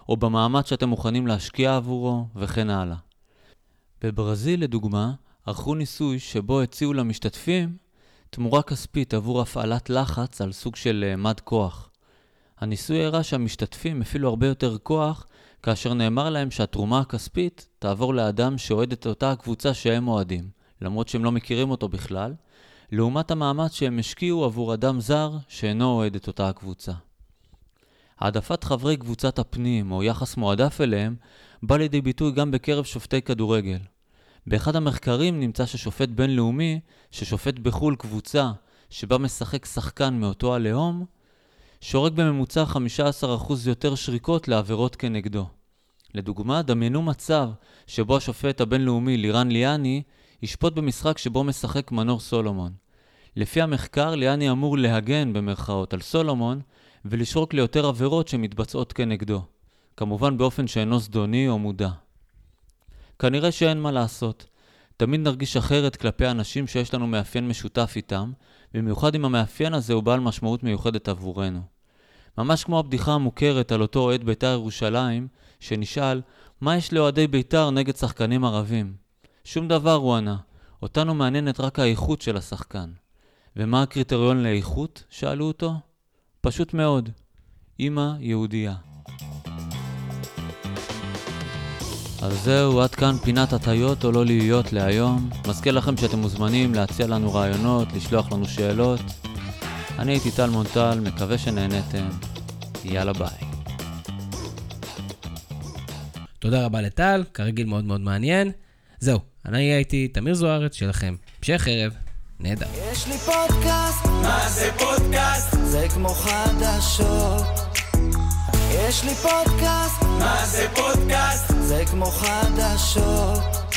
או במאמץ שאתם מוכנים להשקיע עבורו, וכן הלאה. בברזיל, לדוגמה, ערכו ניסוי שבו הציעו למשתתפים תמורה כספית עבור הפעלת לחץ על סוג של מד כוח. הניסוי הראה שהמשתתפים הפעילו הרבה יותר כוח כאשר נאמר להם שהתרומה הכספית תעבור לאדם שאוהד את אותה הקבוצה שהם אוהדים, למרות שהם לא מכירים אותו בכלל, לעומת המאמץ שהם השקיעו עבור אדם זר שאינו אוהד את אותה הקבוצה. העדפת חברי קבוצת הפנים או יחס מועדף אליהם בא לידי ביטוי גם בקרב שופטי כדורגל. באחד המחקרים נמצא ששופט בינלאומי ששופט בחול קבוצה שבה משחק שחקן מאותו הלאום, שורק בממוצע חמישה עשר אחוז יותר שריקות לעבירות כנגדו. לדוגמה, דמיינו מצב שבו השופט הבינלאומי לירן ליאני ישפוט במשחק שבו משחק מנור סולומון. לפי המחקר, ליאני אמור להגן במרכאות על סולומון ולשרוק ליותר עבירות שמתבצעות כנגדו, כמובן באופן שאינו זדוני או מודע. כנראה שאין מה לעשות. תמיד נרגיש אחרת כלפי אנשים שיש לנו מאפיין משותף איתם, במיוחד אם המאפיין הזה הוא בעל משמעות מיוחדת עבורנו. ממש כמו הבדיחה המוכרת על אותו אוהד בית"ר ירושלים, שנשאל, מה יש לאוהדי בית"ר נגד שחקנים ערבים? שום דבר, הוא ענה. אותנו מעניינת רק האיכות של השחקן. ומה הקריטריון לאיכות? שאלו אותו. פשוט מאוד. אמא יהודייה. אז זהו, עד כאן פינת הטיות או לא להיות להיום. מזכיר לכם שאתם מוזמנים להציע לנו רעיונות, לשלוח לנו שאלות. אני הייתי טל מונטל, מקווה שנהנתם. יאללה ביי. תודה רבה לטל, כרגיל מאוד מאוד מעניין. זהו, אני הייתי תמיר זוארץ שלכם. המשך ערב, נהדר. יש לי פודקאסט, מה זה פודקאסט? זה כמו חדשות. יש לי פודקאסט, מה זה פודקאסט? זה כמו חדשות.